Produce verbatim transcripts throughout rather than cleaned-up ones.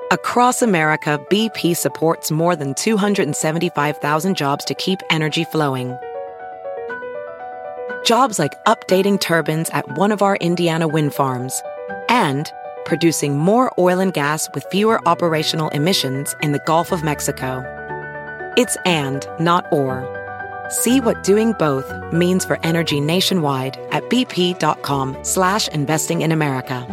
Across America, B P supports more than two hundred seventy-five thousand jobs to keep energy flowing. Jobs like updating turbines at one of our Indiana wind farms and producing more oil and gas with fewer operational emissions in the Gulf of Mexico. It's and, not or. See what doing both means for energy nationwide at bp.com slash investing in America.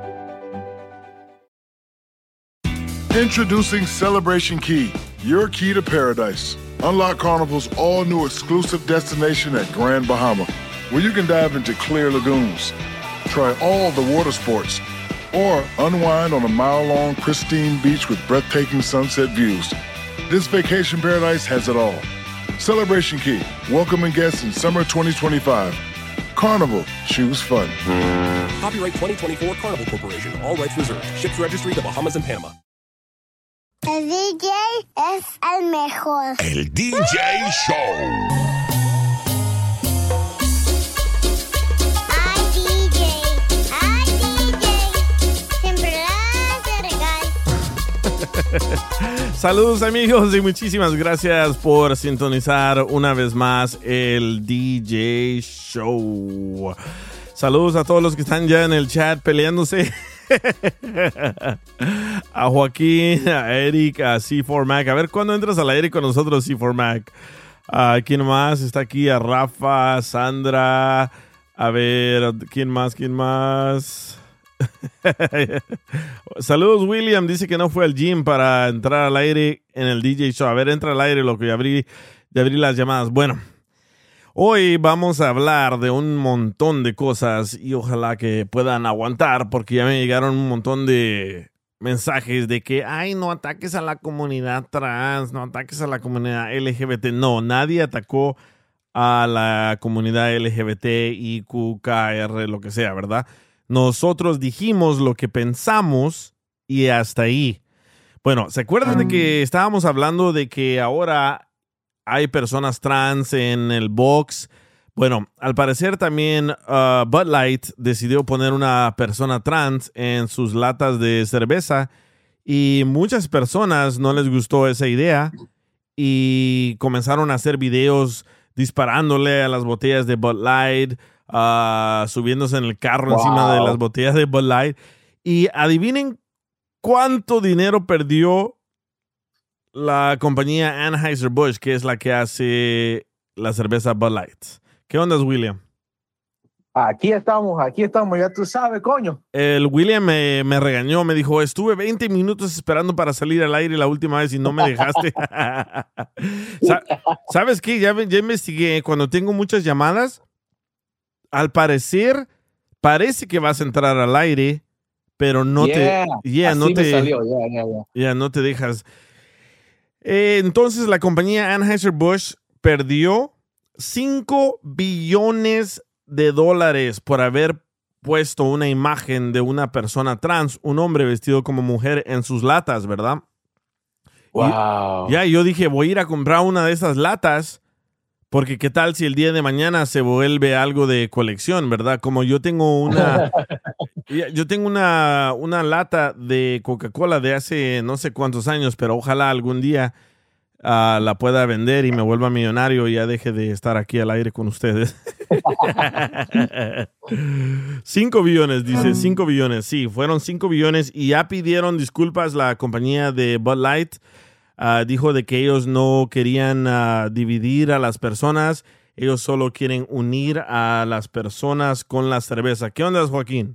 Introducing Celebration Key, your key to paradise. Unlock Carnival's all-new exclusive destination at Grand Bahama, where you can dive into clear lagoons, try all the water sports, or unwind on a mile-long pristine beach with breathtaking sunset views. This vacation paradise has it all. Celebration Key, welcoming guests in summer twenty twenty-five. Carnival, choose fun. Copyright twenty twenty-four Carnival Corporation, all rights reserved. Ships registry the Bahamas and Panama. El D J es el mejor. El D J Show. Ay, D J. Ay, D J. Siempre la hace regal. Saludos amigos y muchísimas gracias por sintonizar una vez más el D J Show. Saludos a todos los que están ya en el chat peleándose. A Joaquín, a Eric, a C cuatro Mac. A ver cuándo entras al aire con nosotros, C cuatro Mac. Uh, ¿Quién más está aquí? A Rafa, Sandra. A ver, ¿quién más? ¿Quién más? Saludos, William. Dice que no fue al gym para entrar al aire en el D J Show. A ver, entra al aire, loco. Ya abrí, ya abrí las llamadas. Bueno. Hoy vamos a hablar de un montón de cosas y ojalá que puedan aguantar porque ya me llegaron un montón de mensajes de que, ay, no ataques a la comunidad trans, no ataques a la comunidad L G B T. No, nadie atacó a la comunidad L G B T, I Q, K, R, lo que sea, ¿verdad? Nosotros dijimos lo que pensamos y hasta ahí. Bueno, ¿se acuerdan de que estábamos hablando de que ahora hay personas trans en el box? Bueno, al parecer también uh, Bud Light decidió poner una persona trans en sus latas de cerveza y muchas personas no les gustó esa idea y comenzaron a hacer videos disparándole a las botellas de Bud Light, uh, subiéndose en el carro wow. encima de las botellas de Bud Light. Y adivinen cuánto dinero perdió la compañía Anheuser-Busch, que es la que hace la cerveza Bud Light. ¿Qué onda, William? Aquí estamos, aquí estamos, ya tú sabes, coño. El William me, me regañó, me dijo, estuve veinte minutos esperando para salir al aire la última vez y no me dejaste. ¿Sabes qué? Ya, ya investigué, cuando tengo muchas llamadas, al parecer, parece que vas a entrar al aire, pero no yeah, te... Yeah, no te salió, yeah, yeah, yeah. Yeah, no te dejas... Eh, entonces la compañía Anheuser-Busch perdió cinco billones de dólares por haber puesto una imagen de una persona trans, un hombre vestido como mujer en sus latas, ¿verdad? Wow. Y, ya, yo dije, voy a ir a comprar una de esas latas porque qué tal si el día de mañana se vuelve algo de colección, ¿verdad? Como yo tengo una yo tengo una, una lata de Coca-Cola de hace no sé cuántos años, pero ojalá algún día uh, la pueda vender y me vuelva millonario y ya deje de estar aquí al aire con ustedes. Cinco billones, dice, cinco billones. Sí, fueron cinco billones y ya pidieron disculpas la compañía de Bud Light. Uh, dijo de que ellos no querían uh, dividir a las personas, ellos solo quieren unir a las personas con la cerveza. ¿Qué onda, Joaquín?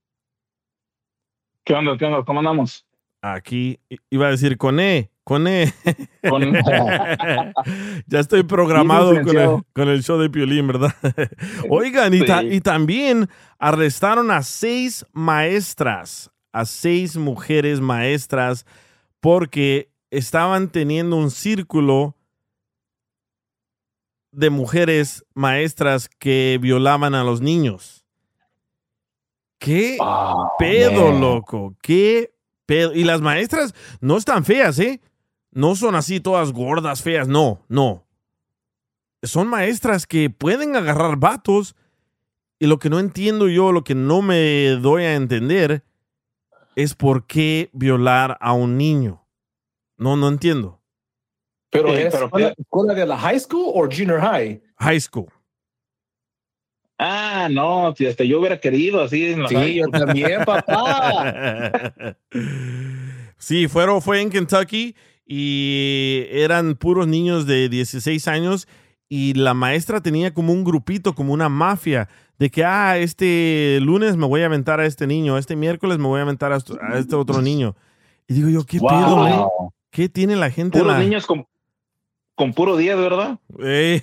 ¿Qué onda? ¿Qué onda? ¿Cómo andamos? Aquí iba a decir con E, con E. Con... Ya estoy programado con el, con el show de Piolín, ¿verdad? Oigan, sí. y, ta- y también arrestaron a seis maestras, a seis mujeres maestras, porque estaban teniendo un círculo de mujeres maestras que violaban a los niños. ¿Qué oh, pedo, man. loco? ¿Qué pedo? Y las maestras no están feas, ¿eh? No son así todas gordas, feas. No, no. Son maestras que pueden agarrar vatos y lo que no entiendo yo, lo que no me doy a entender es por qué violar a un niño. No, no entiendo. Pero Sí, es pero- escuela, escuela de la high school o junior high. High school. Ah, no, si hasta yo hubiera querido así en la Sí, high yo school. también, papá. Sí, fueron, fue en Kentucky y eran puros niños de dieciséis años y la maestra tenía como un grupito, como una mafia, de que, ah, este lunes me voy a aventar a este niño, este miércoles me voy a aventar a este, a este otro niño. Y digo yo, ¿qué Wow. pedo, eh? ¿Qué tiene la gente? en Puros la- niños con, con puro diez, ¿verdad? Eh.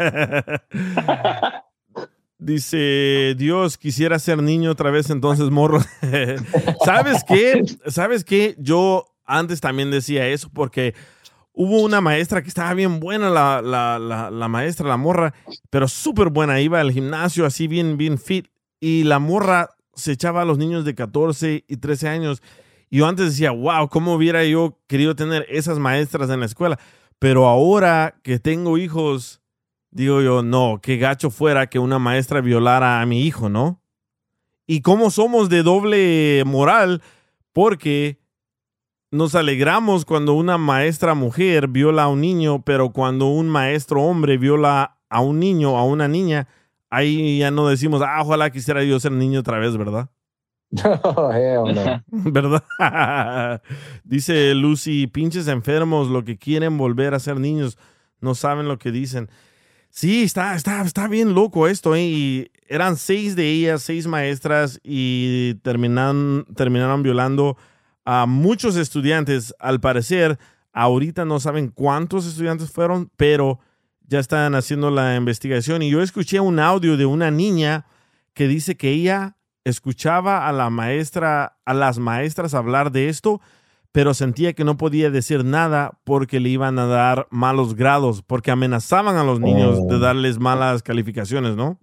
Dice, Dios, quisiera ser niño otra vez, entonces morro. ¿Sabes qué? ¿Sabes qué? Yo antes también decía eso porque hubo una maestra que estaba bien buena, la, la, la, la maestra, la morra, pero súper buena. Iba al gimnasio así bien, bien fit. Y la morra se echaba a los niños de catorce y trece años. Y yo antes decía, wow, ¿cómo hubiera yo querido tener esas maestras en la escuela? Pero ahora que tengo hijos, digo yo, no, qué gacho fuera que una maestra violara a mi hijo, ¿no? Y cómo somos de doble moral, porque nos alegramos cuando una maestra mujer viola a un niño, pero cuando un maestro hombre viola a un niño, a una niña, ahí ya no decimos, ah, ojalá quisiera yo ser niño otra vez, ¿verdad? Oh, hell no. ¿Verdad? Dice Lucy, pinches enfermos, lo que quieren volver a ser niños, no saben lo que dicen. Sí, está, está, está bien loco esto, ¿eh? Y eran seis de ellas, seis maestras, y terminan, terminaron violando a muchos estudiantes. Al parecer, ahorita no saben cuántos estudiantes fueron, pero ya están haciendo la investigación. Y yo escuché un audio de una niña que dice que ella escuchaba a la maestra, a las maestras hablar de esto, pero sentía que no podía decir nada porque le iban a dar malos grados, porque amenazaban a los niños Oh. de darles malas calificaciones, ¿no?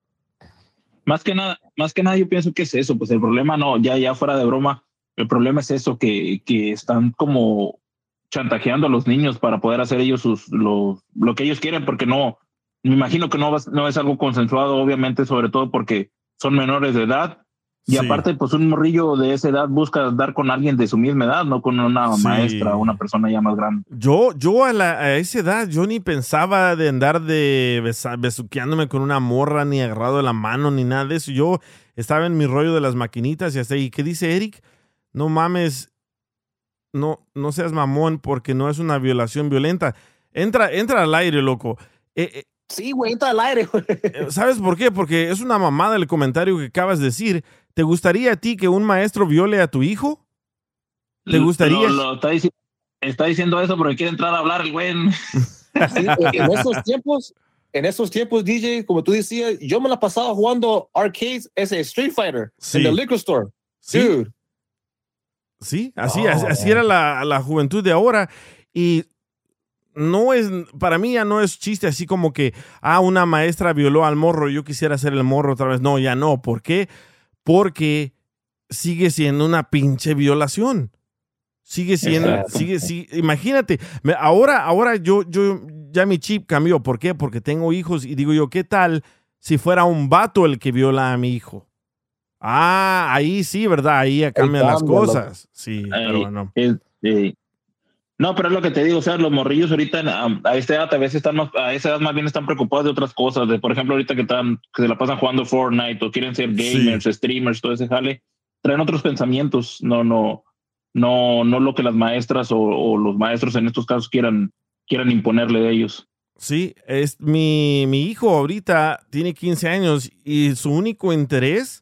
Más que nada, más que nada yo pienso que es eso, pues el problema no, ya, ya fuera de broma, el problema es eso, que, que están como chantajeando a los niños para poder hacer ellos sus, lo, lo que ellos quieren, porque no, me imagino que no, va- no es algo consensuado, obviamente, sobre todo porque son menores de edad. Y Sí. aparte, pues un morrillo de esa edad busca dar con alguien de su misma edad, no con una Sí. maestra, una persona ya más grande. Yo, yo a, la- a esa edad, yo ni pensaba de andar de besa- besuqueándome con una morra, ni agarrado de la mano, ni nada de eso. Yo estaba en mi rollo de las maquinitas y hasta ahí. ¿Qué dice Eric? No mames, no, no seas mamón porque no es una violación violenta. Entra, entra al aire, loco. Eh, eh, Sí, güey, está al aire, güey. eh, ¿Sabes por qué? Porque es una mamada el comentario que acabas de decir. ¿Te gustaría a ti que un maestro viole a tu hijo? ¿Te gustaría? Lo, lo está, dici- está diciendo eso porque quiere entrar a hablar el güey. Sí, en esos tiempos, en esos tiempos, D J, como tú decías, yo me la pasaba jugando arcades, ese Street Fighter, Sí. en el liquor store. Sí. Dude. Sí, así, Oh, así, así man. era la, la juventud de ahora. Y no es, para mí ya no es chiste así como que, ah, una maestra violó al morro, yo quisiera ser el morro otra vez. No, ya no. ¿Por qué? Porque sigue siendo una pinche violación. Sigue siendo, Exacto. sigue, sí. Imagínate, me- ahora, ahora yo, yo, ya mi chip cambió. ¿Por qué? Porque tengo hijos y digo yo, ¿qué tal si fuera un vato el que viola a mi hijo? Ah, ahí sí, ¿verdad? Ahí ya cambian las cambia, cosas. Sí, pero Ay, bueno. es- eh, no, pero es lo que te digo, o sea, los morrillos ahorita a, a esta edad a veces están más, a esa edad más bien están preocupados de otras cosas, de por ejemplo ahorita que están, que se la pasan jugando Fortnite o quieren ser gamers, streamers, todo ese jale, traen otros pensamientos, no, no, no, no lo que las maestras o, o los maestros en estos casos quieran, quieran imponerle de ellos. Sí, es mi, mi hijo ahorita tiene quince años y su único interés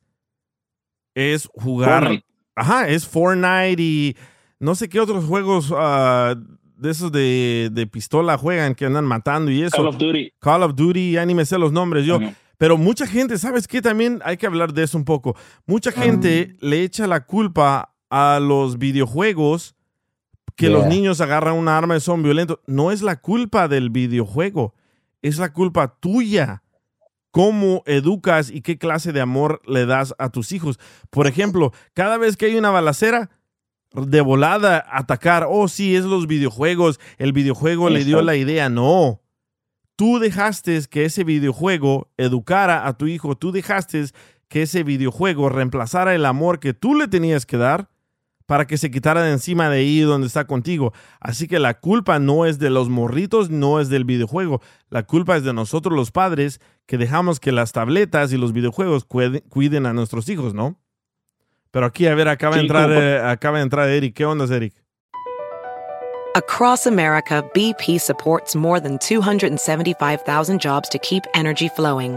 es jugar. Fortnite. Ajá, es Fortnite y no sé qué otros juegos ah, de esos de, de pistola juegan que andan matando y eso. Call of Duty. Call of Duty, ya ni me sé los nombres yo. Ujú. Pero mucha gente, ¿sabes qué? También hay que hablar de eso un poco. Mucha gente le echa la culpa a los videojuegos que Yeah. los niños agarran una arma y son violentos. No es la culpa del videojuego, es la culpa tuya. Cómo educas y qué clase de amor le das a tus hijos. Por ejemplo, cada vez que hay una balacera, de volada atacar, oh sí, es los videojuegos, el videojuego le dio Exacto. la idea. No, tú dejaste que ese videojuego educara a tu hijo, tú dejaste que ese videojuego reemplazara el amor que tú le tenías que dar para que se quitara de encima de ahí donde está contigo. Así que la culpa no es de los morritos, no es del videojuego. La culpa es de nosotros los padres que dejamos que las tabletas y los videojuegos cuiden, cuiden a nuestros hijos, ¿no? Pero aquí, a ver, acaba, sí, de, entrar, eh, acaba de entrar Eric. ¿Qué onda, Eric? Across America, B P supports more than two hundred seventy-five thousand jobs to keep energy flowing.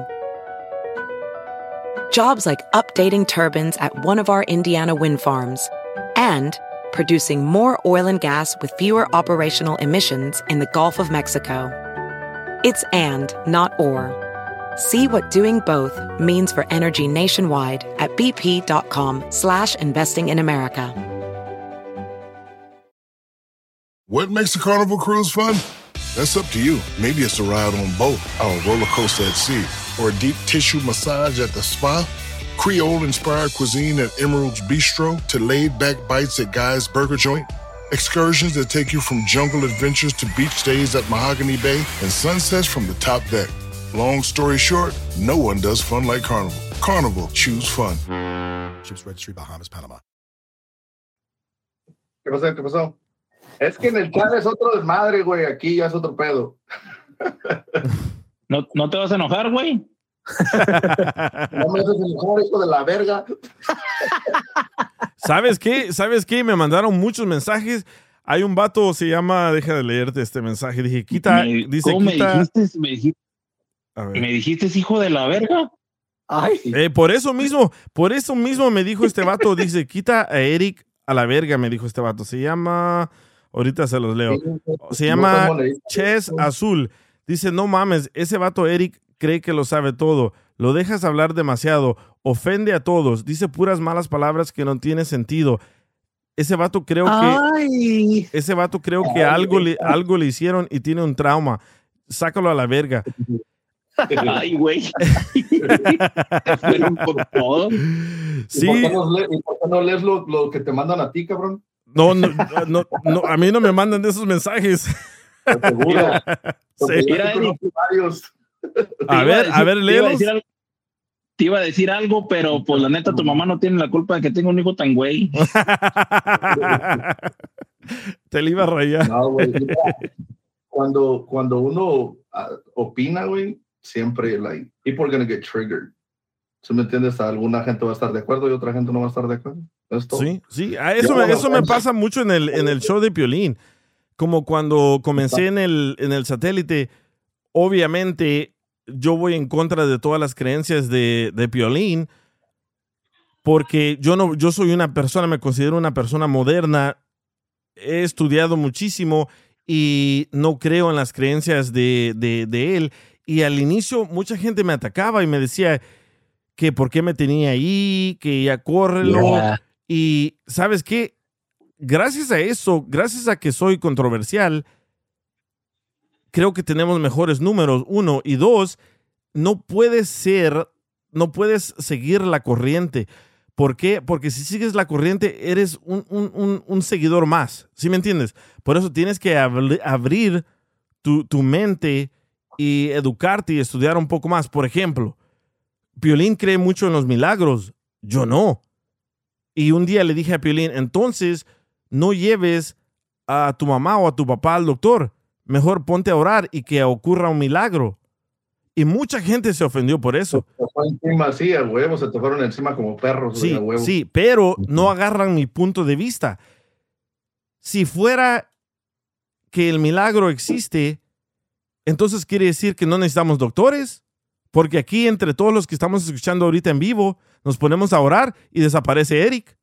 Jobs like updating turbines at one of our Indiana wind farms and producing more oil and gas with fewer operational emissions in the Gulf of Mexico. It's and, not or. See what doing both means for energy nationwide at bp.com slash investing in America. What makes a Carnival cruise fun? That's up to you. Maybe it's a ride on boat, or a roller coaster at sea, or a deep tissue massage at the spa, Creole-inspired cuisine at Emerald's Bistro to laid-back bites at Guy's Burger Joint, excursions that take you from jungle adventures to beach stays at Mahogany Bay, and sunsets from the top deck. Long story short, no one does fun like Carnival. Carnival, choose fun. Ships Registry, Bahamas, Panama. ¿Qué pasó? ¿Qué pasó? Es que en el chat es otro desmadre, güey. Aquí ya es otro pedo. ¿No, no te vas a enojar, güey? No me haces enojar, hijo de la verga. ¿Sabes qué? ¿Sabes qué? Me mandaron muchos mensajes. Hay un vato, se llama, deja de leerte este mensaje. Dije, quita, me, dice, ¿cómo quita. me dijiste? Me dijiste, ¿me dijiste hijo de la verga? Ay. Eh, por eso mismo, por eso mismo me dijo este vato. Dice, quita a Eric a la verga, me dijo este vato. Se llama... Ahorita se los leo. Se llama Ches Azul. Dice, no mames, ese vato Eric cree que lo sabe todo. Lo dejas hablar demasiado. Ofende a todos. Dice puras malas palabras que no tiene sentido. Ese vato creo Ay. que... Ese vato creo que algo le, algo le hicieron y tiene un trauma. Sácalo a la verga. Ay, güey. Fueron por todo. Sí. ¿Y por qué no, le, y por qué no lees lo, lo que te mandan a ti, cabrón? No, no, no, no, a mí no me mandan de esos mensajes. Seguro. Sí. Mira, Eric, a ver, a ver, léelos. Te iba a decir algo, pero pues la neta tu mamá no tiene la culpa de que tenga un hijo tan güey. Te le iba a rayar. No, güey. Cuando, cuando uno uh, opina, güey, siempre, like, people are gonna get triggered. ¿Sí me entiendes? Alguna gente va a estar de acuerdo y otra gente no va a estar de acuerdo. ¿Es todo? Sí, sí. Eso, me, eso me pasa mucho en el, en el show de Piolín. Como cuando comencé en el, en el satélite, obviamente yo voy en contra de todas las creencias de, de Piolín, porque yo, no, yo soy una persona, me considero una persona moderna, he estudiado muchísimo y no creo en las creencias de, de, de él. Y al inicio mucha gente me atacaba y me decía que por qué me tenía ahí, que ya córrelo. Yeah. Y ¿sabes qué? Gracias a eso, gracias a que soy controversial, creo que tenemos mejores números, uno. Y dos, no puedes ser, no puedes seguir la corriente. ¿Por qué? Porque si sigues la corriente, eres un, un, un, un seguidor más. ¿Sí me entiendes? Por eso tienes que abri- abrir tu, tu mente y educarte y estudiar un poco más. Por ejemplo, Piolín cree mucho en los milagros. Yo no. Y un día le dije a Piolín, entonces no lleves a tu mamá o a tu papá al doctor. Mejor ponte a orar y que ocurra un milagro. Y mucha gente se ofendió por eso. Se te fue encima así, a huevo, se te fueron encima como perros. Sí, a huevo. sí, pero no agarran mi punto de vista. Si fuera que el milagro existe, entonces quiere decir que no necesitamos doctores. Porque aquí, entre todos los que estamos escuchando ahorita en vivo, nos ponemos a orar y desaparece Eric.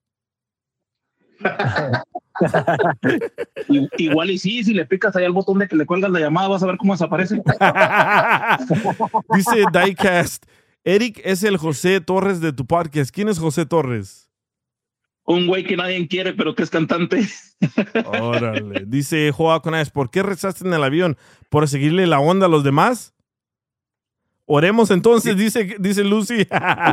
Igual y sí, si le picas ahí al botón de que le cuelgas la llamada, vas a ver cómo desaparece. Dice Diecast, Eric es el José Torres de tu podcast. ¿Quién es José Torres? Un güey que nadie quiere, pero que es cantante. Órale. Dice Joa Conaes, ¿por qué rezaste en el avión? ¿Por seguirle la onda a los demás? Oremos entonces, dice, dice Lucy.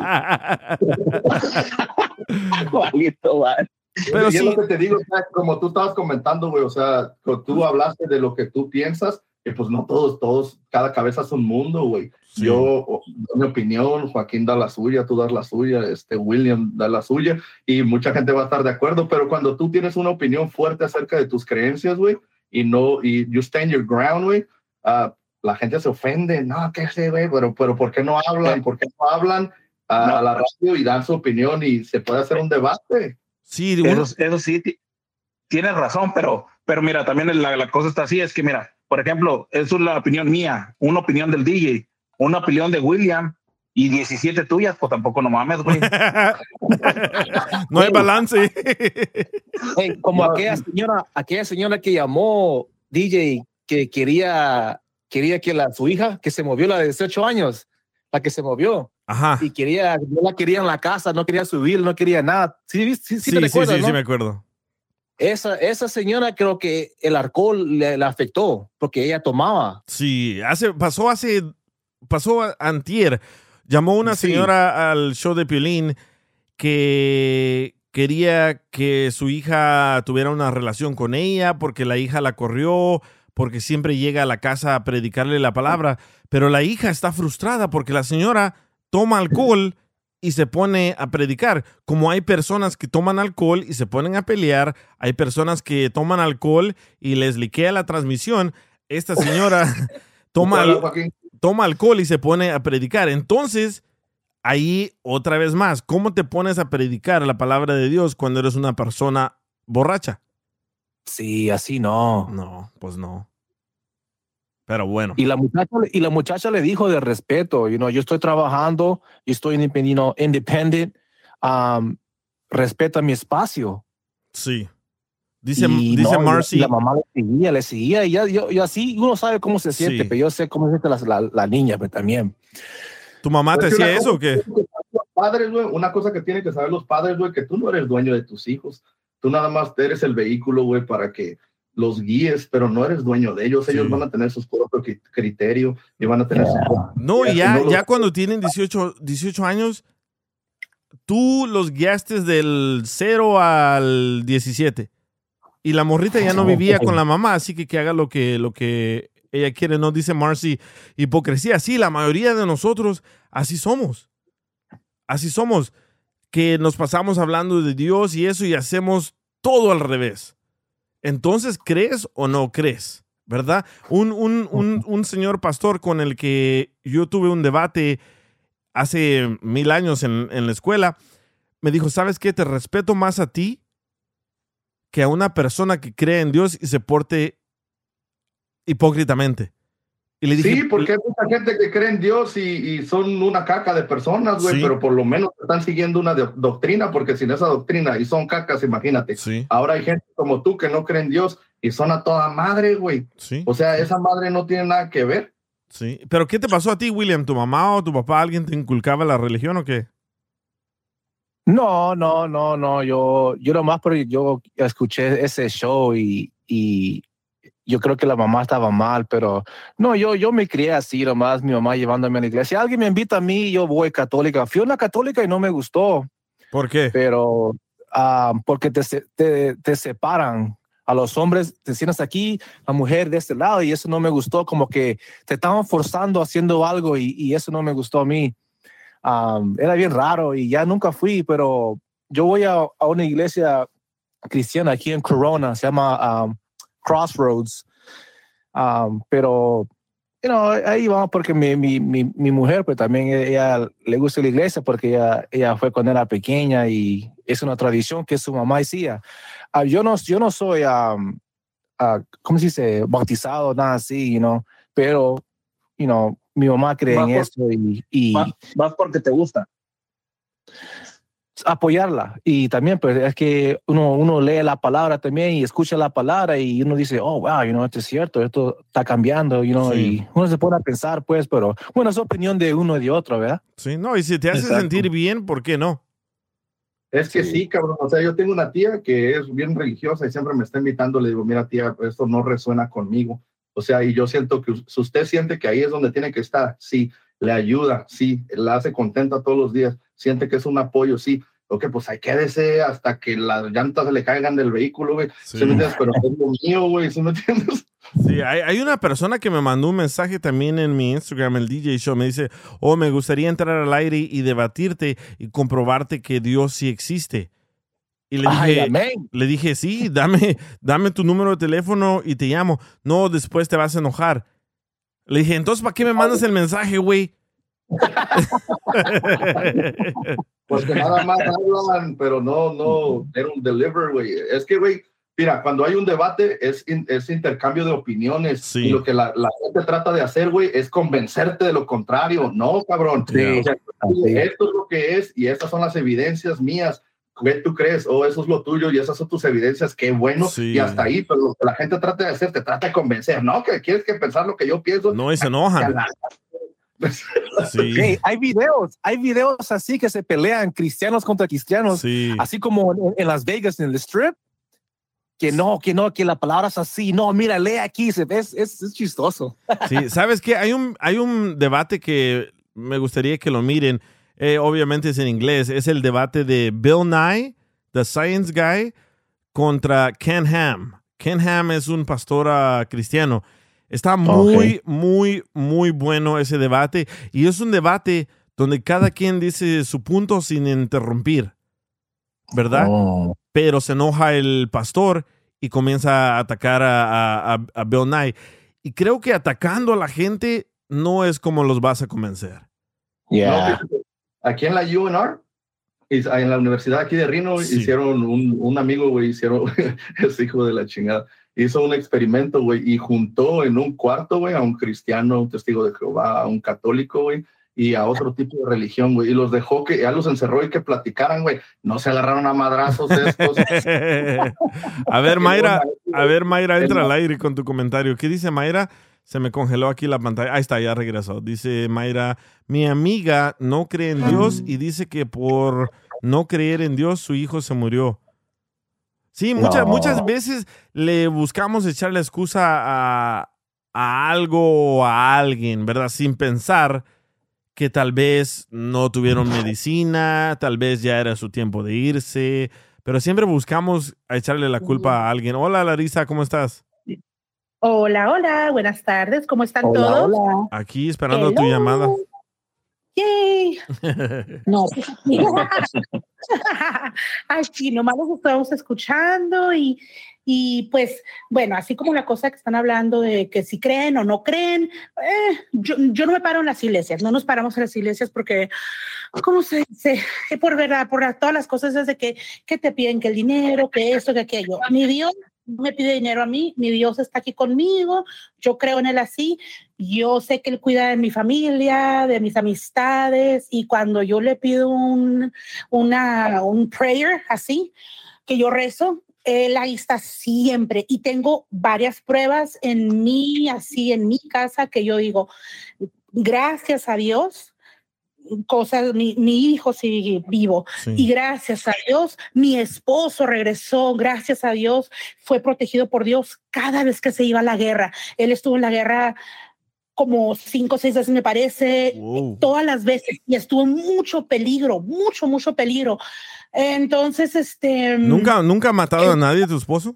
Pero y sí. Es lo que te digo, o sea, como tú estabas comentando, güey, o sea, tú hablaste de lo que tú piensas, que pues no todos, todos, cada cabeza es un mundo, güey. Sí. Yo, mi opinión, Joaquín da la suya, tú das la suya, este William da la suya, y mucha gente va a estar de acuerdo, pero cuando tú tienes una opinión fuerte acerca de tus creencias, güey, y no, y you stand your ground, güey, uh, la gente se ofende, no, qué sé, güey, pero, pero ¿por qué no hablan? ¿Por qué no hablan uh, no. a la radio y dan su opinión y se puede hacer un debate? Sí, eso, eso sí, t- tienes razón, pero, pero mira, también la, la cosa está así, es que mira, por ejemplo, eso es la opinión mía, una opinión del D J, una opinión de William y diecisiete tuyas, pues tampoco no mames, güey. No hay balance. Hey, como no, aquella señora, aquella señora que llamó D J que quería, quería que la, su hija, que se movió, la de dieciocho años, la que se movió. Ajá. Y quería, no la quería en la casa, no quería subir, no quería nada. Sí, sí, sí, sí, te recuerdas, sí, sí, ¿no? sí, me acuerdo. Esa, esa señora creo que el alcohol le, le afectó porque ella tomaba. Sí, hace, pasó hace, pasó antier. Llamó una sí. señora al show de Piolín que quería que su hija tuviera una relación con ella porque la hija la corrió, porque siempre llega a la casa a predicarle la palabra, pero la hija está frustrada porque la señora toma alcohol y se pone a predicar. Como hay personas que toman alcohol y se ponen a pelear, hay personas que toman alcohol y les liquea la transmisión, esta señora toma, al, toma alcohol y se pone a predicar. Entonces, ahí otra vez más, ¿cómo te pones a predicar la palabra de Dios cuando eres una persona borracha? Sí, así no. No, pues no. Pero bueno. Y la muchacha, y la muchacha le dijo de respeto, you know, yo estoy trabajando, yo estoy independiente, independent, um, respeta mi espacio. Sí. Dice, y dice no, Marcy. Y la mamá le seguía, le seguía, y ya, yo, yo así uno sabe cómo se siente, sí. Pero yo sé cómo se siente la, la, la niña pero también. ¿Tu mamá te decía eso o qué? Los padres, güey, una cosa que tienen que saber los padres, güey, que tú no eres dueño de tus hijos. Tú nada más eres el vehículo, güey, para que los guíes, pero no eres dueño de ellos. Ellos sí. van a tener sus propios criterios y van a tener yeah. sus No, y ya, no ya los... cuando tienen dieciocho, dieciocho años, tú los guiaste del cero al diecisiete. Y la morrita ya no vivía con la mamá, así que que haga lo que, lo que ella quiere. No dice Marcy, hipocresía. Sí, la mayoría de nosotros así somos. Así somos, que nos pasamos hablando de Dios y eso y hacemos todo al revés. Entonces, ¿crees o no crees? ¿Verdad? Un, un, un, un señor pastor con el que yo tuve un debate hace mil años en, en la escuela, me dijo, ¿sabes qué? Te respeto más a ti que a una persona que cree en Dios y se porte hipócritamente. Y le dije, sí, porque hay mucha gente que cree en Dios y, y son una caca de personas, güey, sí. Pero por lo menos están siguiendo una de, doctrina, porque sin esa doctrina y son cacas, imagínate. Sí. Ahora hay gente como tú que no cree en Dios y son a toda madre, güey. Sí. O sea, esa madre no tiene nada que ver. Sí. ¿Pero qué te pasó a ti, William? ¿Tu mamá o tu papá, alguien te inculcaba la religión o qué? No, no, no, no. Yo, yo nomás porque yo escuché ese show y, y yo creo que la mamá estaba mal, pero no, yo, yo me crié así nomás, mi mamá llevándome a la iglesia. Si alguien me invita a mí, yo voy católica. Fui a una católica y no me gustó. ¿Por qué? Pero uh, porque te, te, te separan. A los hombres te sientas aquí, la mujer de este lado, y eso no me gustó. Como que te estaban forzando haciendo algo y, y eso no me gustó a mí. Um, era bien raro y ya nunca fui, pero yo voy a, a una iglesia cristiana aquí en Corona, se llama um, Crossroads, um, pero you know, ahí vamos porque mi, mi, mi, mi mujer pues también ella le gusta la iglesia porque ella, ella fue cuando era pequeña y es una tradición que su mamá hacía. Uh, yo, no, yo no soy, um, uh, ¿cómo se dice? Bautizado, nada así, you know, pero you know, mi mamá cree en eso y, y vas, vas porque te gusta apoyarla. Y también pues es que uno, uno lee la palabra también y escucha la palabra y uno dice, oh, wow, you know, esto es cierto, esto está cambiando, you know, sí. Y uno se pone a pensar pues, pero bueno, es opinión de uno y de otro, ¿verdad? Sí, no, y si te hace Exacto. sentir bien, ¿por qué no? Es que sí. sí, cabrón, o sea, yo tengo una tía que es bien religiosa y siempre me está invitando, le digo, mira tía, esto no resuena conmigo. O sea, y yo siento que si usted siente que ahí es donde tiene que estar, sí, le ayuda, sí, la hace contenta todos los días, siente que es un apoyo, sí, ok, pues ahí quédese hasta que las llantas se le caigan del vehículo, güey, sí. ¿Sí me entiendes? Pero es lo mío, güey, ¿sí me entiendes? Sí, hay, hay una persona que me mandó un mensaje también en mi Instagram, el D J Show. Me dice, oh, me gustaría entrar al aire y debatirte y comprobarte que Dios sí existe. Y le Ay, dije, amén. le dije, sí, dame, dame tu número de teléfono y te llamo. No, después te vas a enojar. Le dije, entonces, ¿para qué me mandas el mensaje, güey? Pues que nada más hablan, pero no, no, era un deliver, güey. Es que, güey, mira, cuando hay un debate es, in, es intercambio de opiniones. Sí. Y lo que la, la gente trata de hacer, güey, es convencerte de lo contrario. No, cabrón. Sí. O sea, Sí. esto es lo que es y estas son las evidencias mías. ¿Qué tú crees? Oh, eso es lo tuyo y esas son tus evidencias. Qué bueno. Sí. Y hasta ahí, pero lo que la gente trata de hacer, te trata de convencer. No, que quieres que pensar lo que yo pienso. No, y se enojan. Sí. Sí, hay videos, hay videos así que se pelean cristianos contra cristianos, Sí. así como en, en Las Vegas, en el Strip, que no, que no, que la palabra es así, no, mira, lee aquí, se ve, es, es, es chistoso. Sí, ¿sabes qué? Hay un, hay un debate que me gustaría que lo miren. Eh, obviamente es en inglés. Es el debate de Bill Nye, the Science Guy, contra Ken Ham. Ken Ham es un pastor uh, cristiano. Está muy, okay. muy, muy bueno ese debate. Y es un debate donde cada quien dice su punto sin interrumpir, ¿verdad? Oh. Pero se enoja el pastor y comienza a atacar a, a, a Bill Nye. Y creo que atacando a la gente no es como los vas a convencer. Yeah. No, aquí en la U N R, en la universidad aquí de Reno, sí. hicieron un, un amigo, güey, hicieron, es hijo de la chingada, hizo un experimento, güey, y juntó en un cuarto, güey, a un cristiano, un testigo de Jehová, a un católico, güey, y a otro tipo de religión, güey, y los dejó que, ya los encerró y que platicaran, güey, no se agarraron a madrazos estos. A ver, Mayra, a ver, Mayra, entra al aire con tu comentario. ¿Qué dice Mayra? Se me congeló aquí la pantalla. Ahí está, ya regresó. Dice Mayra, mi amiga no cree en Dios y dice que por no creer en Dios su hijo se murió. Sí, muchas, no. muchas veces le buscamos echar la excusa a, a algo o a alguien, ¿verdad? Sin pensar que tal vez no tuvieron medicina, tal vez ya era su tiempo de irse, pero siempre buscamos a echarle la culpa a alguien. Hola, Larisa, ¿cómo estás? Hola, hola, buenas tardes, ¿cómo están hola, todos? Hola. Aquí esperando Hello. tu llamada. Yay. No, aquí nomás los estamos escuchando y, y pues, bueno, así como la cosa que están hablando de que si creen o no creen, eh, yo, yo no me paro en las iglesias, no nos paramos en las iglesias porque, ¿cómo se dice? Por verdad, por todas las cosas desde que, que te piden que el dinero, que esto, que aquello. Mi Dios me pide dinero a mí, mi Dios está aquí conmigo, yo creo en él así, yo sé que él cuida de mi familia, de mis amistades, y cuando yo le pido un, una, un prayer así, que yo rezo, él ahí está siempre, y tengo varias pruebas en mí, así en mi casa, que yo digo, gracias a Dios, cosas, mi, mi hijo sigue vivo, sí. Y gracias a Dios mi esposo regresó, gracias a Dios fue protegido por Dios cada vez que se iba a la guerra. Él estuvo en la guerra como cinco o seis veces me parece, wow. Todas las veces, y estuvo en mucho peligro, mucho, mucho peligro. Entonces, este... ¿Nunca, nunca ha matado eh, a nadie tu esposo?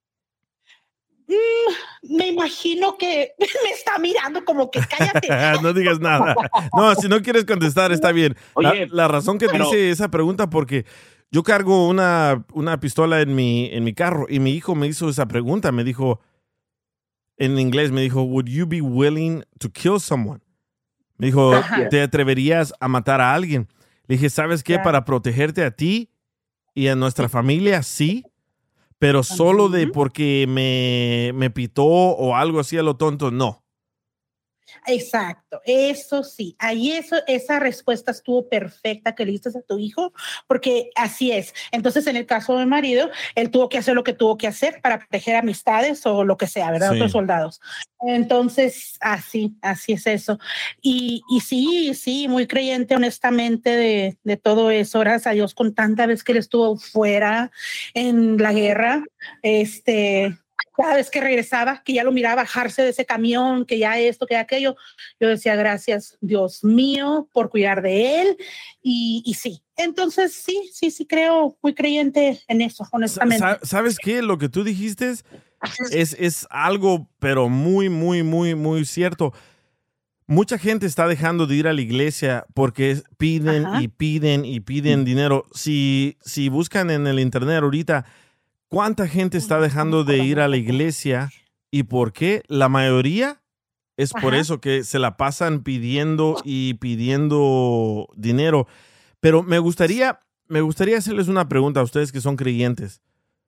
Mm, me imagino que me está mirando como que cállate. No digas nada. No, si no quieres contestar, está bien. Oye, la, la razón que pero... dice esa pregunta porque yo cargo una, una pistola en mi, en mi carro y mi hijo me hizo esa pregunta. Me dijo, en inglés, me dijo, would you be willing to kill someone? Me dijo, ajá. ¿Te atreverías a matar a alguien? Le dije, ¿sabes qué? Yeah. Para protegerte a ti y a nuestra familia, sí. Pero solo de porque me, me pitó o algo así a lo tonto, no. Exacto, eso sí, ahí eso, esa respuesta estuvo perfecta que le diste a tu hijo, porque así es. Entonces, en el caso de mi marido, él tuvo que hacer lo que tuvo que hacer para proteger amistades o lo que sea, ¿verdad? Sí. Otros soldados. Entonces, así, así es eso. Y, y sí, sí, muy creyente, honestamente, de, de todo eso. Gracias a Dios, con tanta vez que él estuvo fuera en la guerra, este... cada vez que regresaba, que ya lo miraba bajarse de ese camión, que ya esto, que aquello, yo decía, gracias, Dios mío, por cuidar de él, y, y sí, entonces sí, sí, sí creo, muy creyente en eso, honestamente. ¿Sabes qué? Lo que tú dijiste es, es algo, pero muy, muy, muy, muy cierto. Mucha gente está dejando de ir a la iglesia porque piden Ajá. y piden y piden dinero. Si, si buscan en el internet ahorita, ¿cuánta gente está dejando de ir a la iglesia? ¿Y por qué? La mayoría es por Ajá. eso que se la pasan pidiendo y pidiendo dinero. Pero me gustaría, me gustaría hacerles una pregunta a ustedes que son creyentes.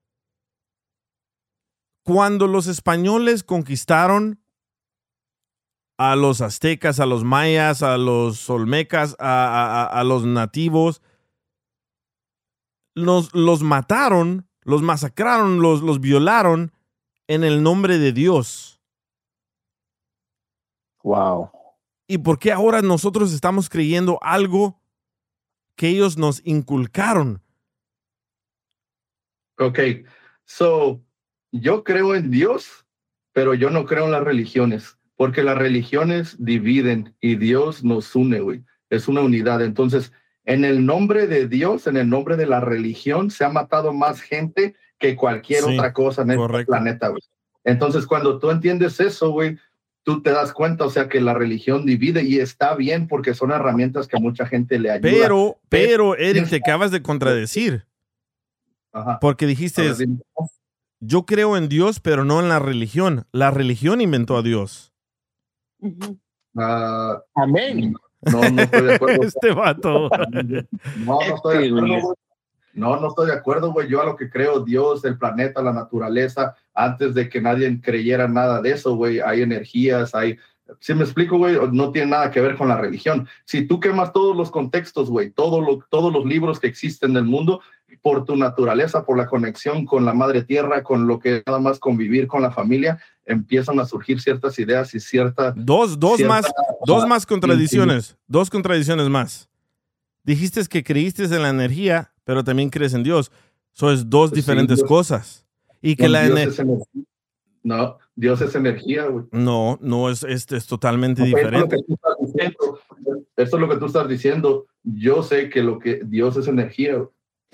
Cuando los españoles conquistaron a los aztecas, a los mayas, a los olmecas, a, a, a los nativos, los, los mataron, los masacraron, los, los violaron en el nombre de Dios. Wow. ¿Y por qué ahora nosotros estamos creyendo algo que ellos nos inculcaron? Ok, so, yo creo en Dios, pero yo no creo en las religiones, porque las religiones dividen y Dios nos une, güey. Es una unidad. Entonces, en el nombre de Dios, en el nombre de la religión, se ha matado más gente que cualquier Sí, otra cosa en correcto. este planeta, güey. Entonces, cuando tú entiendes eso, güey, tú te das cuenta, o sea, que la religión divide y está bien porque son herramientas que a mucha gente le ayuda. Pero, pero, Eric, te acabas de contradecir. Ajá. Porque A dijiste, ver, dime. yo creo en Dios, pero no en la religión. La religión inventó a Dios. Ujú. Ah, Amén. no, no estoy de acuerdo. Este vato. No, no estoy de acuerdo, güey. No, no estoy de acuerdo, güey. Yo a lo que creo, Dios, el planeta, la naturaleza, antes de que nadie creyera nada de eso, güey, hay energías, hay... Si me explico, güey, no tiene nada que ver con la religión. Si tú quemas todos los contextos, güey, todo lo, todos los libros que existen en el mundo, por tu naturaleza, por la conexión con la madre tierra, con lo que nada más convivir con la familia, empiezan a surgir ciertas ideas y ciertas... Dos, dos cierta, más, dos uh, más contradicciones. Dos contradicciones más. Dijiste que creíste en la energía, pero también crees en Dios. Eso es dos Sí, diferentes Dios- cosas. Y que No, la Dios ener- es energía. No, Dios es energía, güey. No, no es, es, es totalmente Ok, eso es lo diferente. que tú estás diciendo. Eso es lo que tú estás diciendo. Yo sé que lo que Dios es energía, güey.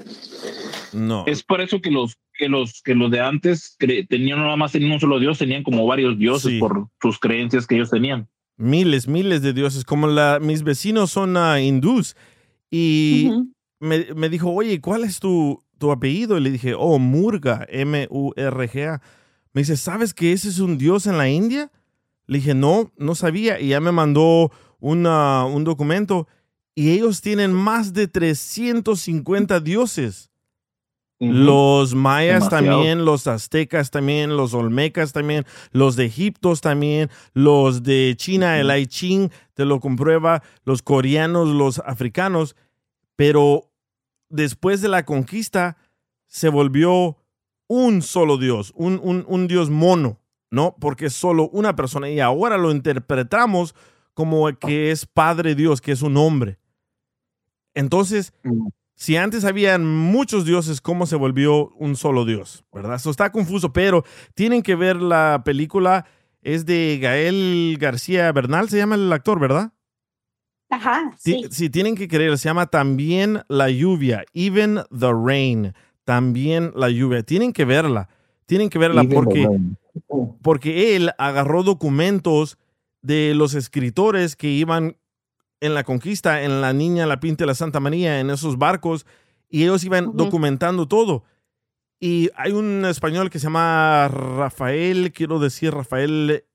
No. Es por eso que los que los que los de antes cre- tenían nada más tenían un solo Dios, tenían como varios dioses Sí. por sus creencias que ellos tenían. Miles, miles de dioses. Como la, mis vecinos son uh, hindús. Y Ujú. me, me dijo, oye, ¿cuál es tu, tu apellido? Y le dije, oh, Murga, M U R G A. Me dice, ¿sabes que ese es un dios en la India? Le dije, no, no sabía. Y ya me mandó una, un documento. Y ellos tienen más de trescientos cincuenta dioses. Ujú. Los mayas Demasiado. también, los aztecas también, los olmecas también, los de Egipto también, los de China, el I Ching, te lo comprueba, los coreanos, los africanos. Pero después de la conquista se volvió un solo Dios, un, un, un Dios mono, ¿no? Porque es solo una persona y ahora lo interpretamos como que es Padre Dios, que es un hombre. Entonces, Mm. si antes habían muchos dioses, ¿cómo se volvió un solo Dios? ¿Verdad? Eso está confuso, pero tienen que ver la película. Es de Gael García Bernal, se llama el actor, ¿verdad? Ajá, Sí. sí. sí, tienen que creer. Se llama También la lluvia, Even the Rain. También la lluvia. Tienen que verla. Tienen que verla Even porque, the rain. porque él agarró documentos de los escritores que iban en la conquista, en la Niña, la Pinta y la Santa María, en esos barcos, y ellos iban Ujú. documentando todo. Y hay un español que se llama Rafael, quiero decir Rafael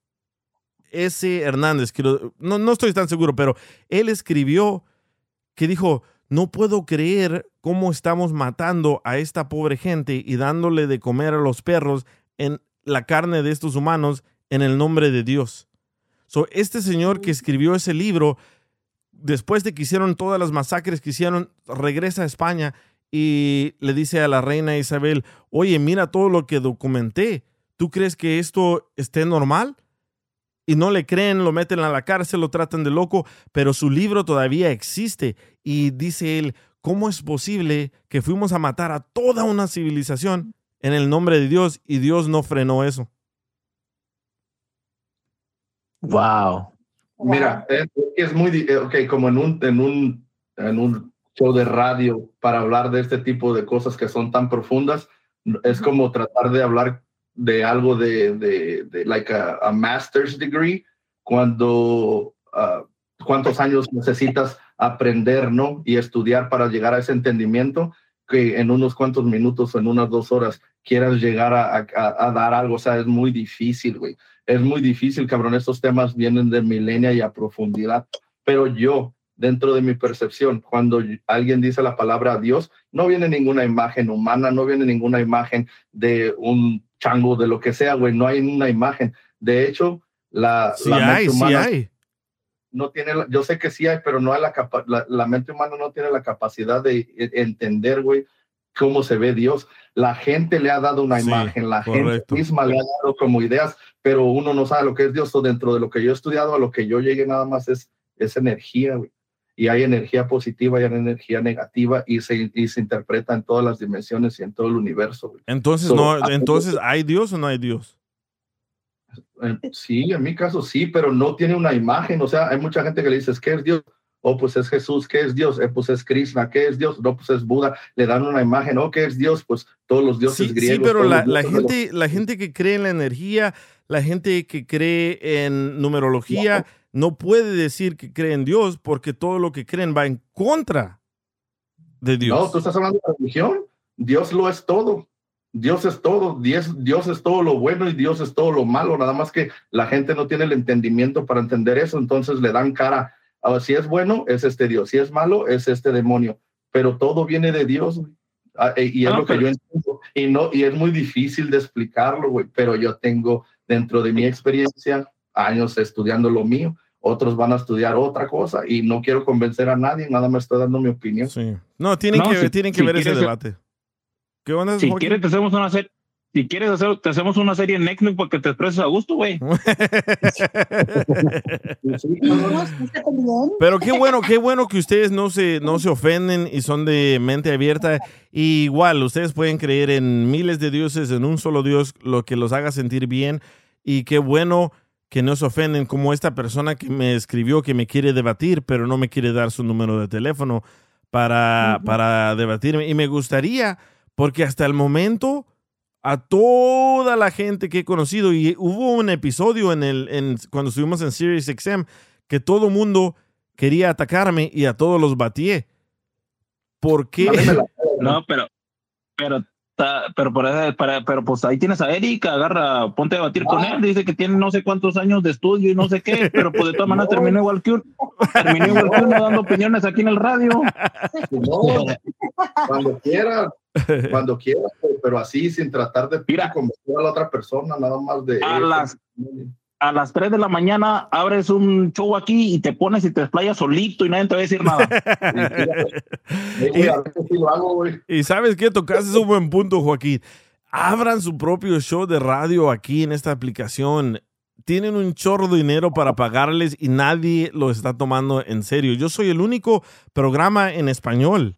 S. Hernández, quiero, no, no estoy tan seguro, pero él escribió que dijo, no puedo creer cómo estamos matando a esta pobre gente y dándole de comer a los perros en la carne de estos humanos en el nombre de Dios. So, este señor que escribió ese libro, después de que hicieron todas las masacres que hicieron, regresa a España y le dice a la reina Isabel, oye, mira todo lo que documenté. ¿Tú crees que esto esté normal? Y no le creen, lo meten a la cárcel, lo tratan de loco, pero su libro todavía existe. Y dice él, ¿cómo es posible que fuimos a matar a toda una civilización en el nombre de Dios y Dios no frenó eso? Wow. Mira, es, es muy, di- eh, ok, como en un, en un, en un show de radio para hablar de este tipo de cosas que son tan profundas, es como tratar de hablar de algo de, de, de like a, a master's degree, cuando uh, cuántos años necesitas aprender, ¿no? Y estudiar para llegar a ese entendimiento que en unos cuantos minutos, en unas dos horas, quieras llegar a, a, a dar algo. O sea, es muy difícil, güey. Es muy difícil, cabrón. Estos temas vienen de milenia y a profundidad. Pero yo, dentro de mi percepción, cuando alguien dice la palabra Dios, no viene ninguna imagen humana, no viene ninguna imagen de un chango, de lo que sea, güey. No hay una imagen. De hecho, la, Sí la hay, mente sí humana hay. no tiene, la- yo sé que sí hay, pero no hay la, capa- la, la mente humana no tiene la capacidad de e- entender, güey, cómo se ve Dios. La gente le ha dado una Sí, imagen, la correcto. gente misma le ha dado como ideas, pero uno no sabe lo que es Dios. O dentro de lo que yo he estudiado, a lo que yo llegué nada más es, es energía, güey. Y hay energía positiva y hay energía negativa y se, y se interpreta en todas las dimensiones y en todo el universo, güey. Entonces, So, no, a- entonces, ¿hay Dios o no hay Dios? Eh, Sí, en mi caso sí, pero no tiene una imagen. O sea, hay mucha gente que le dices, ¿qué es Dios? Oh, pues es Jesús. ¿Qué es Dios? Eh, pues es Krishna. ¿Qué es Dios? No, pues es Buda. Le dan una imagen. Oh, ¿qué es Dios? Pues todos los dioses Sí, griegos. sí, pero todos la, los la dioses de los- gente, la gente que cree en la energía, la gente que cree en numerología, no puede decir que cree en Dios porque todo lo que creen va en contra de Dios. No, tú estás hablando de religión. Dios lo es todo. Dios es todo. Dios, Dios es todo lo bueno y Dios es todo lo malo. Nada más que la gente no tiene el entendimiento para entender eso. Entonces le dan cara. A si es bueno, es este Dios. Si es malo, es este demonio. Pero todo viene de Dios, güey. Ah, eh, y es No, lo que pero- yo entiendo. Y, no, y es muy difícil de explicarlo, güey. Pero yo tengo dentro de mi experiencia años estudiando lo mío. Otros van a estudiar otra cosa y no quiero convencer a nadie. Nada más estoy dando mi opinión. Sí. No, tienen No, que, si- tienen que si ver ese quieres- debate. ¿Qué onda, Si Joaquín? quieres, te hacemos una serie. Si quieres hacer, te hacemos una serie en Netflix porque te expresas a gusto, güey. Pero qué bueno, qué bueno que ustedes no se, no se ofenden y son de mente abierta. Y igual, ustedes pueden creer en miles de dioses, en un solo Dios, lo que los haga sentir bien. Y qué bueno que no se ofenden, como esta persona que me escribió que me quiere debatir, pero no me quiere dar su número de teléfono para, para debatirme. Y me gustaría, porque hasta el momento, a toda la gente que he conocido, y hubo un episodio en el, en, cuando estuvimos en Sirius X M, que todo mundo quería atacarme y a todos los batié. ¿Por qué? No, pero, pero, ta- pero, por eso- para, pero pues ahí tienes a Eric, agarra, ponte a debatir con él, dice que tiene no sé cuántos años de estudio y no sé qué, pero pues de todas maneras terminó igual que uno, terminó igual que uno dando opiniones aquí en el radio. No, cuando quieras, cuando quieras, pero- pero así sin tratar de Mira. convencer a la otra persona, nada más de A eh, las- A las tres de la mañana abres un show aquí y te pones y te explayas solito y nadie te va a decir nada. Eh, güey, a veces sí lo hago, güey. Y sabes qué, tocaste un buen punto, Joaquín. Abran su propio show de radio aquí en esta aplicación. Tienen un chorro de dinero para pagarles y nadie lo está tomando en serio. Yo soy el único programa en español.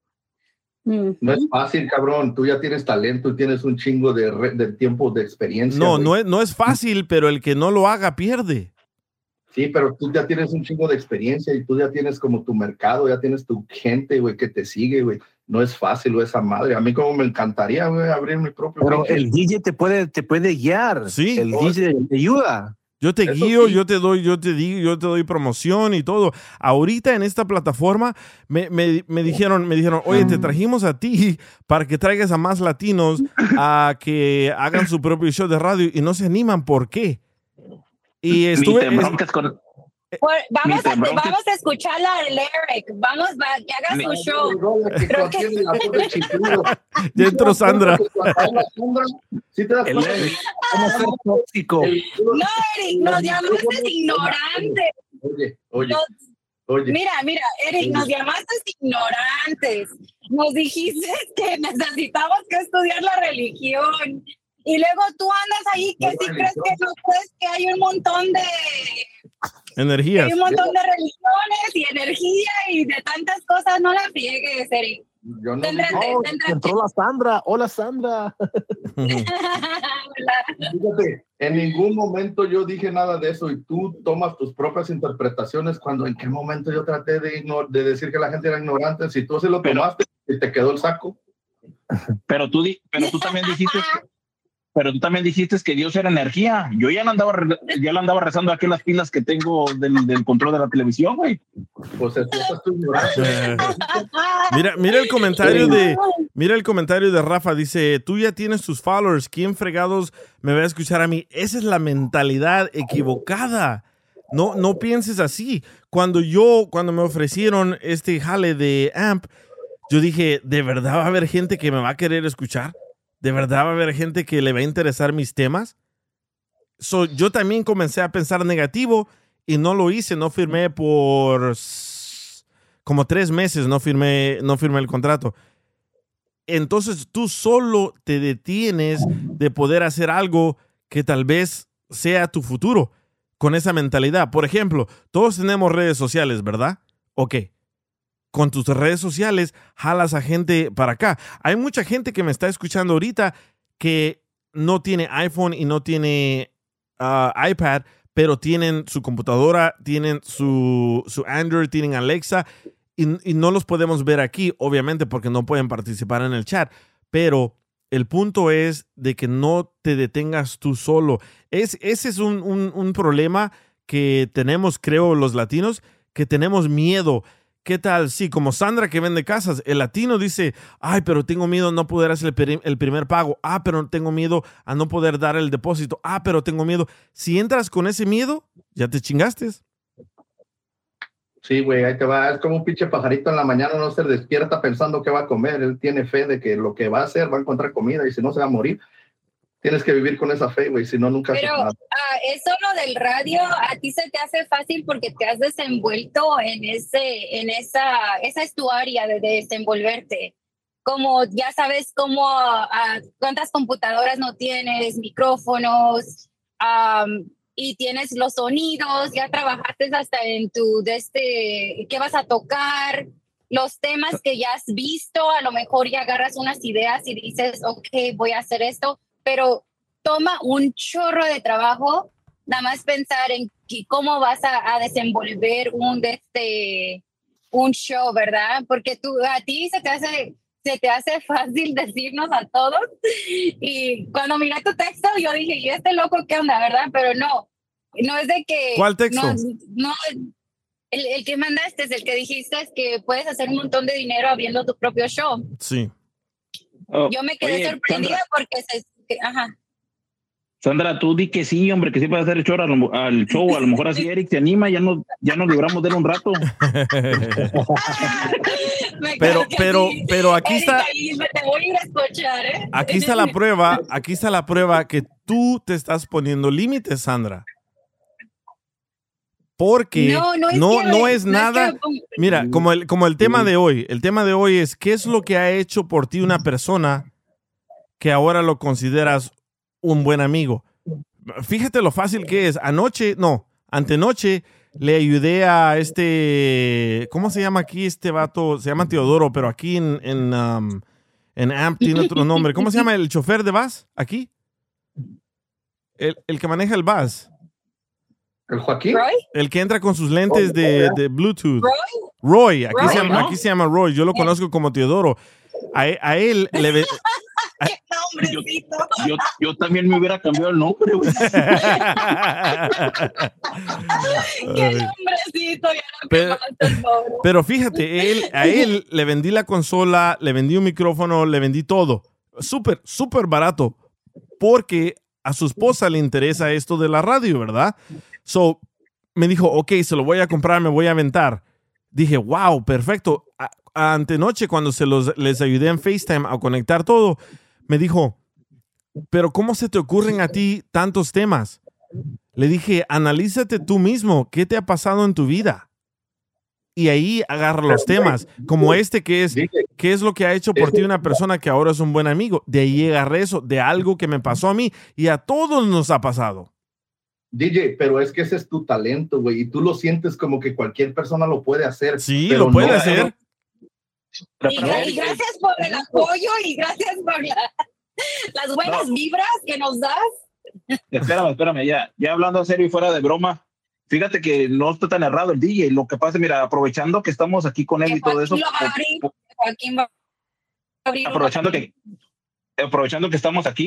No es fácil, cabrón. Tú ya tienes talento y tienes un chingo de, re- de tiempo de experiencia. No, güey. no es, no es fácil, pero el que no lo haga pierde. Sí, pero tú ya tienes un chingo de experiencia y tú ya tienes como tu mercado, ya tienes tu gente, güey, que te sigue, güey. No es fácil, güey, esa madre. A mí como me encantaría, güey, abrir mi propio... Pero pinche- el D J te puede, te puede guiar. Sí. El D J te ayuda. Yo te Eso guío, sí. yo te doy, yo te digo, yo te doy promoción y todo. Ahorita en esta plataforma me, me- me dijeron, me dijeron, oye, te trajimos a ti para que traigas a más latinos a que hagan su propio show de radio y no se animan. ¿Por qué? Y Ni estuve, te broncas con, Por- vamos, te a, bronques. vamos a escucharla a Eric. Vamos, va, que haga Ni- su show. Que Creo que- contiene la voz de chiflido. ya entró Sandra. Cuando habla Sandra, sí te das El cuenta Eric. ¿Cómo ser tóxico? que el- No, Eric, nos llamaste ignorantes. Oye, oye, Nos- oye. Mira, mira, Eric, nos llamaste ignorantes. Nos dijiste que necesitamos que estudiar la religión. Y luego tú andas ahí que No, si religión. crees que no crees que hay un montón de Energías. hay un montón de religiones y energía y de tantas cosas. No la friegues, Eric. Yo no Tendré- digo- Oh, tendré- entró la Sandra. Hola, Sandra. Fíjate, en ningún momento yo dije nada de eso y tú tomas tus propias interpretaciones cuando en qué momento yo traté de, ignor- de decir que la gente era ignorante. Si tú se lo Pero- tomaste y te quedó el saco. pero tú, di- pero tú también dijiste, pero tú también dijiste que Dios era energía. Yo ya lo andaba, re- ya lo andaba rezando aquí las pilas que tengo del, del control de la televisión, güey. Pues eso es tu ignorancia. Mira, mira el comentario de, mira el comentario de Rafa, dice, tú ya tienes tus followers, ¿quién fregados me va a escuchar a mí? Esa es la mentalidad equivocada. No, no pienses así. Cuando yo, cuando me ofrecieron este jale de A M P, yo dije, ¿de verdad va a haber gente que me va a querer escuchar? ¿De verdad va a haber gente que le va a interesar mis temas? So, yo también comencé a pensar negativo y no lo hice, no firmé por s- como tres meses, no firmé, no firmé el contrato. Entonces tú solo te detienes de poder hacer algo que tal vez sea tu futuro con esa mentalidad. Por ejemplo, todos tenemos redes sociales, ¿verdad? Ok. Con tus redes sociales jalas a gente para acá. Hay mucha gente que me está escuchando ahorita que no tiene iPhone y no tiene uh, iPad, pero tienen su computadora, tienen su, su Android, tienen Alexa y, y no los podemos ver aquí, obviamente, porque no pueden participar en el chat. Pero el punto es de que no te detengas tú solo. Es, ese es un, un, un problema que tenemos, creo, los latinos, que tenemos miedo. ¿Qué tal? Sí, como Sandra que vende casas, el latino dice, ay, pero tengo miedo a no poder hacer el, peri- el primer pago. Ah, pero tengo miedo a no poder dar el depósito. Ah, pero tengo miedo. Si entras con ese miedo, ya te chingaste. Sí, güey, ahí te va. Es como un pinche pajarito en la mañana, no se despierta pensando que va a comer. Él tiene fe de que lo que va a hacer va a encontrar comida y si no se va a morir. Tienes que vivir con esa fe, güey, si no, nunca haces Pero nada. ah, eso lo del radio, a ti se te hace fácil porque te has desenvuelto en ese, en esa, esa es tu área de desenvolverte. Como ya sabes cómo, ah, cuántas computadoras no tienes, micrófonos, am, y tienes los sonidos, ya trabajaste hasta en tu, de este, qué vas a tocar, los temas que ya has visto, a lo mejor ya agarras unas ideas y dices, ok, voy a hacer esto, pero toma un chorro de trabajo nada más pensar en que- cómo vas a, a desenvolver un, de este, un show, ¿verdad? Porque tú, a ti se te hace, se te hace fácil decirnos a todos y cuando miré tu texto yo dije, ¿y este loco qué onda, verdad? Pero no, no es de que... ¿Cuál texto? No, no el, el que mandaste es el que dijiste es que puedes hacer un montón de dinero abriendo tu propio show. Sí. Oh, Yo me quedé oye, sorprendida Sandra, porque se... que- Ajá. Sandra, tú di que sí, hombre, que sí puedes hacer el show, a lo- al show. A lo mejor así Eric se anima, ya nos, ya nos libramos de él un rato. Me Pero, creo que pero, sí. pero aquí está, Erika, y me te voy a ir a escuchar, ¿eh? aquí está la prueba, aquí está la prueba que tú te estás poniendo límites, Sandra. Porque No, no es no, que- no es no es nada. que- Mira, como el, como el tema de hoy, el tema de hoy es ¿qué es lo que ha hecho por ti una persona que ahora lo consideras un buen amigo? Fíjate lo fácil que es. Anoche, no, antenoche le ayudé a este, ¿cómo se llama aquí este vato? Se llama Teodoro, pero aquí en, en, um, en A M P tiene otro nombre. ¿Cómo se llama el chofer de bus aquí? El, el que maneja el bus. ¿El Joaquín? ¿Roy? El que entra con sus lentes de, de Bluetooth. ¿Roy? Roy, aquí, Roy, se llama, ¿no? aquí se llama Roy. Yo lo conozco como Teodoro. A, e- a él le... ve- ¡Qué nombrecito! Yo, yo también me hubiera cambiado el nombre, güey. ¡Qué nombrecito! Ya no Pero- pero, pobre. Pero fíjate, él, a él le vendí la consola, le vendí un micrófono, le vendí todo. Súper, súper barato. Porque a su esposa le interesa esto de la radio, ¿verdad? So, me dijo, ok, se lo voy a comprar, me voy a aventar. Dije, wow, perfecto. A- antenoche, cuando se los, les ayudé en FaceTime a conectar todo, me dijo, pero ¿cómo se te ocurren a ti tantos temas? Le dije, analízate tú mismo, ¿qué te ha pasado en tu vida? Y ahí agarra los temas, como este que es, ¿qué es lo que ha hecho por ti una persona que ahora es un buen amigo? De ahí agarré eso, de algo que me pasó a mí y a todos nos ha pasado. D J, pero es que ese es tu talento, güey, y tú lo sientes como que cualquier persona lo puede hacer. Sí, pero lo puede no, hacer. Pero, Y, pero, gra- y Eric, gracias por el apoyo y gracias por la- las buenas No. vibras que nos das. espérame, espérame, ya, ya hablando en serio y fuera de broma, fíjate que no está tan errado el D J. Lo que pasa, mira, aprovechando que estamos aquí con él Que y todo eso, Joaquín lo va a abrir. Joaquín va a abrir una- aprovechando que aprovechando que estamos aquí,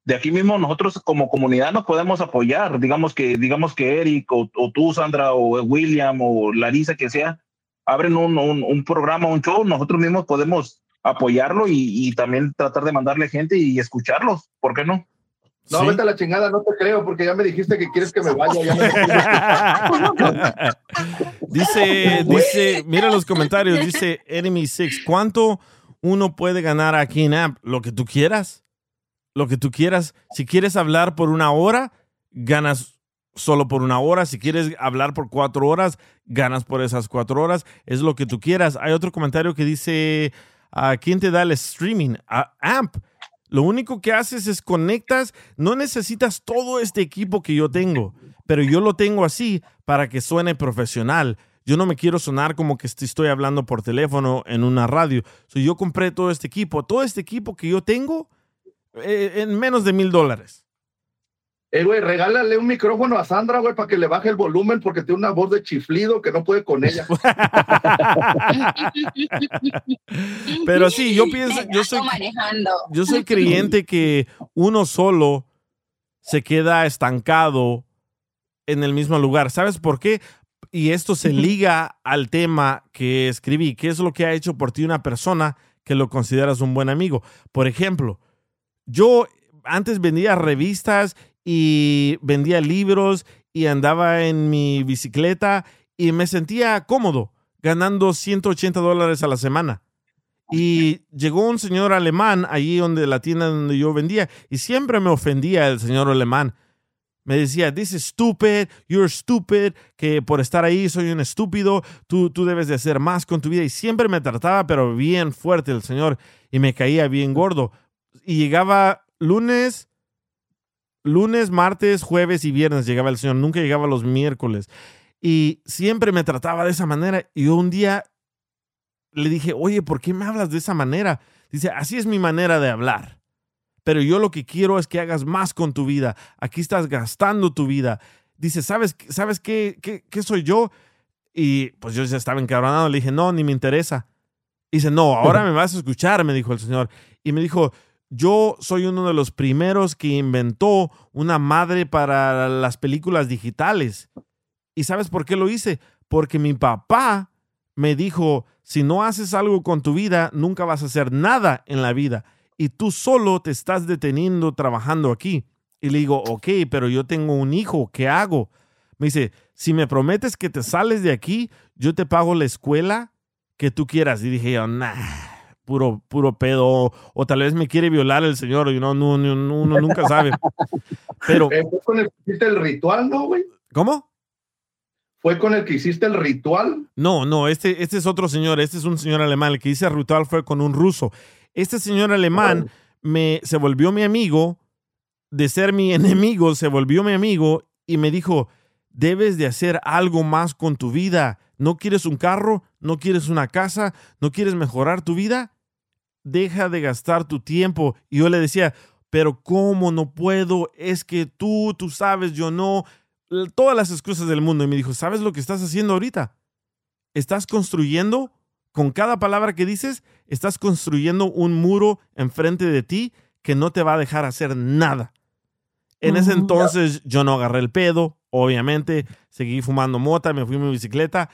de aquí mismo nosotros como comunidad nos podemos apoyar. Digamos que, digamos que Eric o, o tú, Sandra, o William o Larisa, que sea, abren un, un, un programa, un show, nosotros mismos podemos apoyarlo y, y también tratar de mandarle gente y escucharlos. ¿Por qué no? No, ¿sí? Vete a la chingada, no te creo, porque ya me dijiste que quieres que me vaya. Ya me dice, dice, mira los comentarios, dice Enemy Six, ¿cuánto uno puede ganar aquí en Amp? Lo que tú quieras, lo que tú quieras. Si quieres hablar por una hora, ganas solo por una hora. Si quieres hablar por cuatro horas, ganas por esas cuatro horas. Es lo que tú quieras. Hay otro comentario que dice, ¿a quién te da el streaming? A Amp. Lo único que haces es conectas, no necesitas todo este equipo que yo tengo, pero yo lo tengo así para que suene profesional. Yo no me quiero sonar como que estoy hablando por teléfono en una radio. So, yo compré todo este equipo. Todo este equipo que yo tengo eh, en menos de mil dólares. Eh, güey, regálale un micrófono a Sandra, güey, para que le baje el volumen porque tiene una voz de chiflido que no puede con ella. Pero sí, yo pienso, yo soy, yo soy creyente que uno solo se queda estancado en el mismo lugar. ¿Sabes por qué? Y esto se liga al tema que escribí. ¿Qué es lo que ha hecho por ti una persona que lo consideras un buen amigo? Por ejemplo, yo antes vendía revistas y vendía libros y andaba en mi bicicleta y me sentía cómodo ganando ciento ochenta dólares a la semana. Y llegó un señor alemán allí donde la tienda donde yo vendía y siempre me ofendía el señor alemán. Me decía, this is stupid, you're stupid, que por estar ahí soy un estúpido, tú, tú debes de hacer más con tu vida. Y siempre me trataba pero bien fuerte el señor y me caía bien gordo. Y llegaba lunes... Lunes, martes, jueves y viernes llegaba el señor. Nunca llegaba los miércoles. Y siempre me trataba de esa manera. Y un día le dije, oye, ¿por qué me hablas de esa manera? Dice, así es mi manera de hablar. Pero yo lo que quiero es que hagas más con tu vida. Aquí estás gastando tu vida. Dice, ¿sabes, ¿sabes qué, qué, qué soy yo? Y pues yo ya estaba encabronado. Le dije, no, ni me interesa. Dice, no, ahora me vas a escuchar, me dijo el señor. Y me dijo, yo soy uno de los primeros que inventó una madre para las películas digitales. ¿Y sabes por qué lo hice? Porque mi papá me dijo, si no haces algo con tu vida, nunca vas a hacer nada en la vida. Y tú solo te estás deteniendo trabajando aquí. Y le digo, ok, pero yo tengo un hijo, ¿qué hago? Me dice, si me prometes que te sales de aquí, yo te pago la escuela que tú quieras. Y dije yo, nah. Puro, puro pedo, o, o tal vez me quiere violar el señor, y no, no, no, no, uno nunca sabe. Pero eh, ¿fue con el que hiciste el ritual, no, güey? ¿Cómo? ¿Fue con el que hiciste el ritual? No, no, este, este es otro señor, este es un señor alemán, el que hice el ritual fue con un ruso. Este señor alemán me, se volvió mi amigo, de ser mi enemigo, se volvió mi amigo, y me dijo, debes de hacer algo más con tu vida. ¿No quieres un carro? ¿No quieres una casa? ¿No quieres mejorar tu vida? Deja de gastar tu tiempo. Y yo le decía, pero ¿cómo no puedo? Es que tú, tú sabes, yo no. Todas las excusas del mundo. Y me dijo, ¿sabes lo que estás haciendo ahorita? Estás construyendo, con cada palabra que dices, estás construyendo un muro enfrente de ti que no te va a dejar hacer nada. En ese entonces yo no agarré el pedo, obviamente. Seguí fumando mota, me fui en mi bicicleta.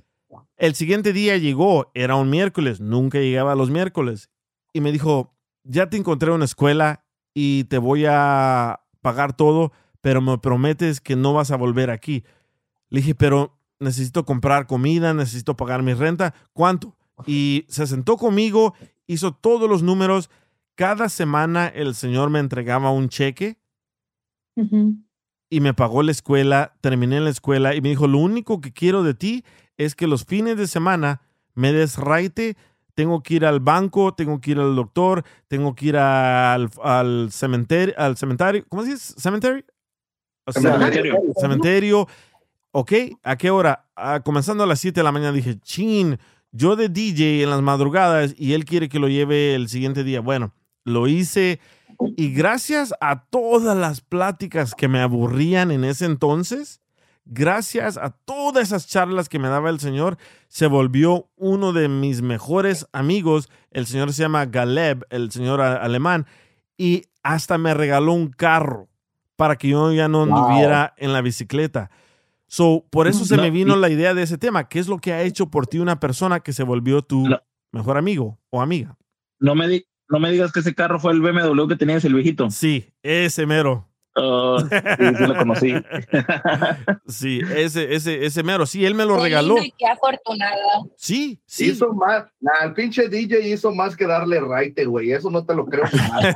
El siguiente día llegó, era un miércoles, nunca llegaba los miércoles. Y me dijo, ya te encontré una escuela y te voy a pagar todo, pero me prometes que no vas a volver aquí. Le dije, pero necesito comprar comida, necesito pagar mi renta. ¿Cuánto? Y se sentó conmigo, hizo todos los números. Cada semana el señor me entregaba un cheque uh-huh. y me pagó la escuela, terminé la escuela y me dijo, lo único que quiero de ti es que los fines de semana me des raite. Tengo que ir al banco, tengo que ir al doctor, tengo que ir al, al cementerio, al cementerio, ¿cómo se dice? ¿Cementerio? Cementerio. Cementerio. Ok, ¿a qué hora? Ah, comenzando a las siete de la mañana dije, chin, yo de D J en las madrugadas y él quiere que lo lleve el siguiente día. Bueno, lo hice y gracias a todas las pláticas que me aburrían en ese entonces, gracias a todas esas charlas que me daba el señor, se volvió uno de mis mejores amigos. El señor se llama Galeb, el señor a- alemán. y hasta me regaló un carro para que yo ya no Wow. anduviera en la bicicleta. So, por eso se No, me vino y- la idea de ese tema. ¿Qué es lo que ha hecho por ti una persona que se volvió tu No. mejor amigo o amiga? No me, di- no me digas que ese carro fue el B M W que tenías, el viejito. Sí, ese mero. Oh, sí, sí lo conocí. Sí, ese, ese, ese mero. Sí, él me lo Qué regaló. lindo y qué afortunada. Sí, sí. Hizo más, nah, el pinche D J hizo más que darle raite, güey. Eso no te lo creo jamás.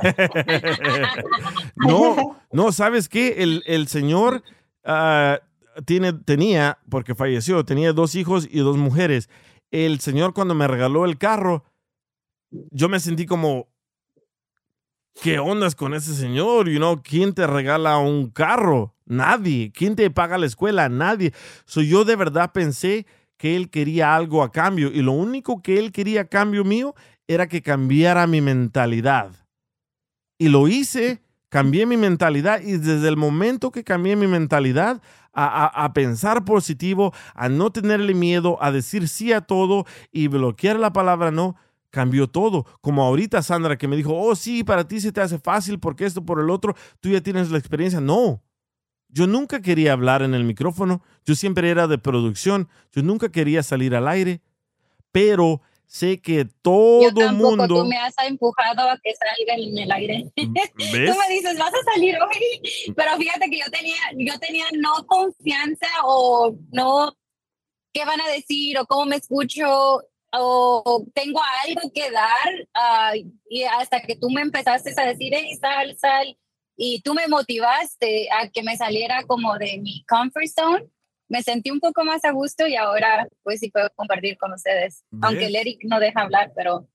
No, no, ¿sabes qué? El, el señor ah, tiene, tenía, porque falleció, tenía dos hijos y dos mujeres. El señor cuando me regaló el carro, yo me sentí como, ¿qué ondas con ese señor? You know, ¿quién te regala un carro? Nadie. ¿Quién te paga la escuela? Nadie. So, yo de verdad pensé que él quería algo a cambio y lo único que él quería a cambio mío era que cambiara mi mentalidad. Y lo hice, cambié mi mentalidad y desde el momento que cambié mi mentalidad a, a, a pensar positivo, a no tenerle miedo, a decir sí a todo y bloquear la palabra no, cambió todo. Como ahorita Sandra que me dijo, oh sí, para ti se te hace fácil porque esto por el otro, tú ya tienes la experiencia. No, yo nunca quería hablar en el micrófono, yo siempre era de producción, yo nunca quería salir al aire, pero sé que todo Yo tampoco, mundo... tú me has empujado a que salga en el aire. ¿Ves? Tú me dices, vas a salir hoy, pero fíjate que yo tenía, yo tenía no confianza o no, ¿qué van a decir? O cómo me escucho, o tengo algo que dar, uh, y hasta que tú me empezaste a decir, hey, sal, sal, y tú me motivaste a que me saliera como de mi comfort zone, me sentí un poco más a gusto y ahora pues sí puedo compartir con ustedes. ¿Ves? Aunque el Eric no deja hablar, pero...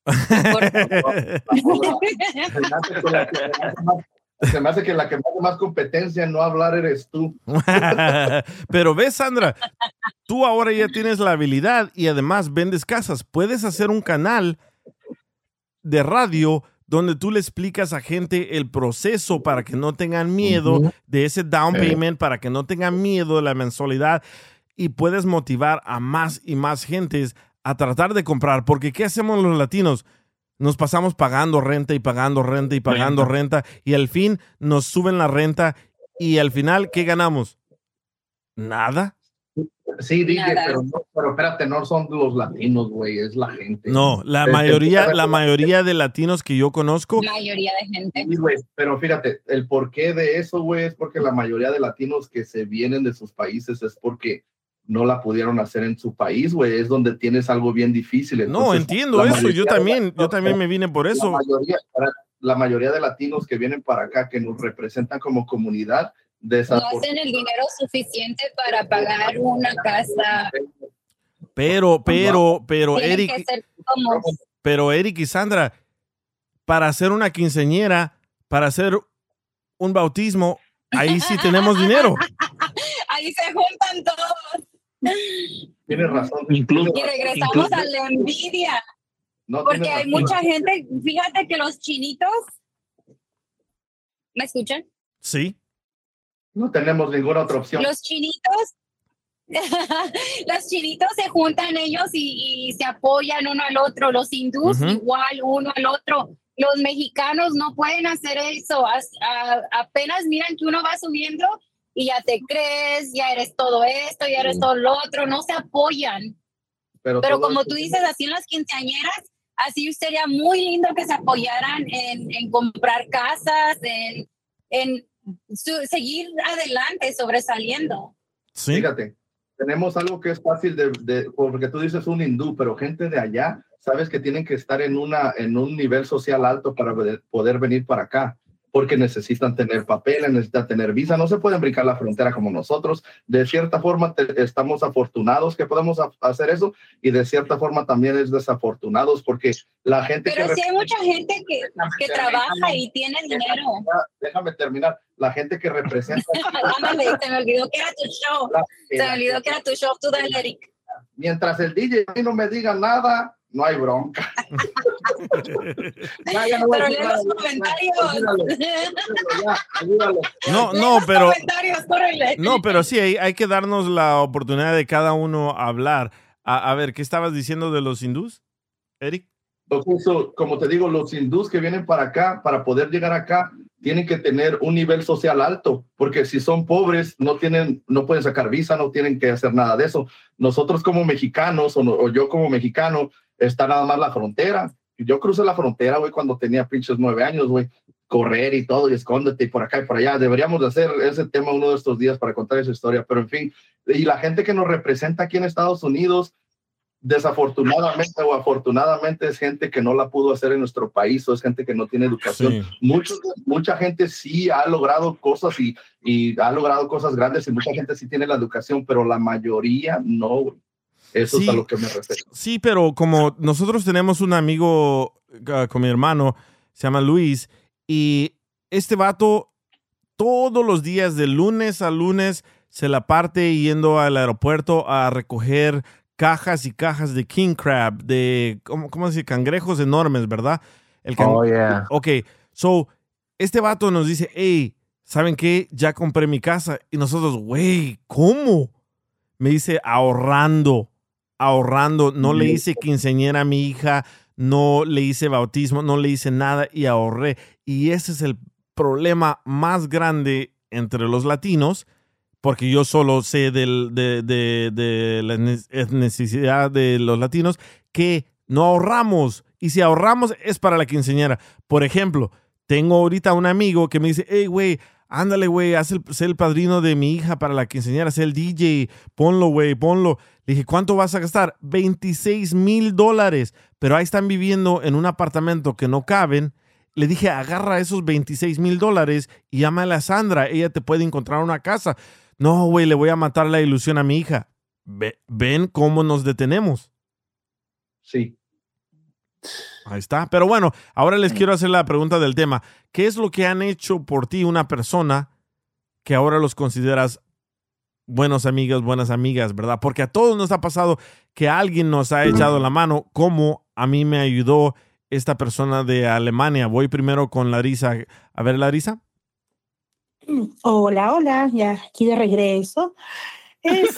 Se me hace que la que más, más competencia en no hablar eres tú. Pero ves, Sandra, tú ahora ya tienes la habilidad y además vendes casas. Puedes hacer un canal de radio donde tú le explicas a gente el proceso para que no tengan miedo Uh-huh. de ese down Sí. payment, para que no tengan miedo de la mensualidad y puedes motivar a más y más gentes a tratar de comprar. Porque ¿qué hacemos los latinos? Nos pasamos pagando renta y pagando renta y pagando renta y al fin nos suben la renta y al final, ¿qué ganamos? Nada. Sí, D J, Nada. pero, no, pero espérate, no son los latinos, güey, es la gente. No, la Es- mayoría, es- la mayoría de latinos que yo conozco, La mayoría de gente. Sí, güey, pero fíjate, el porqué de eso, güey, es porque la mayoría de latinos que se vienen de sus países es porque no la pudieron hacer en su país, güey, es donde tienes algo bien difícil. no Entonces, entiendo la eso. mayoría Yo de también, latinos- yo también me vine por La eso. mayoría, la mayoría de latinos que vienen para acá, que nos representan como comunidad, No desafortunadamente. hacen el dinero suficiente para pagar una casa. Pero, pero, pero Tienen Eric, que ser como... pero Eric y Sandra, para hacer una quinceañera, para hacer un bautismo, ahí sí tenemos dinero. Ahí se juntan todos. Tienes razón. Incluso, Y regresamos a la envidia. No, Porque tienes hay razón. mucha gente, fíjate que los chinitos, ¿me escuchan? Sí. No tenemos ninguna otra opción. Los chinitos, los chinitos se juntan ellos y, y se apoyan uno al otro. Los hindús Ujú. igual uno al otro. Los mexicanos no pueden hacer eso. As- a- apenas miran que uno va subiendo y ya te crees, ya eres todo esto, ya eres todo lo otro. No se apoyan. Pero, Pero todo como eso- tú dices, así en las quinceañeras, así sería muy lindo que se apoyaran en, en comprar casas, en, en su- seguir adelante, sobresaliendo. Sí. Fíjate, tenemos algo que es fácil de, de- porque tú dices un hindú, pero gente de allá, sabes que tienen que estar en una en un nivel social alto para poder- poder venir para acá, porque necesitan tener papeles, necesitan tener visa, no se pueden brincar la frontera como nosotros. De cierta forma te- estamos afortunados que podemos a- hacer eso y de cierta forma también es desafortunados porque la gente Pero que sí hay mucha gente que, que trabaja y tiene dinero. déjame terminar, la gente que representa Ándale, se me olvidó que era tu show. Se me olvidó que era tu show, tú dale, Eric. mientras el D J a mí no me diga nada, no hay bronca. Ya, ya no voy a Pero decir lee nada, los ya, comentarios. olvídalo, olvídalo, ya, olvídalo. No, Lee no, los pero, comentarios, córrele. no, pero sí, hay, hay que darnos la oportunidad de cada uno hablar. A, a ver, ¿qué estabas diciendo de los hindús, Eric? Okay, so, como te digo, los hindús que vienen para acá, para poder llegar acá, tienen que tener un nivel social alto, porque si son pobres, no tienen, no pueden sacar visa, no tienen que hacer nada de eso. Nosotros como mexicanos, o, no, o yo como mexicano, está nada más la frontera. Yo crucé la frontera, güey, cuando tenía pinches nueve años, güey, correr y todo, y escóndete y por acá y por allá. Deberíamos de hacer ese tema uno de estos días para contar esa historia, pero en fin, y la gente que nos representa aquí en Estados Unidos, desafortunadamente o afortunadamente es gente que no la pudo hacer en nuestro país, o es gente que no tiene educación. Sí. Mucho, mucha gente sí ha logrado cosas y, y ha logrado cosas grandes, y mucha gente sí tiene la educación, pero la mayoría no. Eso Sí, es a lo que me refiero. Sí, pero como nosotros tenemos un amigo uh, con mi hermano, se llama Luis, y este vato todos los días, de lunes a lunes, se la parte yendo al aeropuerto a recoger cajas y cajas de king crab, de, ¿cómo, cómo se dice? Cangrejos enormes, ¿verdad? El can- Oh, yeah. Ok, so, este vato nos dice, hey, ¿saben qué? Ya compré mi casa. Y nosotros, güey, ¿cómo? Me dice, ahorrando, ahorrando. No le hice quinceañera a mi hija, no le hice bautismo, no le hice nada y ahorré. Y ese es el problema más grande entre los latinos, porque yo solo sé del, de, de, de la necesidad de los latinos, que no ahorramos. Y si ahorramos es para la quinceañera. Por ejemplo, tengo ahorita un amigo que me dice, hey, güey, ándale, güey, haz el, sé el padrino de mi hija para la quinceañera, sé el D J, ponlo, güey, ponlo. Le dije, ¿cuánto vas a gastar? veintiséis mil dólares. Pero ahí están viviendo en un apartamento que no caben. Le dije, agarra esos veintiséis mil dólares y llámale a Sandra. Ella te puede encontrar una casa. No, güey, le voy a matar la ilusión a mi hija. Ve, ¿Ven cómo nos detenemos? Sí. Ahí está. Pero bueno, ahora les quiero hacer la pregunta del tema. ¿Qué es lo que han hecho por ti una persona que ahora los consideras buenos amigos, buenas amigas, verdad? Porque a todos nos ha pasado que alguien nos ha echado la mano, como a mí me ayudó esta persona de Alemania. Voy primero con Larisa. A ver, Larisa. Hola, hola, ya aquí de regreso. Este,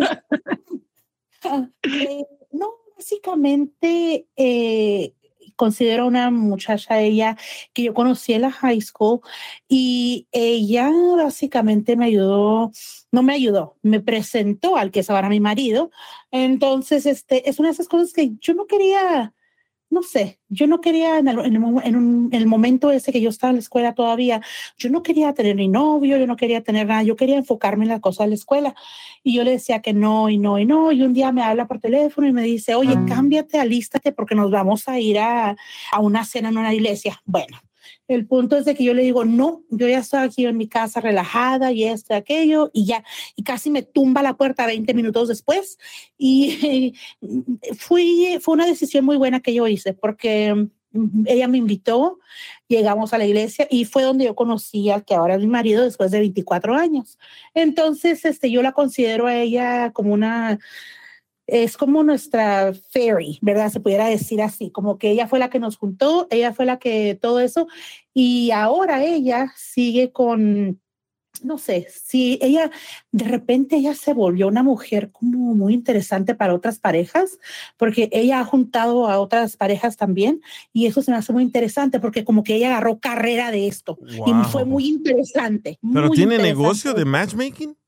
eh, no, básicamente eh, considero una muchacha, ella, que yo conocí en la high school, y ella básicamente me ayudó, no me ayudó, me presentó al que es ahora mi marido. Entonces, este, es una de esas cosas que yo no quería. No sé, yo no quería, en el, en, el, en, un, en el momento ese que yo estaba en la escuela todavía, yo no quería tener ni novio, yo no quería tener nada, yo quería enfocarme en las cosas de la escuela. Y yo le decía que no, y no, y no. Y un día me habla por teléfono y me dice, oye, cámbiate, alístate, porque nos vamos a ir a, a una cena en una iglesia. Bueno, el punto es de que yo le digo, no, yo ya estoy aquí en mi casa relajada y esto y aquello, y ya, y casi me tumba la puerta veinte minutos después. Y fui, fue una decisión muy buena que yo hice, porque ella me invitó, llegamos a la iglesia y fue donde yo conocí al que ahora es mi marido después de veinticuatro años. Entonces, este, yo la considero a ella como una... Es como nuestra fairy, ¿verdad? Se pudiera decir así, como que ella fue la que nos juntó, ella fue la que todo eso, y ahora ella sigue con, no sé, si ella, de repente ella se volvió una mujer como muy interesante para otras parejas, porque ella ha juntado a otras parejas también, y eso se me hace muy interesante, porque como que ella agarró carrera de esto, wow. Y fue muy interesante. ¿Pero muy tiene interesante. negocio de matchmaking?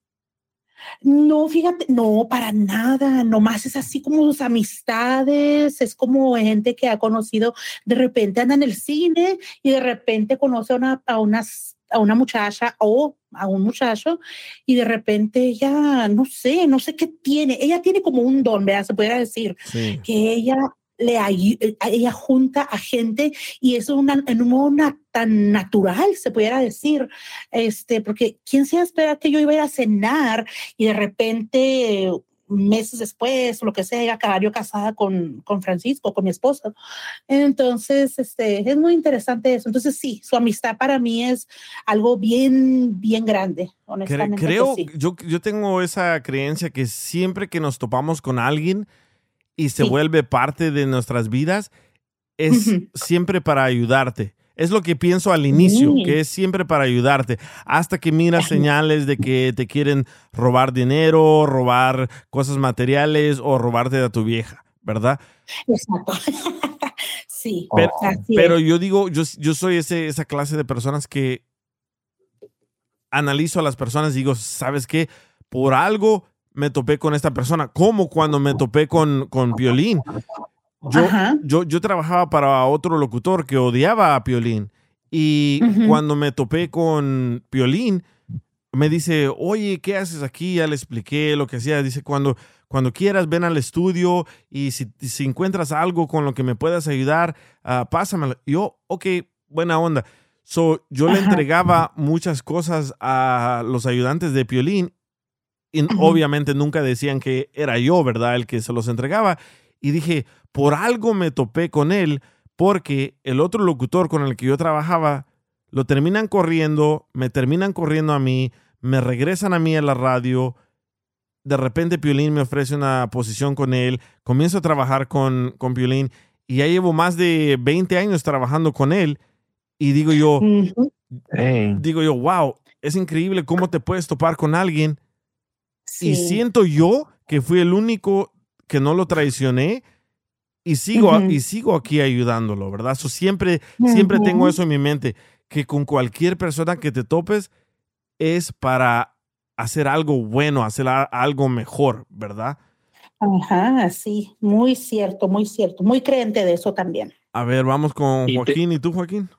No, fíjate, no, para nada, nomás es así como sus amistades, es como gente que ha conocido, de repente anda en el cine y de repente conoce a una, a unas, a una muchacha o a un muchacho y de repente ella, no sé, no sé qué tiene, ella tiene como un don, ¿verdad? Se pudiera decir, sí. que ella le ella junta a gente y es una, en un modo na, tan natural, se pudiera decir, este, porque quién se espera que yo iba a ir a cenar y de repente meses después o lo que sea, ella acabar yo casada con, con Francisco, con mi esposo. Entonces, este, es muy interesante eso. Entonces, sí, su amistad para mí es algo bien, bien grande, honestamente. Creo, sí. yo, yo tengo esa creencia que siempre que nos topamos con alguien y se sí. vuelve parte de nuestras vidas, es uh-huh. siempre para ayudarte. Es lo que pienso al inicio, sí. que es siempre para ayudarte, hasta que miras señales de que te quieren robar dinero, robar cosas materiales o robarte de tu vieja, ¿verdad? Exacto. Sí, Pero, así pero es. yo digo, yo, yo soy ese, esa clase de personas que analizo a las personas y digo, ¿sabes qué? Por algo me topé con esta persona. Como cuando me topé con, con Piolín. Yo, yo, yo trabajaba para otro locutor que odiaba a Piolín. Y Ujú. cuando me topé con Piolín, me dice, oye, ¿qué haces aquí? Ya le expliqué lo que hacía. Dice, cuando, cuando quieras, ven al estudio y si, si encuentras algo con lo que me puedas ayudar, uh, pásamelo. Y yo, ok, buena onda. So, yo le Ajá. entregaba muchas cosas a los ayudantes de Piolín y Ujú. obviamente nunca decían que era yo, ¿verdad? El que se los entregaba. Y dije, por algo me topé con él, porque el otro locutor con el que yo trabajaba lo terminan corriendo, me terminan corriendo a mí, me regresan a mí a la radio. De repente Piolín me ofrece una posición con él, comienzo a trabajar con, con Piolín y ya llevo más de veinte años trabajando con él. Y digo yo, Ujú. Hey. digo yo, wow, es increíble cómo te puedes topar con alguien. Y Sí. siento yo que fui el único que no lo traicioné y sigo, Ujú. y sigo aquí ayudándolo, ¿verdad? So, siempre, siempre Ujú. tengo eso en mi mente, que con cualquier persona que te topes es para hacer algo bueno, hacer a- algo mejor, ¿verdad? Ajá, sí, muy cierto, muy cierto. Muy creyente de eso también. A ver, vamos con Y te- Joaquín. ¿Y tú, Joaquín?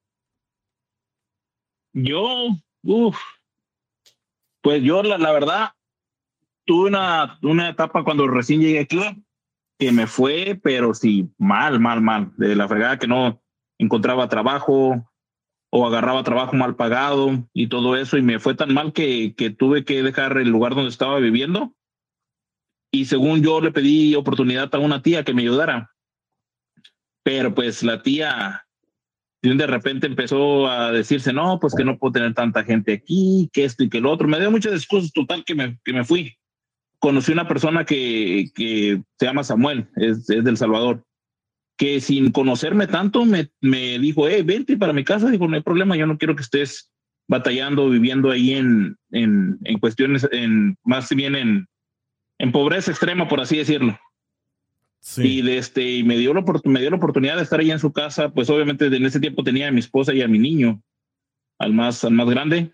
Yo, uff, pues yo la, la verdad tuve una, una etapa cuando recién llegué aquí que me fue, pero sí, mal, mal, mal. De la fregada que no encontraba trabajo o agarraba trabajo mal pagado y todo eso. Y me fue tan mal que, que tuve que dejar el lugar donde estaba viviendo. Y según yo le pedí oportunidad a una tía que me ayudara. Pero pues la tía de repente empezó a decirse, no, pues que no puedo tener tanta gente aquí, que esto y que lo otro. Me dio muchas excusas, total, que me, que me fui. Conocí una persona que, que se llama Samuel, es, es del Salvador, que sin conocerme tanto me, me dijo, hey, vente para mi casa. Dijo, no hay problema, yo no quiero que estés batallando, viviendo ahí en, en, en cuestiones, en, más bien en, en pobreza extrema, por así decirlo. Sí. Y, de este, y me, dio la, me dio la oportunidad de estar ahí en su casa. Pues obviamente en ese tiempo tenía a mi esposa y a mi niño, al más, al más grande.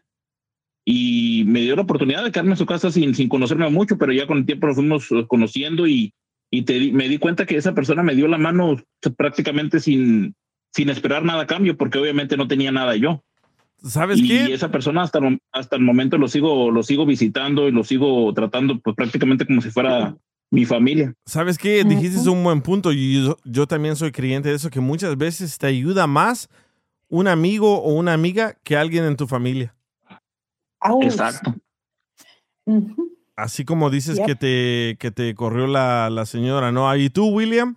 Y me dio la oportunidad de quedarme en su casa sin, sin conocerme mucho, pero ya con el tiempo nos fuimos conociendo y, y te, me di cuenta que esa persona me dio la mano prácticamente sin, sin esperar nada a cambio, porque obviamente no tenía nada yo. ¿Sabes y qué? esa persona hasta, hasta el momento lo sigo, lo sigo visitando y lo sigo tratando pues prácticamente como si fuera mi familia. ¿Sabes qué? Dijiste un buen punto y yo, yo también soy creyente de eso, que muchas veces te ayuda más un amigo o una amiga que alguien en tu familia. Aus. Exacto. Ujú. Así como dices Yep. que te, que te corrió la, la señora, ¿no? ¿Y tú, William?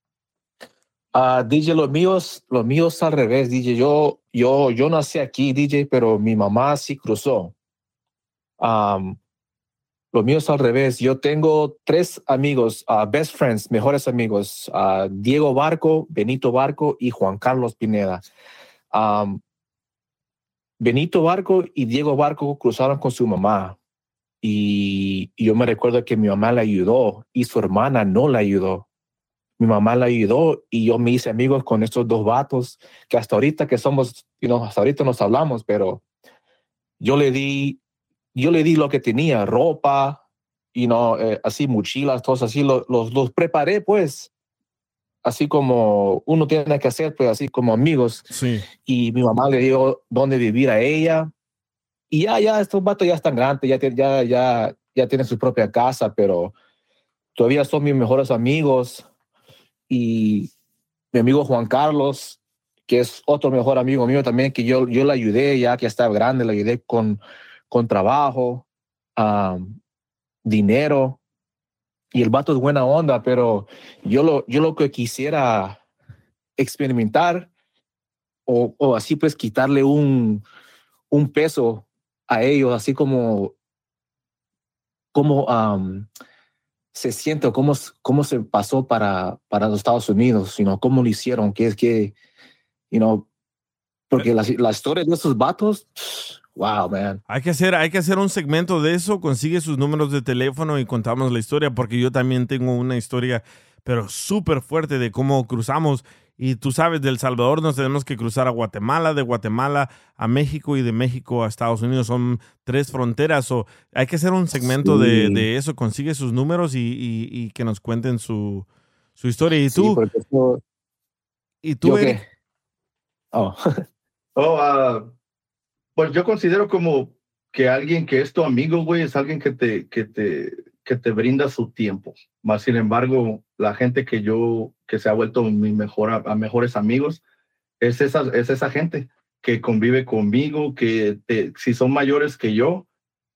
Ah, D J, los míos, los míos al revés, D J. Yo, yo, yo nací aquí, D J, pero mi mamá sí cruzó. Um, los míos al revés. Yo tengo tres amigos, uh, best friends, mejores amigos, uh, Diego Barco, Benito Barco y Juan Carlos Pineda. Um, Benito Barco y Diego Barco cruzaron con su mamá. Y, y yo me recuerdo que mi mamá la ayudó y su hermana no la ayudó. Mi mamá la ayudó y yo me hice amigos con estos dos vatos que hasta ahorita que somos, you know, hasta ahorita nos hablamos, pero yo le di, yo le di lo que tenía, ropa, you know, eh, así mochilas, todos así, lo, los, los preparé pues, así como uno tiene que hacer, pues así como amigos. Sí. Y mi mamá le dio dónde vivir a ella. Y ya, ya, estos vatos ya están grandes, ya, ya, ya, ya tienen su propia casa, pero todavía son mis mejores amigos. Y mi amigo Juan Carlos, que es otro mejor amigo mío también, que yo, yo le ayudé ya que estaba grande, le ayudé con, con trabajo, um, dinero. Y el vato es buena onda, pero yo lo, yo lo que quisiera experimentar o, o así pues quitarle un, un peso a ellos, así como, como um, se siente, cómo, cómo se pasó para, para los Estados Unidos, you know, cómo lo hicieron, que es que, you know, porque la, la historia de esos vatos, wow, man. Hay que hacer, hay que hacer un segmento de eso, consigue sus números de teléfono y contamos la historia, porque yo también tengo una historia, pero súper fuerte de cómo cruzamos. Y tú sabes, de El Salvador nos tenemos que cruzar a Guatemala, de Guatemala a México y de México a Estados Unidos. Son tres fronteras. O hay que hacer un segmento Sí. de, de eso. Consigue sus números y, y- y que nos cuenten su, su historia. Y Sí, tú, porque esto- y tú ¿Yo Eric? qué? Oh. Oh, ah, pues yo considero como que alguien que es tu amigo, güey, es alguien que te, que te, que te brinda su tiempo. Más sin embargo, la gente que yo, que se ha vuelto mi mejor, a, a mejores amigos, es esa, es esa gente que convive conmigo, que te, si son mayores que yo,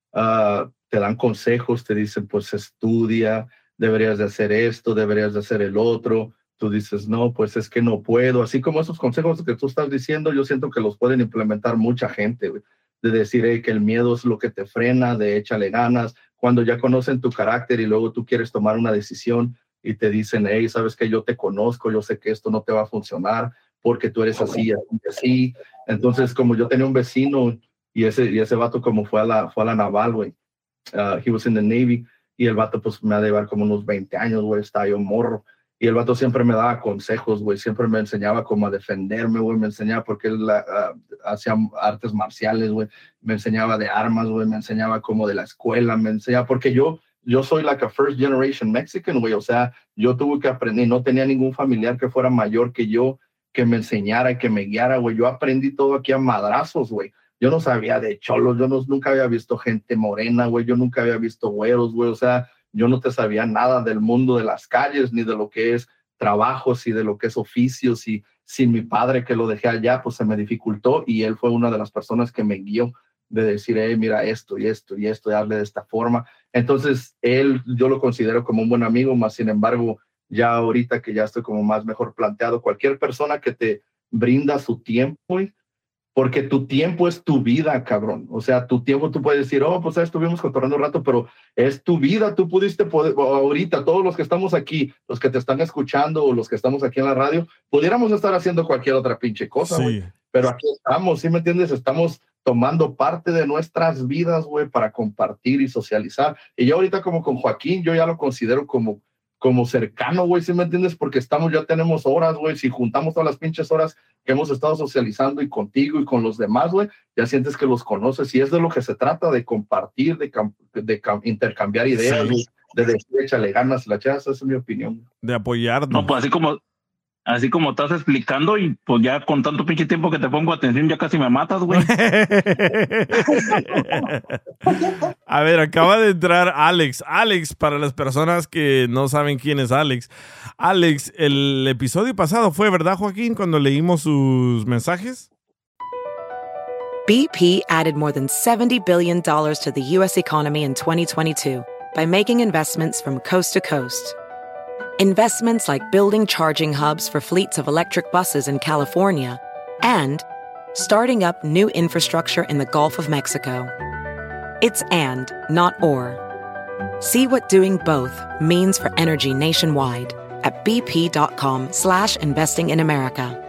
ah, te dan consejos, te dicen, pues estudia, deberías de hacer esto, deberías de hacer el otro. Tú dices, no, pues es que no puedo. Así como esos consejos que tú estás diciendo, yo siento que los pueden implementar mucha gente, güey. De decir hey, que el miedo es lo que te frena, de échale ganas. Cuando ya conocen tu carácter y luego tú quieres tomar una decisión y te dicen, hey, sabes que yo te conozco, yo sé que esto no te va a funcionar porque tú eres así, así, así. Entonces, como yo tenía un vecino y ese, y ese vato como fue a la, fue a la naval, güey. Uh, he was in the Navy y el vato pues me ha de llevar como unos veinte años, güey, estaba yo morro. Y el vato siempre me daba consejos, güey, siempre me enseñaba cómo a defenderme, güey, me enseñaba porque él uh, hacía artes marciales, güey, me enseñaba de armas, güey, me enseñaba como de la escuela, me enseñaba, porque yo, yo soy like a first generation Mexican, güey, o sea, yo tuve que aprender, no tenía ningún familiar que fuera mayor que yo, que me enseñara, que me guiara, güey, yo aprendí todo aquí a madrazos, güey. Yo no sabía de cholos, yo no, nunca había visto gente morena, güey, yo nunca había visto güeros, güey, o sea, yo no te sabía nada del mundo de las calles, ni de lo que es trabajos, y de lo que es oficios, y sin mi padre que lo dejé allá, pues se me dificultó, y él fue una de las personas que me guió, de decir, hey, mira esto, y esto, y esto, y darle de esta forma. Entonces, él, yo lo considero como un buen amigo, más sin embargo, ya ahorita que ya estoy como más mejor planteado, cualquier persona que te brinda su tiempo, güey, porque tu tiempo es tu vida, cabrón. O sea, tu tiempo tú puedes decir, oh, pues ya estuvimos cotorreando un rato, pero es tu vida. Tú pudiste poder, ahorita, todos los que estamos aquí, los que te están escuchando o los que estamos aquí en la radio, pudiéramos estar haciendo cualquier otra pinche cosa, güey. Sí. Pero aquí estamos, ¿sí me entiendes? Estamos tomando parte de nuestras vidas, güey, para compartir y socializar. Y yo ahorita como con Joaquín, yo ya lo considero como como cercano, güey, ¿sí me entiendes? Porque estamos, ya tenemos horas, güey, si juntamos todas las pinches horas que hemos estado socializando y contigo y con los demás, güey, ya sientes que los conoces, y es de lo que se trata, de compartir, de, de intercambiar ideas, Sí. de decir, échale ganas, la chas, esa es mi opinión. De apoyarnos. No, pues así como, así como estás explicando, y pues ya con tanto pinche tiempo que te pongo atención, ya casi me matas, güey. A ver, acaba de entrar Alex. Alex, para las personas que no saben quién es Alex. Alex, el episodio pasado fue, ¿verdad, Joaquín? Cuando leímos sus mensajes. B P added more than seventy billion dollars to the U S economy in twenty twenty-two by making investments from coast to coast. Investments like building charging hubs for fleets of electric buses in California and starting up new infrastructure in the Gulf of Mexico. It's and, not or. See what doing both means for energy nationwide at bp.com slash investing in America.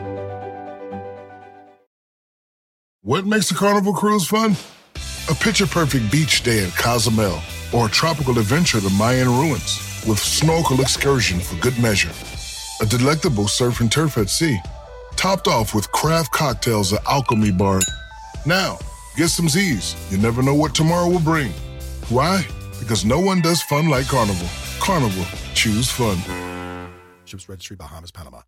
What makes a Carnival cruise fun? A picture-perfect beach day in Cozumel or a tropical adventure to Mayan ruins with snorkel excursion for good measure. A delectable surf and turf at sea, topped off with craft cocktails at Alchemy Bar. Now, get some Z's. You never know what tomorrow will bring. Why? Because no one does fun like Carnival. Carnival, choose fun. Ships Registry, Bahamas, Panama.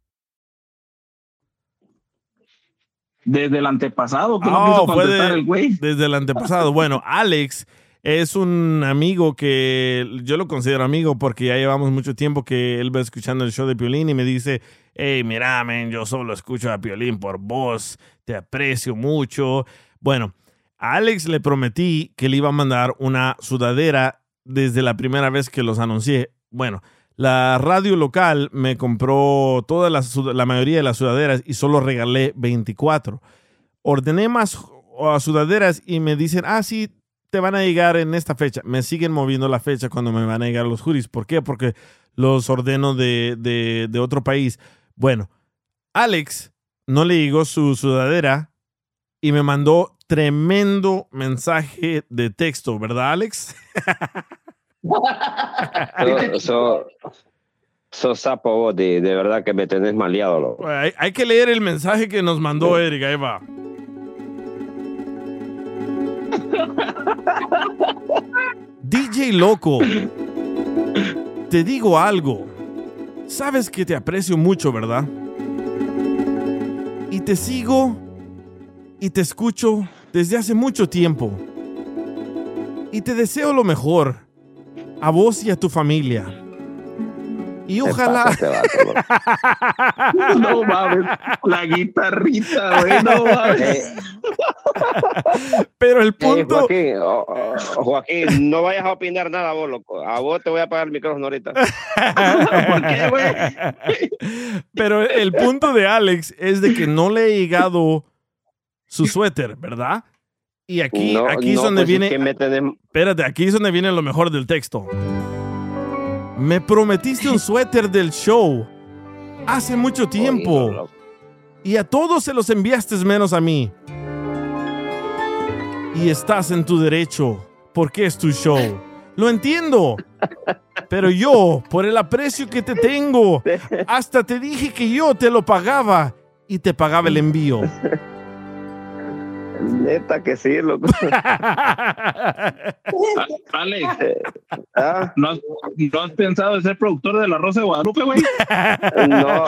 Desde el antepasado, que no Oh, quiso fue contestar de- el güey. desde el antepasado. Bueno, Alex es un amigo que yo lo considero amigo porque ya llevamos mucho tiempo que él va escuchando el show de Piolín y me dice, hey, mira, man, yo solo escucho a Piolín por vos, te aprecio mucho. Bueno, a Alex le prometí que le iba a mandar una sudadera desde la primera vez que los anuncié. Bueno, la radio local me compró toda la, sud- la mayoría de las sudaderas y solo regalé veinticuatro. Ordené más uh, sudaderas y me dicen, ah, sí, te van a llegar en esta fecha. Me siguen moviendo la fecha cuando me van a llegar los hoodies. ¿Por qué? Porque los ordeno de, de, de otro país. Bueno, Alex no le llegó su sudadera y me mandó tremendo mensaje de texto, ¿verdad, Alex? So, so, sos sapo vos, de, de verdad que me tenés maleado, loco. Hay, hay que leer el mensaje que nos mandó Eric, ahí va. D J Loco, te digo algo. Sabes que te aprecio mucho, ¿verdad? Y te sigo y te escucho desde hace mucho tiempo. Y te deseo lo mejor a vos y a tu familia. Y ojalá... No mames, la guitarrita, güey, no mames. Pero el punto... Hey, Joaquín, oh, oh, Joaquín, no vayas a opinar nada vos, loco. A vos te voy a apagar el micrófono ahorita. ¿Por qué, güey? Pero el punto de Alex es de que no le he llegado su suéter, ¿verdad? Y aquí, no, aquí es no, donde pues viene... Es que me tenés... Espérate, aquí es donde viene lo mejor del texto. Me prometiste un suéter del show hace mucho tiempo y a todos se los enviaste menos a mí. Y estás en tu derecho porque es tu show. Lo entiendo. Pero yo, por el aprecio que te tengo, hasta te dije que yo te lo pagaba y te pagaba el envío. Neta que sí, loco. Alex, ¿Ah? ¿no, has, ¿no has pensado en ser productor de La Rosa de Guadalupe, güey? No.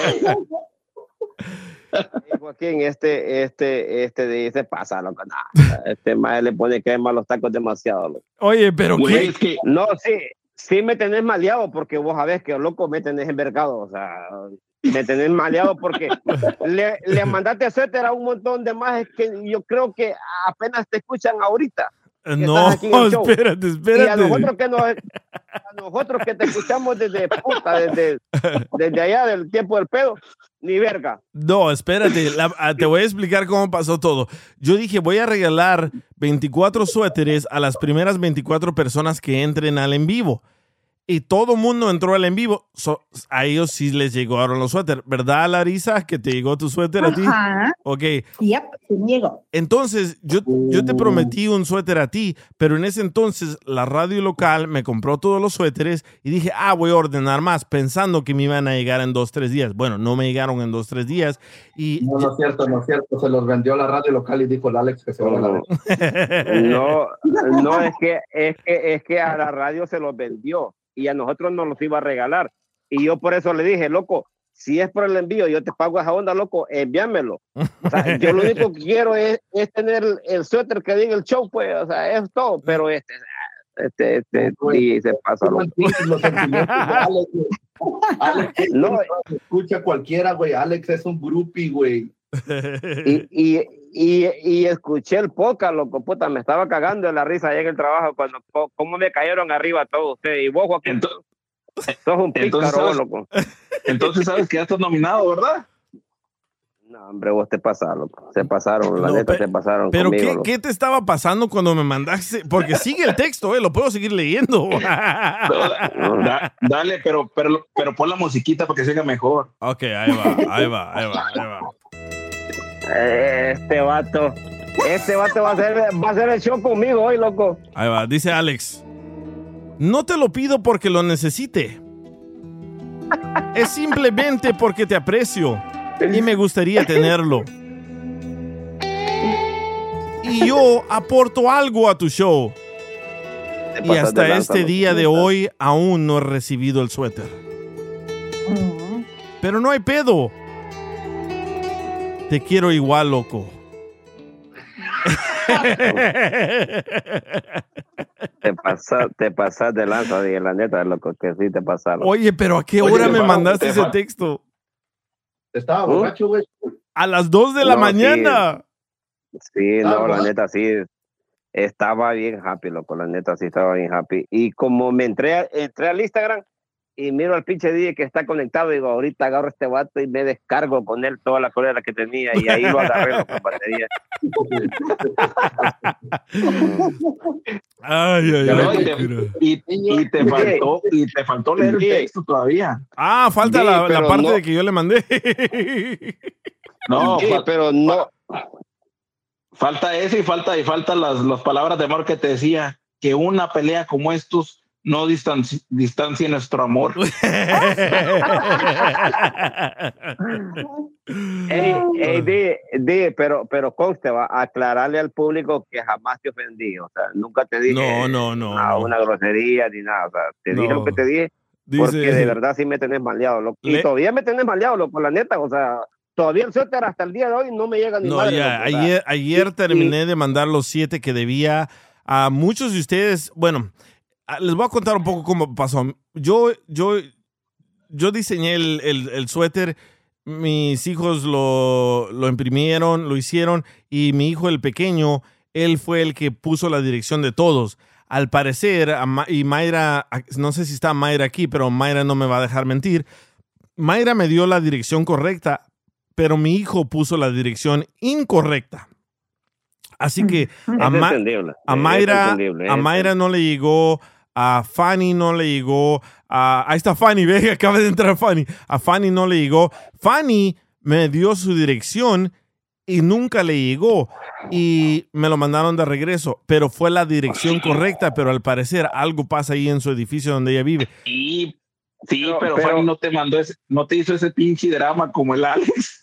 Hey, Joaquín, este, este, este dice pasa, loco. Nah, este madre le pone que hay malos tacos demasiado, loco. Oye, pero güey, ¿qué? Es que... No, sí, sí me tenés maleado porque vos sabés que, loco, me tenés envergado, o sea... Me tenés maleado porque le, le mandaste suéter a un montón de más que yo creo que apenas te escuchan ahorita. No, espérate, espérate. Y a nosotros que, nos, a nosotros que te escuchamos desde puta, desde, desde allá del tiempo del pedo, ni verga. No, espérate, la, te voy a explicar cómo pasó todo. Yo dije, voy a regalar veinticuatro suéteres a las primeras veinticuatro personas que entren al en vivo. Y todo mundo entró al en vivo. So, a ellos sí les llegaron los suéteres. ¿Verdad, Larisa, que te llegó tu suéter a ti? Ajá. Ok. Yep, sí me llegó. Entonces, yo, yo te prometí un suéter a ti, pero en ese entonces la radio local me compró todos los suéteres y dije, ah, voy a ordenar más, pensando que me iban a llegar en dos, tres días. Bueno, no me llegaron en dos, tres días. Y no, no es cierto, no es cierto. Se los vendió la radio local y dijo el Alex que se va a la No, no, es que, es que, es que a la radio se los vendió. Y a nosotros nos los iba a regalar. Y yo por eso le dije, loco, si es por el envío, yo te pago esa onda, loco, envíamelo. O sea, yo lo único que quiero es, es tener el, el suéter que diga el show, pues, o sea, es todo. Pero este, este, este, y se pasa, loco. Alex, Alex, no, escucha cualquiera, güey. Alex es un groupie, güey. Y, y, y, y escuché el podcast, loco, puta, me estaba cagando de la risa allá en el trabajo cuando, cómo me cayeron arriba todos ustedes. Y vos, Joaquín, entonces, sos un pícaro, sabes, loco. Entonces sabes que ya estás nominado, ¿verdad? No, hombre, vos te pasaron, loco. Se pasaron, la no, neta, pe- se pasaron Pero conmigo, ¿qué, ¿qué te estaba pasando cuando me mandaste? Porque sigue el texto, eh, lo puedo seguir leyendo. da, dale, pero, pero, pero pon la musiquita para que siga mejor. Ok, ahí va, ahí va, ahí va, ahí va. Este vato, este vato va a hacer, va a hacer el show conmigo hoy, loco. Ahí va, dice Alex. No te lo pido porque lo necesite. Es simplemente porque te aprecio y me gustaría tenerlo. Y yo aporto algo a tu show. Y hasta este día de hoy aún no he recibido el suéter. Pero no hay pedo. Te quiero igual, loco. Te pasas te pasas de lanza, dije, la neta, loco, que sí te pasaron. Oye, pero ¿a qué Oye, hora me va, mandaste ese va. texto? Estaba borracho, güey. A las dos de la No, mañana. Sí, sí Ah, no, la ¿verdad? neta, sí. Estaba bien happy, loco, la neta, sí estaba bien happy. Y como me entré, a- entré al Instagram y miro al pinche D J que está conectado, digo, ahorita agarro este vato y me descargo con él toda la cólera que tenía y ahí lo agarré, loco, batería. Ay, ay, No, ay. y, te, y, y te faltó, y te faltó leer el texto todavía. Ah, falta Sí, la, la pero parte no. de que yo le mandé. No, Sí, fa- pero no. falta eso y falta y falta las, las palabras de amor que te decía, que una pelea como estos no distanci distancie nuestro amor. Ey, ey, di, di, pero, pero conste, va a aclararle al público que jamás te ofendí, o sea, nunca te dije No, no, no, una, no. una grosería ni nada, o sea, te No. dije lo que te dije, Dice- porque de verdad sí me tenés maleado, loco. Y Le- todavía me tenés maleado, loco, la neta, o sea, todavía el suéter hasta el día de hoy no me llega ni No, madre, ya, loco, o sea, ayer, ayer y- terminé de mandar los siete que debía a muchos de ustedes. Bueno, a- les voy a contar un poco cómo pasó. Yo, yo, yo diseñé el, el- el suéter, mis hijos lo, lo imprimieron, lo hicieron, y mi hijo, el pequeño, él fue el que puso la dirección de todos. Al parecer, a Ma- y Mayra, no sé si está Mayra aquí, pero Mayra no me va a dejar mentir. Mayra me dio la dirección correcta, pero mi hijo puso la dirección incorrecta. Así que a, es Ma- entendible, a es Mayra, entendible, a es Mayra no le llegó, a Fanny no le llegó, a, ahí está Fanny, ve, acaba de entrar Fanny. A Fanny no le llegó. Fanny me dio su dirección y nunca le llegó, y me lo mandaron de regreso, pero fue la dirección correcta, pero al parecer algo pasa ahí en su edificio donde ella vive. Y sí, Pero- pero, pero- Fanny no te mandó ese, no te hizo ese pinche drama como el Alex.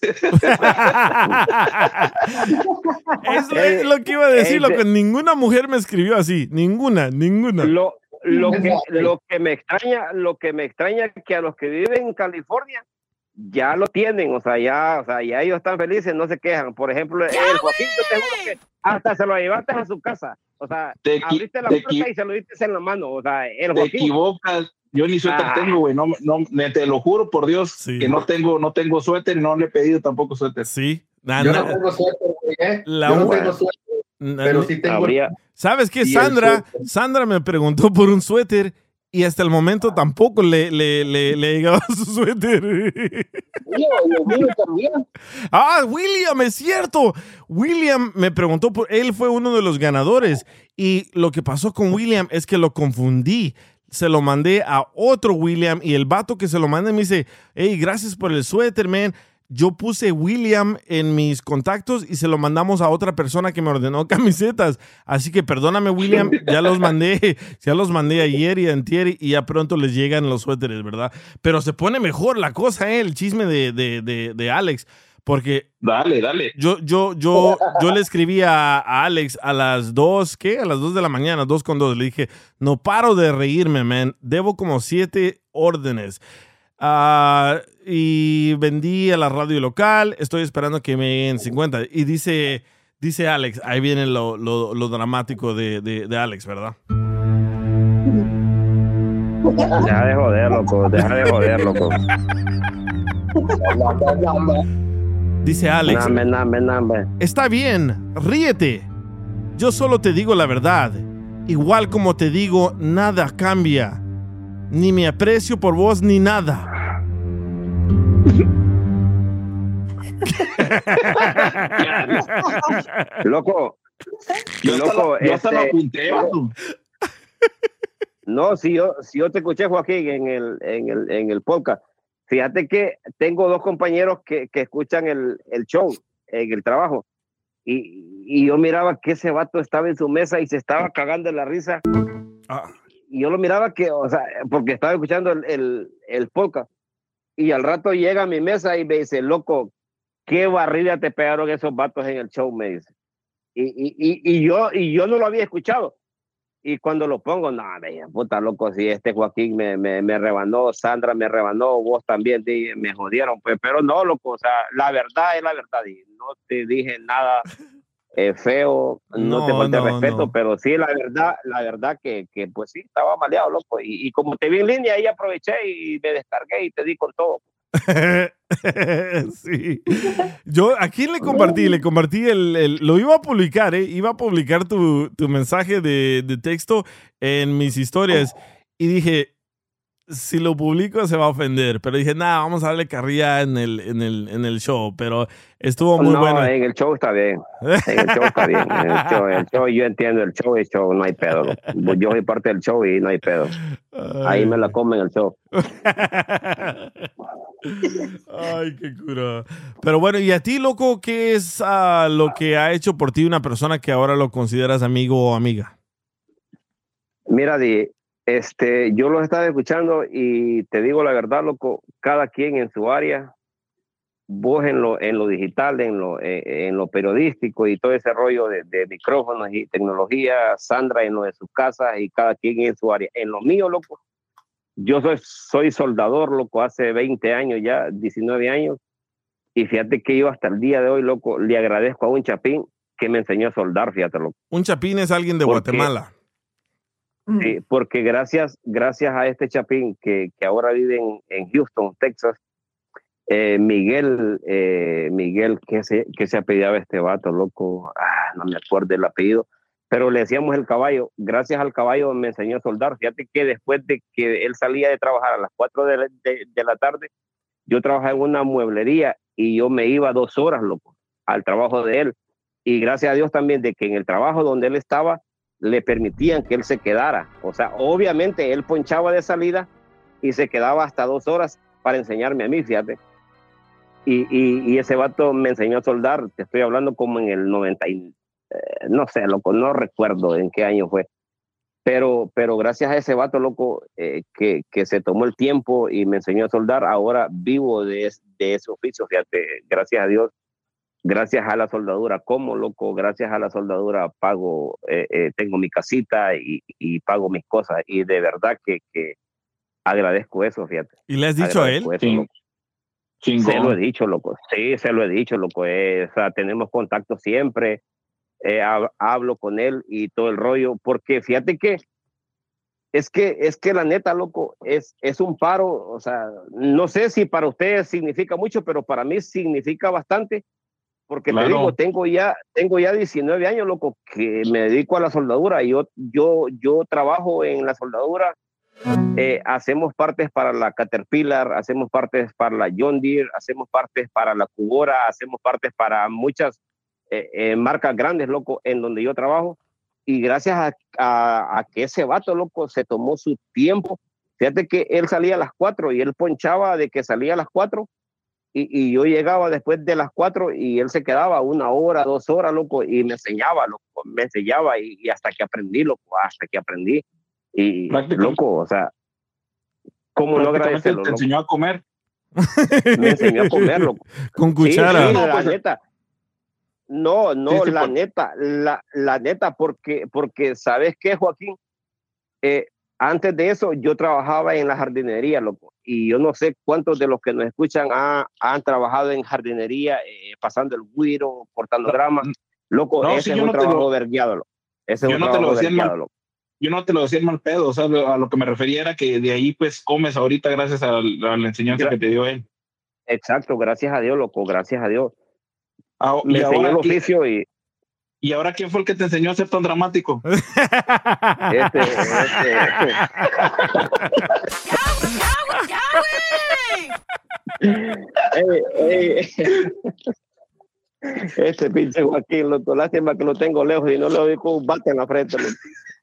Eso es lo que iba a decir, Eh, loco. Ninguna mujer me escribió así, ninguna, ninguna. Lo, lo, que, lo que me extraña, lo que me extraña es que a los que viven en California ya lo tienen, o sea, ya, o sea, ya ellos están felices, no se quejan. Por ejemplo, el Joaquín, yo te juro que hasta se lo llevaste a su casa, o sea, Te equi- abriste la te puerta equi- y se lo diste en la mano, o sea, el Te Joaquín. equivocas. Yo ni suéter Ah. tengo, güey. No, no, me- te lo juro por Dios Sí. que no tengo, no tengo suéter y no le he pedido tampoco suéter. Sí. Na- Yo na- no tengo suéter, güey, ¿eh? La Yo no u- tengo suéter, na- pero sí tengo. Habría, ¿Sabes qué? Y el Sandra, suéter. Sandra me preguntó por un suéter y hasta el momento tampoco le, le, le, le llegaba su suéter. Ah, William, es cierto. William me preguntó por él, fue uno de los ganadores. Y lo que pasó con William es que lo confundí. Se lo mandé a otro William y el vato que se lo manda me dice, hey, gracias por el suéter, man. Yo puse William en mis contactos y se lo mandamos a otra persona que me ordenó camisetas. Así que perdóname, William, ya los mandé, ya los mandé ayer y antier y ya pronto les llegan los suéteres, ¿verdad? Pero se pone mejor la cosa, ¿eh? El chisme de, de, de, de Alex. Porque Dale, dale. yo, yo, yo, yo le escribí a, a Alex a las dos, ¿qué? A las dos de la mañana, dos con dos. Le dije, no paro de reírme, man. Debo como siete órdenes. Ah, y vendí a la radio local. Estoy esperando que me lleguen cincuenta. Y dice, dice Alex, ahí viene lo, lo, lo dramático de, de, de Alex, ¿verdad? deja de joder, loco, deja de joder, loco. Dice Alex, Nambe, nambe, nambe. está bien, ríete. Yo solo te digo la verdad. Igual como te digo, nada cambia. Ni me aprecio por vos ni nada. Loco, Yo hasta, loco, lo, yo hasta lo este, apunté, vato. no, si yo, si yo te escuché, Joaquín, en el, en el, en el podcast, fíjate que tengo dos compañeros que, que escuchan el, el show en el trabajo, y, y yo miraba que ese vato estaba en su mesa y se estaba cagando de la risa, Ah, y yo lo miraba que, o sea, porque estaba escuchando el, el, el podcast, y al rato llega a mi mesa y me dice, loco, qué barrida te pegaron esos vatos en el show, me dice. Y, y, y, y, yo, y yo no lo había escuchado. Y cuando lo pongo, no, me dije, puta loco, si este Joaquín me, me, me rebanó, Sandra me rebanó, vos también di- me jodieron, pues, pero no, loco, o sea, la verdad es la verdad, y no te dije nada eh, feo, no, No, te falté no, respeto, no. pero sí, la verdad, la verdad que, que pues sí, estaba maleado, loco, y, y como te vi en línea, ahí aproveché y me descargué y te di con todo. sí. Yo, ¿a quién le compartí? Le compartí el, el- lo iba a publicar, ¿eh? Iba a publicar tu, tu mensaje de, de texto en mis historias y dije, si lo publico se va a ofender, pero dije, nada, vamos a darle carrilla en el, en el, en el show, pero estuvo muy no, bueno. en el show está bien, en el show está bien, en el show, el show, yo entiendo el show, el show, no hay pedo, loco. Yo soy parte del show y no hay pedo, ahí me la comen el show. Ay, qué cura. Pero bueno, ¿y a ti, loco, qué es ah, lo que ha hecho por ti una persona que ahora lo consideras amigo o amiga? Mira, Di, Este, yo los estaba escuchando y te digo la verdad, loco, cada quien en su área, vos en lo, en lo digital, en lo, eh, en lo periodístico y todo ese rollo de, de micrófonos y tecnología, Sandra en lo de sus casas y cada quien en su área. En lo mío, loco, yo soy, soy soldador, loco, hace veinte años ya, diecinueve años, y fíjate que yo hasta el día de hoy, loco, le agradezco a un chapín que me enseñó a soldar, fíjate, loco. Un chapín es alguien de Porque- Guatemala. Sí, porque gracias, gracias a este chapín que, que ahora vive en, en Houston, Texas, eh, Miguel, eh, Miguel, que se, que se apellidaba este vato, loco, ah, no me acuerdo el apellido, pero le decíamos el caballo. Gracias al caballo me enseñó a soldar. Fíjate que después de que él salía de trabajar a las cuatro de la, de, de la tarde, yo trabajaba en una mueblería y yo me iba dos horas, loco, al trabajo de él. Y gracias a Dios también de que en el trabajo donde él estaba, le permitían que él se quedara. O sea, obviamente él ponchaba de salida y se quedaba hasta dos horas para enseñarme a mí, fíjate. Y, y, y ese vato me enseñó a soldar, te estoy hablando como en el noventa, y, eh, no sé, loco, no recuerdo en qué año fue. Pero, pero gracias a ese vato, loco, eh, que, que se tomó el tiempo y me enseñó a soldar, ahora vivo de, es- de ese oficio, fíjate, gracias a Dios. Gracias a la soldadura, como loco, gracias a la soldadura pago, eh, eh, tengo mi casita y, y pago mis cosas. Y de verdad que, que agradezco eso, fíjate. ¿Y le has dicho a él? Agradezco eso, loco. Se lo he dicho, loco. Sí, se lo he dicho, loco. Eh, o sea, tenemos contacto siempre. Eh, hab- hablo con él y todo el rollo. Porque fíjate que es que, es que la neta, loco, es, es un paro. O sea, no sé si para ustedes significa mucho, pero para mí significa bastante. Porque Claro. te digo, tengo ya, tengo ya diecinueve años, loco, que me dedico a la soldadura. Yo, yo, yo trabajo en la soldadura. Eh, hacemos partes para la Caterpillar, hacemos partes para la John Deere, hacemos partes para la Kubota, hacemos partes para muchas eh, eh, marcas grandes, loco, en donde yo trabajo. Y gracias a, a, a que ese vato, loco, se tomó su tiempo. Fíjate que él salía a las cuatro y él ponchaba de que salía a las cuatro. Y, y yo llegaba después de las cuatro y él se quedaba una hora, dos horas, loco, y me enseñaba, loco, me enseñaba y, y hasta que aprendí, loco, hasta que aprendí. Y, loco, o sea, ¿cómo no Prácticamente agradecerlo, te loco? enseñó a comer. Me enseñó a comer, loco. Con Sí, cuchara. sí, No, la pues, neta. No, no, Sí, sí, la por- neta, la, la neta, porque, porque, ¿sabes qué, Joaquín? Eh, antes de eso, yo trabajaba en la jardinería, loco, y yo no sé cuántos de los que nos escuchan ha- han trabajado en jardinería, eh, pasando el güiro, cortando No, grama. Loco, no, ese sí, es yo un no te trabajo lo- vergueado, loco. Ese es yo un no te trabajo lo decía en vergueado, mal, loco. yo no te lo decía en mal pedo, o sea, lo- a lo que me refería era que de ahí pues comes ahorita gracias a, la a la enseñanza Gra- que te dio él. Exacto, gracias a Dios, loco, gracias a Dios. Ah, Me y, enseñó el ahora, ¿quién- oficio y ¿Y ahora quién fue el que te enseñó a ser tan dramático? este, este, Ey, ey, este pinche Joaquín, loco, lástima que lo tengo lejos y no le doy con un bate en la frente, loco.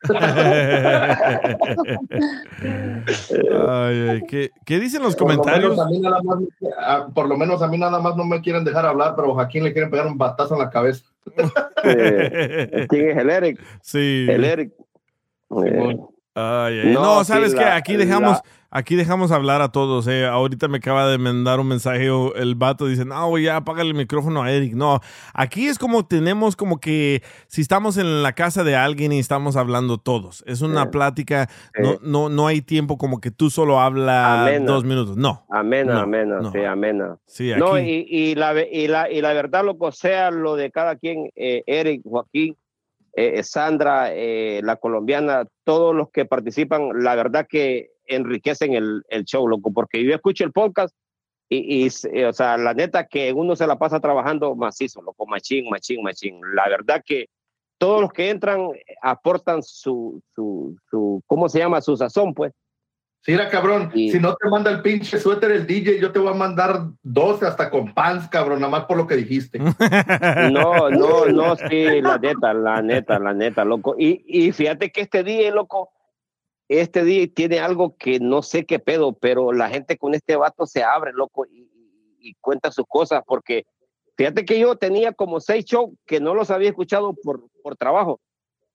Ay, ay, ¿qué, ¿Qué dicen los Por lo, comentarios? menos a mí nada más, ah, por lo menos a mí nada más no me quieren dejar hablar, pero a Joaquín le quieren pegar un batazo en la cabeza. Eh, ¿Quién es el Eric? Sí. El Eric. Eh, Ay, ay. No, No, sí, ¿sabes qué? la- Aquí dejamos, la- aquí dejamos hablar a todos. Eh. Ahorita me acaba de mandar un mensaje o- el vato. Dice, no, güey, ya apágale el micrófono a Eric. No, aquí es como tenemos como que si estamos en la casa de alguien y estamos hablando todos. Es una Sí. plática, Sí. no, no, no hay tiempo como que tú solo hablas Amena. dos minutos. No. Amena, No, amena, no. sí, amena. Sí, No, aquí. y, y, la, ve- y, la, y la verdad, loco, sea lo de cada quien, eh, Eric, Joaquín, eh, Sandra, eh, la colombiana, todos los que participan, la verdad que enriquecen el, el show, loco, porque yo escucho el podcast y, y, eh, o sea, la neta que uno se la pasa trabajando macizo, loco, machín, machín, machín. La verdad que todos los que entran eh, aportan su, su, su, ¿cómo se llama? Su sazón, pues. Sí, era cabrón. Y- Si no te manda el pinche suéter el D J, yo te voy a mandar doce hasta con pants, cabrón, nada más por lo que dijiste. No, no, no, sí, la neta, la neta, la neta, loco. Y, y fíjate que este día, loco, este día tiene algo que no sé qué pedo, pero la gente con este vato se abre, loco, y, y- y cuenta sus cosas, porque fíjate que yo tenía como seis shows que no los había escuchado por, por trabajo.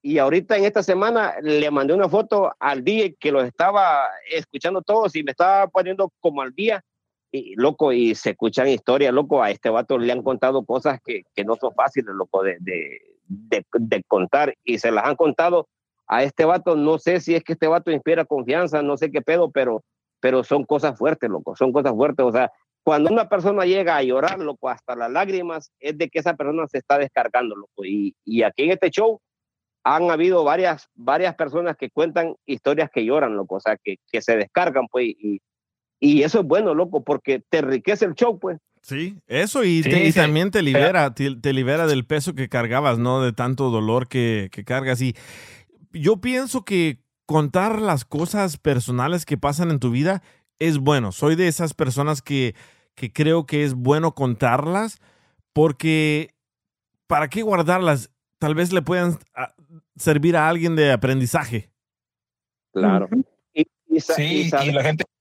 Y ahorita en esta semana le mandé una foto al D J que los estaba escuchando todos y me estaba poniendo como al día. Y loco, y se escuchan historias, loco, a este vato le han contado cosas que, que no son fáciles, loco, de, de, de, de contar, y se las han contado a este vato. No sé si es que este vato inspira confianza, no sé qué pedo, pero, pero son cosas fuertes, loco, son cosas fuertes. O sea, cuando una persona llega a llorar, loco, hasta las lágrimas, es de que esa persona se está descargando, loco. Y, y aquí en este show han habido varias, varias personas que cuentan historias que lloran, loco, o sea, que, que se descargan, pues, y Y eso es bueno, loco, porque te enriquece el show, pues. Sí, eso y, Sí, te- y sí. también te libera, te, te libera del peso que cargabas, ¿no? De tanto dolor que, que cargas. Y yo pienso que contar las cosas personales que pasan en tu vida es bueno. Soy de esas personas que, que creo que es bueno contarlas porque ¿para qué guardarlas? Tal vez le puedan ah, servir a alguien de aprendizaje. Claro. Y, y sa- Sí, y sabe- y la gente.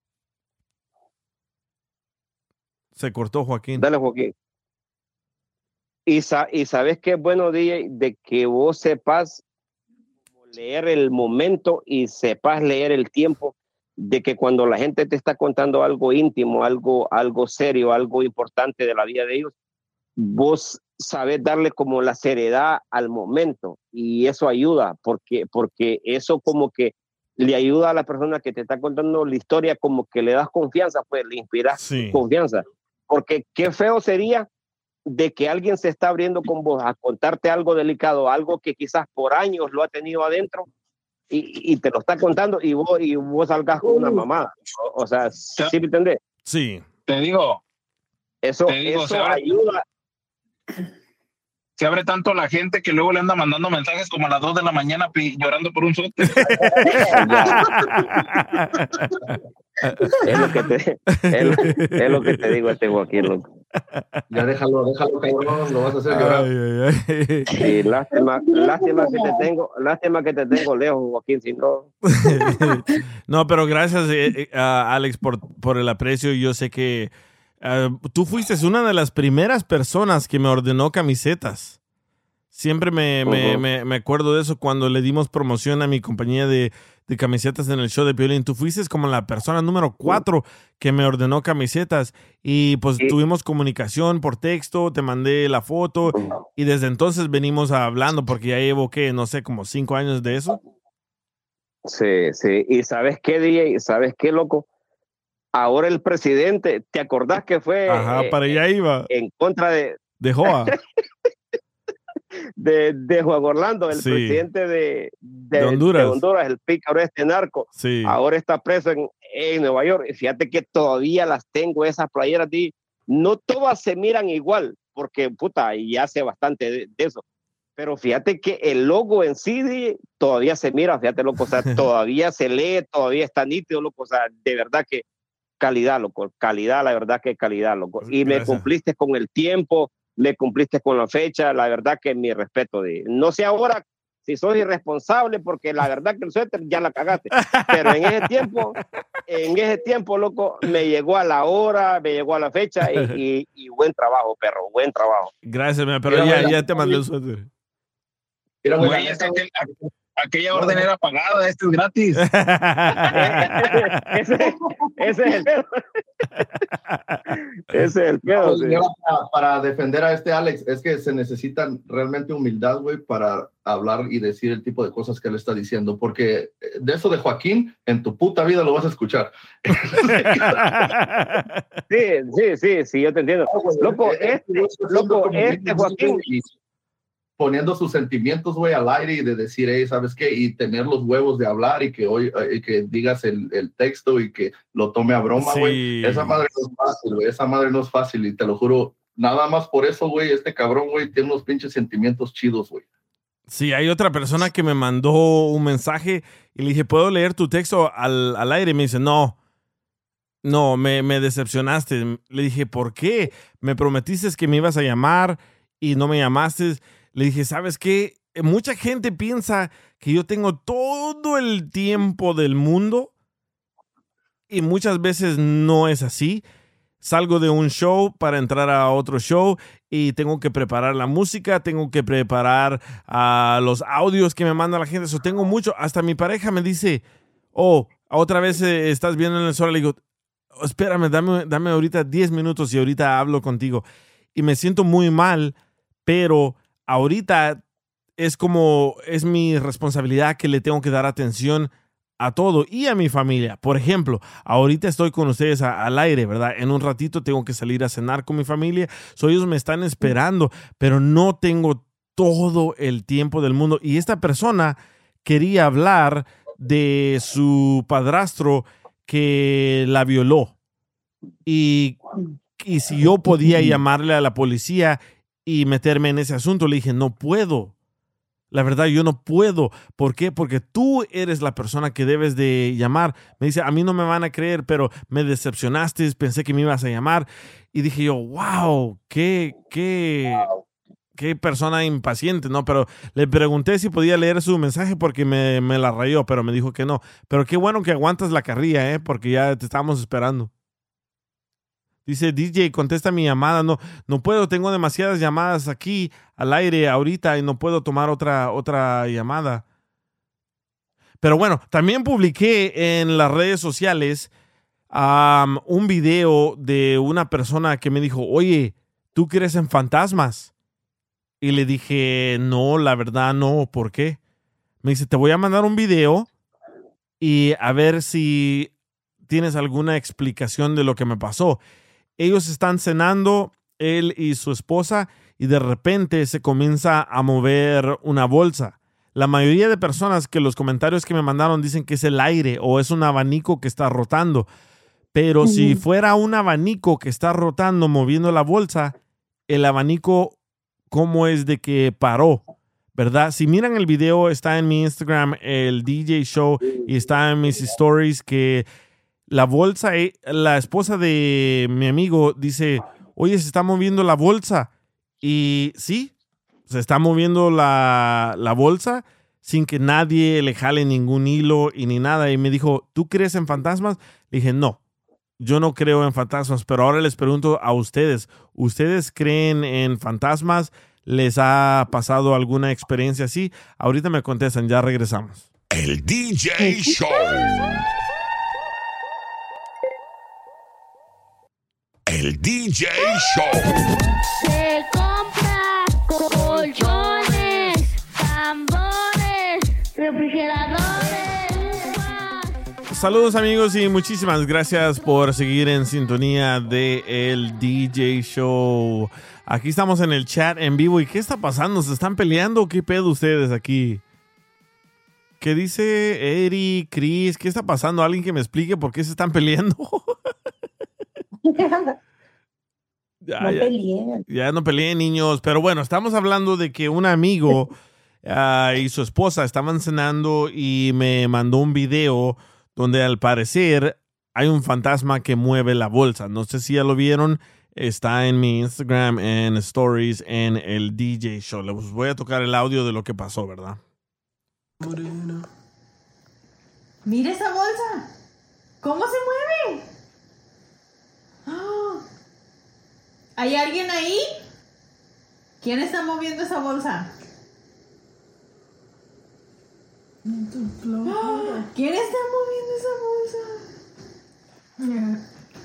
Se cortó, Joaquín. Dale, Joaquín. Y, sa- y sabes qué es bueno, D J, de que vos sepas leer el momento y sepas leer el tiempo, de que cuando la gente te está contando algo íntimo, algo, algo serio, algo importante de la vida de ellos, vos sabés darle como la seriedad al momento, y eso ayuda, porque, porque eso como que le ayuda a la persona que te está contando la historia, como que le das confianza, pues le inspiras Sí. confianza, porque qué feo sería de que alguien se está abriendo con vos a contarte algo delicado, algo que quizás por años lo ha tenido adentro, y, y te lo está contando, y vos, y vos salgas con una mamada. O, o sea, ¿sí me entendés? Sí. Te digo, Eso, te digo, eso se abre, ayuda. se abre tanto la gente que luego le anda mandando mensajes como a las dos de la mañana pi- llorando por un sote. Es lo que te, es lo, es lo que te digo, este Joaquín, loco. Ya déjalo, déjalo, cabrón, lo vas a hacer llorar. Ay, ay, ay. Sí, lástima, lástima que te tengo, lástima que te tengo lejos, Joaquín, si no. No, pero gracias, eh, eh, a Alex, por, por el aprecio. Yo sé que eh, tú fuiste una de las primeras personas que me ordenó camisetas. Siempre me, me, Ujú. me, me acuerdo de eso cuando le dimos promoción a mi compañía de, de camisetas en el show de Piolín. Tú fuiste como la persona número cuatro que me ordenó camisetas. Y pues Sí. tuvimos comunicación por texto, te mandé la foto. Y desde entonces venimos hablando porque ya llevo, ¿qué? No sé, como cinco años de eso. Sí, sí. Y ¿sabes qué, D J? ¿Sabes qué, loco? Ahora el presidente, ¿te acordás que fue Ajá, eh, para allá iba. en contra de, De Joa. de, de Juan Orlando, el Sí. presidente de, de, De Honduras. de Honduras, el pícaro este narco? Sí. Ahora está preso en, en Nueva York. Y fíjate que todavía las tengo, esas playeras, D J. No todas se miran igual, porque puta, y hace bastante de, de eso. Pero fíjate que el logo en sí, D J, todavía se mira, fíjate, loco, o sea, todavía se lee, todavía está nítido, loco, o sea, de verdad que calidad, loco, calidad, la verdad que calidad, loco. Y me Gracias. cumpliste con el tiempo, me cumpliste con la fecha, la verdad que mi respeto, de no sé ahora si sos irresponsable, porque la verdad que el suéter ya la cagaste, pero en ese tiempo, en ese tiempo, loco, me llegó a la hora, me llegó a la fecha, y, y, y buen trabajo, perro, buen trabajo. Gracias, mira, pero Mira, ya, güey, ya te mandé el suéter. Mira, güey, la Güey, es que neta, güey, aquel- aquella orden era pagada, este es gratis. ese, ese es el pedo. Ese es el pedo. sí. mira, para, para defender a este Alex, es que se necesitan realmente humildad, güey, para hablar y decir el tipo de cosas que él está diciendo, porque de eso de Joaquín, en tu puta vida lo vas a escuchar. Sí, sí, sí, sí, yo te entiendo. Loco, Eh, eh, este, está haciendo loco, como este bien, Joaquín, y poniendo sus sentimientos, güey, al aire, y de decir, hey, ¿sabes qué? Y tener los huevos de hablar, y que hoy eh, que digas el, el texto y que lo tome a broma, güey. Sí. Esa madre no es fácil, güey. Esa madre no es fácil, y te lo juro, nada más por eso, güey, este cabrón, güey, tiene unos pinches sentimientos chidos, güey. Sí, hay otra persona que me mandó un mensaje y le dije, ¿puedo leer tu texto al, al aire? Y me dice, no, no, me, me decepcionaste. Le dije, ¿por qué? Me prometiste que me ibas a llamar y no me llamaste. Le dije, ¿sabes qué? Mucha gente piensa que yo tengo todo el tiempo del mundo y muchas veces no es así. salgo de un show para entrar a otro show y tengo que preparar la música, tengo que preparar uh, los audios que me manda la gente. Eso tengo mucho. Hasta mi pareja me dice, oh, otra vez eh, estás viendo en el sol. Le digo, oh, espérame, dame, dame ahorita diez minutos y ahorita hablo contigo. Y me siento muy mal, pero ahorita es como, es mi responsabilidad que le tengo que dar atención a todo y a mi familia. Por ejemplo, ahorita estoy con ustedes a, al aire, ¿verdad? En un ratito tengo que salir a cenar con mi familia. So, ellos me están esperando, pero no tengo todo el tiempo del mundo. Y esta persona quería hablar de su padrastro que la violó. Y, y si yo podía llamarle a la policía y meterme en ese asunto, le dije, no puedo. La verdad, yo no puedo. ¿Por qué? Porque tú eres la persona que debes de llamar. Me dice, a mí no me van a creer, pero me decepcionaste, pensé que me ibas a llamar. Y dije yo, wow, qué, qué, qué persona impaciente, ¿no? Pero le pregunté si podía leer su mensaje porque me, me la rayó, pero me dijo que no. Pero qué bueno que aguantas la carrilla, ¿eh? Porque ya te estábamos esperando. Dice, D J, contesta mi llamada. No, no puedo, tengo demasiadas llamadas aquí al aire ahorita y no puedo tomar otra, otra llamada. Pero bueno, también publiqué en las redes sociales um, un video de una persona que me dijo, oye, ¿tú crees en fantasmas? Y le dije, no, la verdad no, ¿por qué? Me dice, te voy a mandar un video y a ver si tienes alguna explicación de lo que me pasó. Ellos están cenando, él y su esposa, y de repente se comienza a mover una bolsa. La mayoría de personas que los comentarios que me mandaron dicen que es el aire o es un abanico que está rotando. Pero uh-huh. si fuera un abanico que está rotando, moviendo la bolsa, el abanico, ¿cómo es de que paró? ¿Verdad? Si miran el video, está en mi Instagram, el D J Show, y está en mis stories que la bolsa, la esposa de mi amigo dice, oye, se está moviendo la bolsa. Y sí, se está moviendo la, la bolsa sin que nadie le jale ningún hilo y ni nada. Y me dijo, ¿tú crees en fantasmas? Le dije, no, yo no creo en fantasmas. Pero ahora les pregunto a ustedes, ¿ustedes creen en fantasmas? ¿Les ha pasado alguna experiencia así? Ahorita me contestan, ya regresamos. El D J Show. El D J Show. Se compra colchones, tambores, refrigeradores. Saludos amigos y muchísimas gracias por seguir en sintonía de el D J Show. Aquí estamos en el chat en vivo. ¿Y qué está pasando? ¿Se están peleando o qué pedo ustedes aquí? ¿Qué dice Eri, Chris? ¿Qué está pasando? ¿Alguien que me explique por qué se están peleando? Ya, no ya, peleen. Ya no peleen, niños. Pero bueno, estamos hablando de que un amigo uh, y su esposa estaban cenando y me mandó un video donde al parecer hay un fantasma que mueve la bolsa. No sé si ya lo vieron. Está en mi Instagram, en Stories, en el D J Show. Les voy a tocar el audio de lo que pasó, ¿verdad? Mira esa bolsa. ¿Cómo se mueve? ¡Oh! ¿Hay alguien ahí? ¿Quién está moviendo esa bolsa? ¡Oh! ¿Quién está moviendo esa bolsa?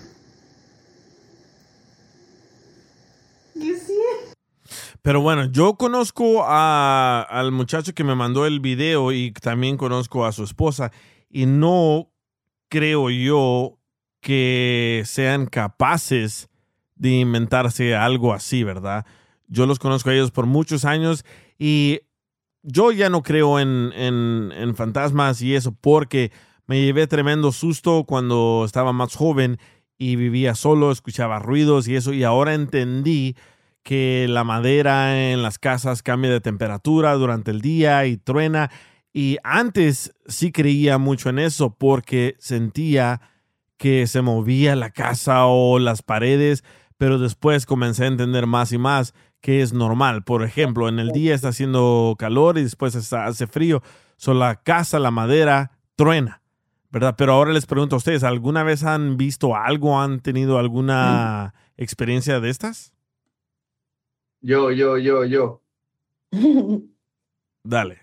¿Qué sí? Pero bueno, yo conozco a, al muchacho que me mandó el video y también conozco a su esposa y no creo yo que sean capaces de inventarse algo así, ¿verdad? Yo los conozco a ellos por muchos años y yo ya no creo en, en, en fantasmas y eso porque me llevé tremendo susto cuando estaba más joven y vivía solo, escuchaba ruidos y eso, y ahora entendí que la madera en las casas cambia de temperatura durante el día y truena, y antes sí creía mucho en eso porque sentía que se movía la casa o las paredes, pero después comencé a entender más y más que es normal. Por ejemplo, en el día está haciendo calor y después está, hace frío, so la casa, la madera, truena, ¿Verdad? Pero ahora les pregunto a ustedes, ¿alguna vez han visto algo, han tenido alguna experiencia de estas? Yo, yo, yo, yo. Dale.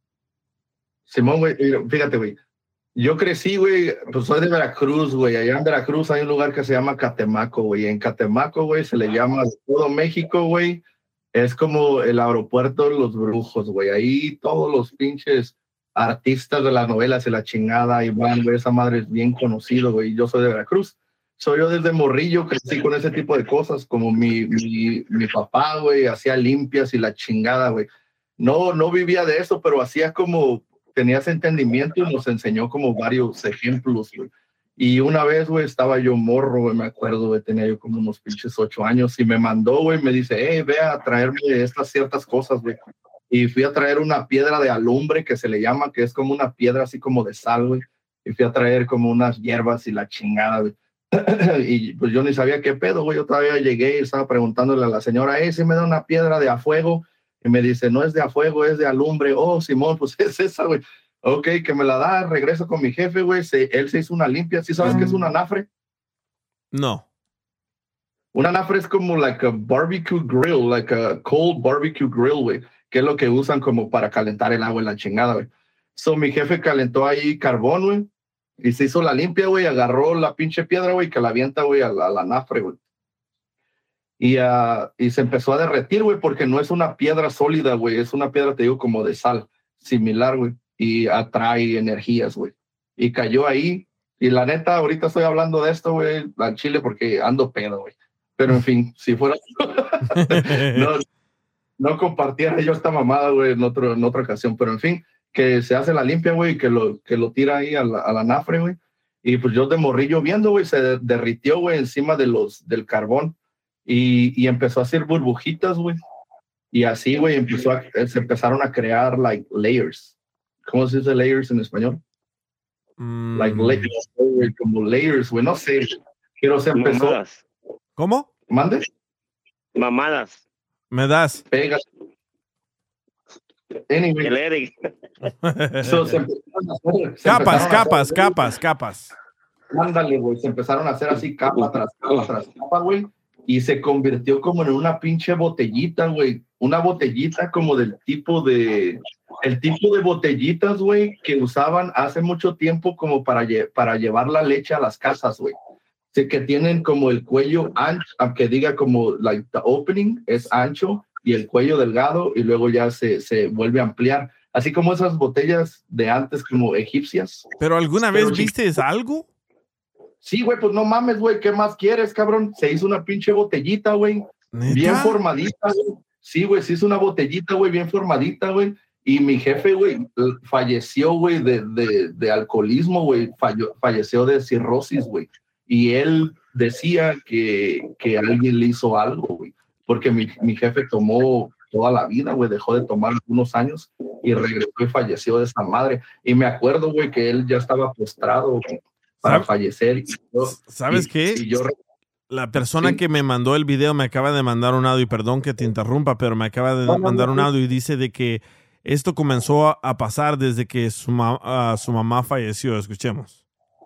Simón, güey, fíjate, güey. Yo crecí, güey, pues soy de Veracruz, güey. Allá en Veracruz hay un lugar que se llama Catemaco, güey. En Catemaco, güey, se le llama todo México, güey. Es como el aeropuerto de los brujos, güey. Ahí todos los pinches artistas de las novelas y la chingada y van, güey. Esa madre es bien conocido, güey. Yo soy de Veracruz. Soy yo desde morrillo, crecí con ese tipo de cosas, como mi, mi, mi papá, güey, hacía limpias y la chingada, güey. No, no vivía de eso, pero hacía como, tenía ese entendimiento y nos enseñó como varios ejemplos, güey. Y una vez, güey, estaba yo morro, güey, me acuerdo, güey, tenía yo como unos pinches ocho años y me mandó, güey, me dice, hey, ve a traerme estas ciertas cosas, güey. Y fui a traer una piedra de alumbre que se le llama, que es como una piedra así como de sal, güey. Y fui a traer como unas hierbas y la chingada, güey. Y pues yo ni sabía qué pedo, güey. Yo todavía llegué y estaba preguntándole a la señora, hey, si me da una piedra de a fuego. Y me dice, no es de a fuego, es de alumbre. Oh, Simón, pues es esa, güey. Ok, que me la da, regreso con mi jefe, güey. Él se hizo una limpia. ¿Sí sabes mm. qué es un anafre? No. Un anafre es como like a barbecue grill, like a cold barbecue grill, güey. Que es lo que usan como para calentar el agua en la chingada, güey. So, mi jefe calentó ahí carbón, güey. Y se hizo la limpia, güey. Agarró la pinche piedra, güey, que la avienta, güey, a la, a la anafre, güey. Y, uh, y se empezó a derretir, güey, porque no es una piedra sólida, güey. Es una piedra, te digo, como de sal, similar, güey. Y atrae energías, güey. Y cayó ahí. Y la neta, ahorita estoy hablando de esto, güey, al chile, porque ando pedo, güey. Pero, en fin, si fuera... no, no compartiera yo esta mamada, güey, en, otro, en otra ocasión. Pero, en fin, que se hace la limpia, güey, y que lo, que lo tira ahí a la, a la anafre, güey. Y pues yo de morrillo viendo, güey, se derritió, güey, encima de los, del carbón. Y, y empezó a hacer burbujitas, güey. Y así, güey, empezó a, se empezaron a crear, like, layers. ¿Cómo se dice layers en español? Mm. Like, layers, güey, como layers, güey, no sé. Pero se empezó... Mamadas. ¿Cómo? ¿Mande? Mamadas. Me das. Pega. Anyway. El Eric. So, se empezaron a hacer, se capas, empezaron capas, a hacer, capas, capas. Ándale, güey, se empezaron a hacer así capa tras capa tras capa, güey. Y se convirtió como en una pinche botellita, güey. Una botellita como del tipo de... El tipo de botellitas, güey, que usaban hace mucho tiempo como para, lle para llevar la leche a las casas, güey. Sí, que tienen como el cuello ancho, aunque diga como like the opening es ancho y el cuello delgado y luego ya se, se vuelve a ampliar. Así como esas botellas de antes como egipcias. ¿Pero alguna Pero vez viste algo? Sí, güey, pues no mames, güey, ¿qué más quieres, cabrón? Se hizo una pinche botellita, güey, bien formadita, güey. Sí, güey, se hizo una botellita, güey, bien formadita, güey. Y mi jefe, güey, falleció, güey, de, de, de alcoholismo, güey, falleció de cirrosis, güey. Y él decía que, que alguien le hizo algo, güey, porque mi, mi jefe tomó toda la vida, güey, dejó de tomar unos años y regresó y falleció de esa madre. Y me acuerdo, güey, que él ya estaba postrado, güey, para fallecer. Y yo, ¿Sabes y, qué? Y yo, la persona sí. que me mandó el video me acaba de mandar un audio, y perdón que te interrumpa, pero me acaba de no, mandar no, no, un audio y dice de que esto comenzó a, a pasar desde que su, ma uh, su mamá falleció. Escuchemos.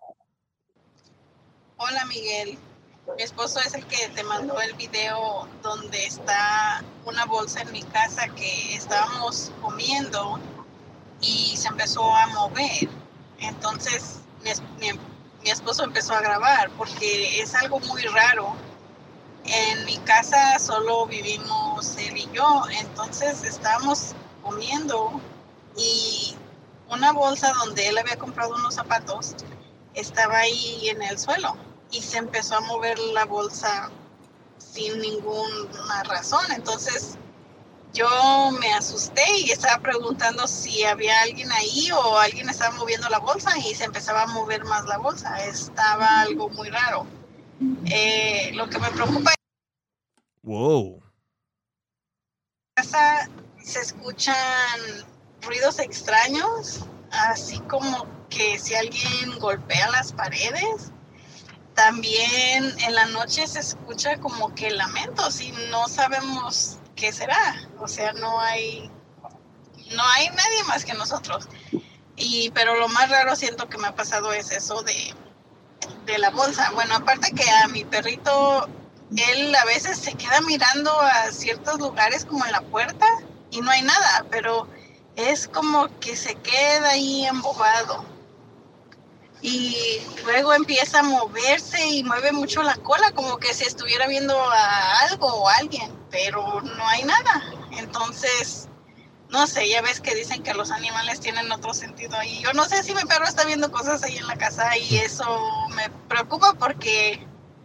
Hola, Miguel. Mi esposo es el que te mandó el video donde está una bolsa en mi casa que estábamos comiendo y se empezó a mover. Entonces mi, mi, mi esposo empezó a grabar porque es algo muy raro. En mi casa solo vivimos él y yo, entonces estábamos comiendo y una bolsa donde él había comprado unos zapatos estaba ahí en el suelo. Y se empezó a mover la bolsa sin ninguna razón. Entonces yo me asusté y estaba preguntando si había alguien ahí o alguien estaba moviendo la bolsa y se empezaba a mover más la bolsa. Estaba algo muy raro. Eh, lo que me preocupa es wow. que en casa se escuchan ruidos extraños, así como que si alguien golpea las paredes. También en la noche se escucha como que lamentos y no sabemos qué será. O sea, no hay, no hay nadie más que nosotros. Y, pero lo más raro siento que me ha pasado es eso de, de la bolsa. Bueno, aparte que a mi perrito, él a veces se queda mirando a ciertos lugares como en la puerta y no hay nada, pero es como que se queda ahí embobado. Y luego empieza a moverse y mueve mucho la cola, como que si estuviera viendo a algo o a alguien, pero no hay nada. Entonces, no sé, ya ves que dicen que los animales tienen otro sentido ahí. Yo no sé si mi perro está viendo cosas ahí en la casa y eso me preocupa porque,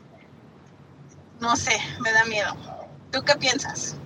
no sé, me da miedo. ¿Tú qué piensas?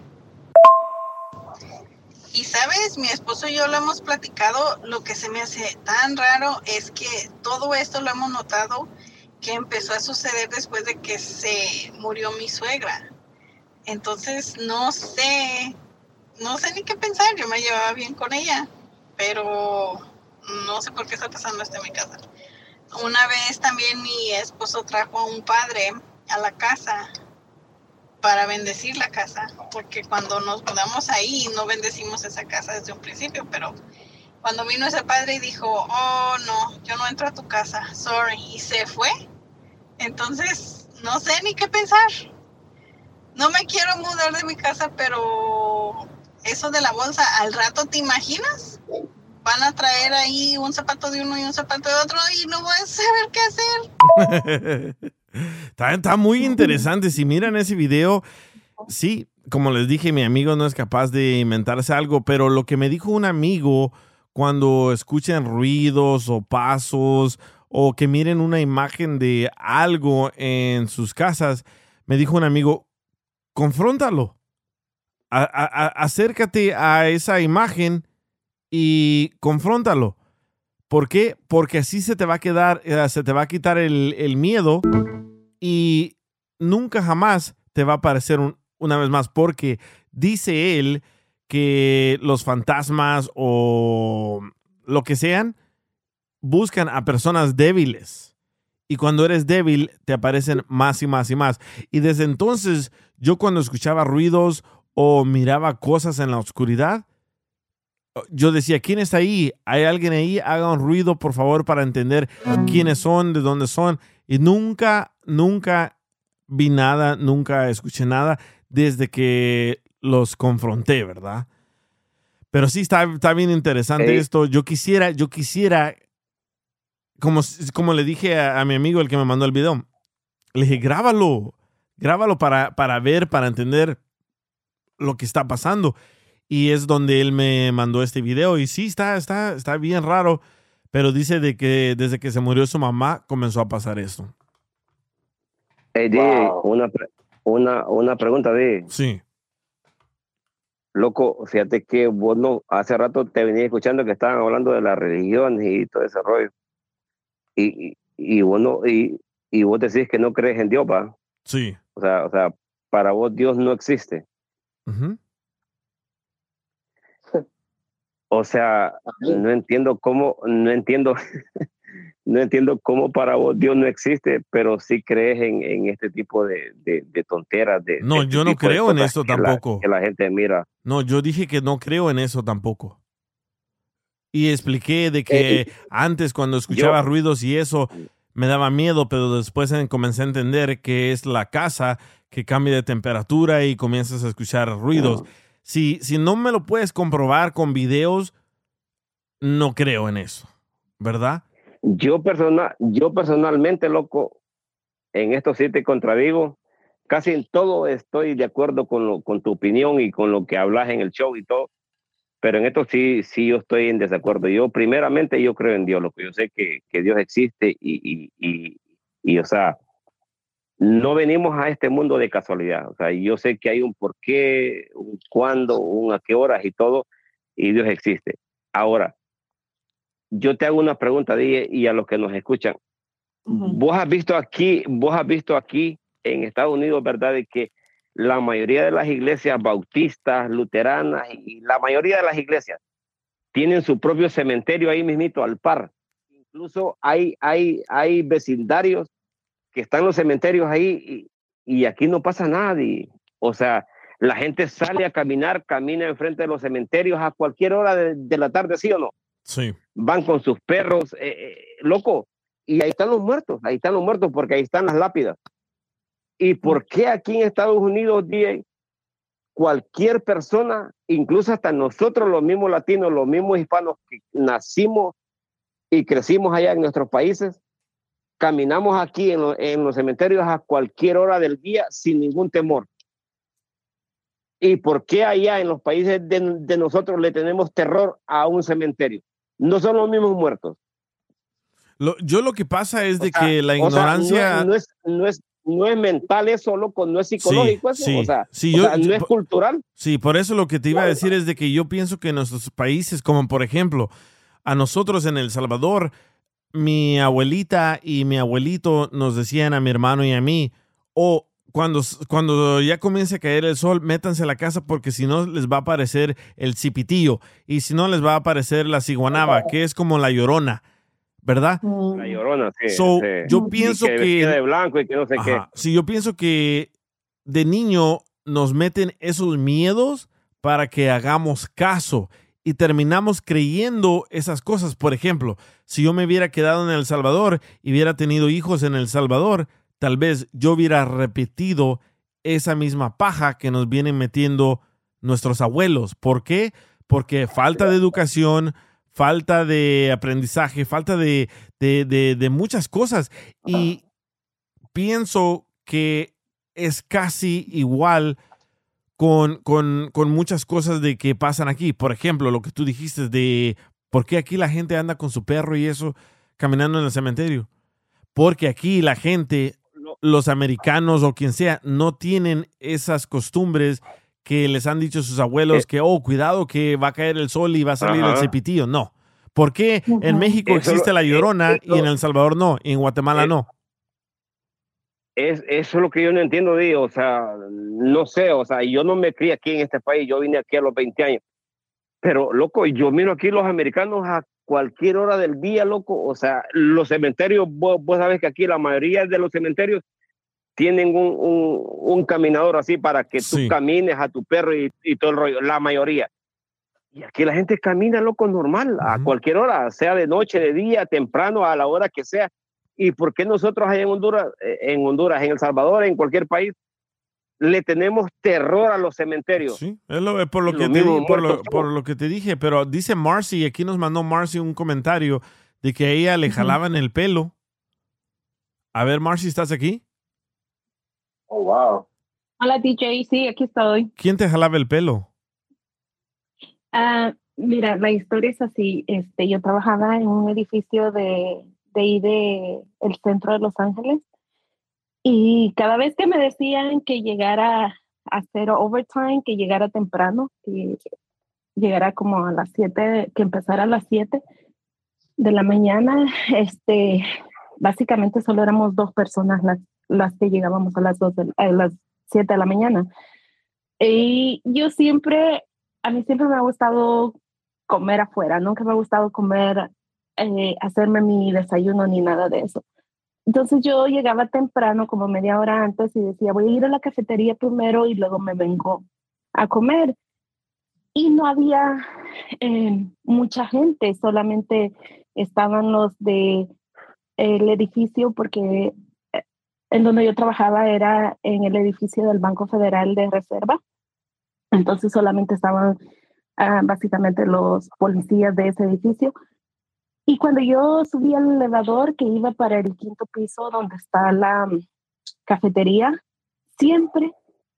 Y sabes, mi esposo y yo lo hemos platicado, lo que se me hace tan raro es que todo esto lo hemos notado que empezó a suceder después de que se murió mi suegra. Entonces, no sé, no sé ni qué pensar, yo me llevaba bien con ella, pero no sé por qué está pasando esto en mi casa. Una vez también mi esposo trajo a un padre a la casa para bendecir la casa, porque cuando nos mudamos ahí no bendecimos esa casa desde un principio, pero cuando vino ese padre y dijo, oh no, yo no entro a tu casa, sorry, y se fue, entonces no sé ni qué pensar. No me quiero mudar de mi casa, pero eso de la bolsa, al rato, ¿te imaginas? Van a traer ahí un zapato de uno y un zapato de otro y no voy a saber qué hacer. Está, está muy interesante. Si miran ese video, sí, como les dije, mi amigo no es capaz de inventarse algo, pero lo que me dijo un amigo cuando escuchen ruidos o pasos o que miren una imagen de algo en sus casas, me dijo un amigo, confróntalo. A, a, a, acércate a esa imagen y confróntalo. ¿Por qué? Porque así se te va a quedar, uh, se te va a quitar el, el miedo y nunca jamás te va a aparecer un, una vez más, porque dice él que los fantasmas o lo que sean buscan a personas débiles y cuando eres débil te aparecen más y más y más. Y desde entonces yo cuando escuchaba ruidos o miraba cosas en la oscuridad, yo decía, ¿quién está ahí? ¿Hay alguien ahí? Haga un ruido, por favor, para entender quiénes son, de dónde son. Y nunca, nunca vi nada, nunca escuché nada desde que los confronté, ¿verdad? Pero sí, está, está bien interesante hey. esto. Yo quisiera, yo quisiera, como, como le dije a, a mi amigo, el que me mandó el video, le dije, grábalo, grábalo para, para ver, para entender lo que está pasando. Y es donde él me mandó este video. Y sí, está, está, está bien raro. Pero dice de que desde que se murió su mamá comenzó a pasar esto. Hey, wow. una, una, una pregunta, D. Sí. Loco, fíjate que vos no, hace rato te venía escuchando que estaban hablando de las religiones y todo ese rollo. Y, y, y, vos, no, y, y vos decís que no crees en Dios, ¿va? Sí. O sea, o sea, para vos Dios no existe. Uh-huh. O sea, no entiendo cómo, no entiendo, no entiendo cómo para vos Dios no existe, pero sí crees en, en este tipo de, de, de tonteras. De, no, de este yo no creo en eso que tampoco. La, que la gente mira. No, yo dije que no creo en eso tampoco. Y expliqué de que eh, antes cuando escuchaba yo, ruidos y eso me daba miedo, pero después comencé a entender que es la casa que cambia de temperatura y comienzas a escuchar ruidos. Uh-huh. Si, si no me lo puedes comprobar con videos, no creo en eso, ¿verdad? Yo, persona, yo personalmente, loco, en esto sí te contradigo. Casi en todo estoy de acuerdo con, lo, con tu opinión y con lo que hablas en el show y todo. Pero en esto sí, sí yo estoy en desacuerdo. Yo, primeramente, yo creo en Dios, loco. Yo sé que, que Dios existe y, y, y, y, o sea, no venimos a este mundo de casualidad. O sea, yo sé que hay un porqué, un cuándo, un a qué horas y todo, y Dios existe. Ahora, yo te hago una pregunta, D J, y a los que nos escuchan. Uh-huh. Vos has visto aquí, vos has visto aquí en Estados Unidos, ¿verdad?, de que la mayoría de las iglesias bautistas, luteranas, y la mayoría de las iglesias tienen su propio cementerio ahí mismito al par. Incluso hay, hay, hay vecindarios que están los cementerios ahí y, y aquí no pasa nada. Y, o sea, la gente sale a caminar, camina enfrente de los cementerios a cualquier hora de, de la tarde, ¿sí o no? Sí. Van con sus perros, eh, eh, loco, y ahí están los muertos, ahí están los muertos porque ahí están las lápidas. ¿Y por qué aquí en Estados Unidos, D A, cualquier persona, incluso hasta nosotros los mismos latinos, los mismos hispanos que nacimos y crecimos allá en nuestros países, caminamos aquí en, lo, en los cementerios a cualquier hora del día sin ningún temor? ¿Y por qué allá en los países de, de nosotros le tenemos terror a un cementerio? No son los mismos muertos. Lo, yo lo que pasa es de o sea, que la ignorancia... O sea, no, no, es, no, es, no es mental eso, loco, no es psicológico sí, eso, sí, o sea, sí, o yo, sea no es cultural. Sí, por eso lo que te iba a decir es de que yo pienso que en nuestros países, como por ejemplo, a nosotros en El Salvador, mi abuelita y mi abuelito nos decían a mi hermano y a mí, o oh, cuando, cuando ya comience a caer el sol, métanse a la casa porque si no les va a aparecer el cipitillo y si no les va a aparecer la ciguanaba, que es como la llorona, ¿verdad? La llorona, sí. So, sí. Yo pienso y que... que... de blanco y que no sé Ajá, qué. Sí, yo pienso que de niño nos meten esos miedos para que hagamos caso y terminamos creyendo esas cosas. Por ejemplo, si yo me hubiera quedado en El Salvador y hubiera tenido hijos en El Salvador, tal vez yo hubiera repetido esa misma paja que nos vienen metiendo nuestros abuelos. ¿Por qué? Porque falta de educación, falta de aprendizaje, falta de, de, de, de muchas cosas. Y pienso que es casi igual con, con, con muchas cosas de que pasan aquí. Por ejemplo, lo que tú dijiste de por qué aquí la gente anda con su perro y eso caminando en el cementerio. Porque aquí la gente, los americanos o quien sea, no tienen esas costumbres que les han dicho sus abuelos que, oh, cuidado que va a caer el sol y va a salir Ajá. el cepitillo. No. ¿Por qué en México eso, existe la Llorona eso, y en El Salvador no? Y en Guatemala es, no. Es, eso es lo que yo no entiendo, digo, o sea, no sé, o sea, yo no me crié aquí en este país, yo vine aquí a los veinte años. Pero, loco, yo miro aquí los americanos a cualquier hora del día, loco. O sea, los cementerios, vos, vos sabés que aquí la mayoría de los cementerios tienen un, un, un caminador así para que sí. tú camines a tu perro y, y todo el rollo, la mayoría. Y aquí la gente camina, loco, normal, uh-huh. a cualquier hora, sea de noche, de día, temprano, a la hora que sea. ¿Y por qué nosotros allá en Honduras, en Honduras, en El Salvador, en cualquier país, le tenemos terror a los cementerios? Sí, es lo, por, lo que te, por, lo, por lo que te dije, pero dice Marcy, aquí nos mandó Marcy un comentario de que a ella le jalaban el pelo. A ver, Marcy, ¿estás aquí? Oh, wow. Hola, D J, sí, aquí estoy. ¿Quién te jalaba el pelo? Uh, mira, la historia es así. Este, yo trabajaba en un edificio de, de ahí de el centro de Los Ángeles. Y cada vez que me decían que llegara a hacer overtime, que llegara temprano, que llegara como a las siete, que empezara a las siete de la mañana, este, básicamente solo éramos dos personas las, las que llegábamos a las dos de, a las siete de la mañana. Y yo siempre, a mí siempre me ha gustado comer afuera, nunca me ha gustado comer, eh, hacerme mi desayuno ni nada de eso. Entonces yo llegaba temprano, como media hora antes, y decía, voy a ir a la cafetería primero y luego me vengo a comer. Y no había eh, mucha gente, solamente estaban los de el edificio, porque en donde yo trabajaba era en el edificio del Banco Federal de Reserva. Entonces solamente estaban uh, básicamente los policías de ese edificio. Y cuando yo subí al elevador que iba para el quinto piso donde está la um, cafetería, siempre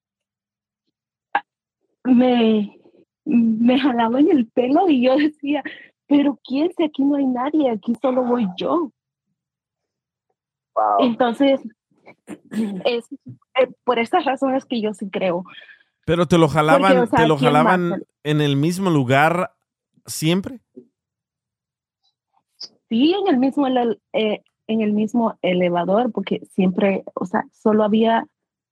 me, me jalaban el pelo y yo decía, pero ¿quién? Si aquí no hay nadie, aquí solo voy yo. Wow. Entonces, es, eh, por estas razones que yo sí creo. Pero te lo jalaban, Porque, o sea, te lo jalaban más? en el mismo lugar siempre. Sí, en el mismo eh, en el mismo elevador, porque siempre, o sea, solo había,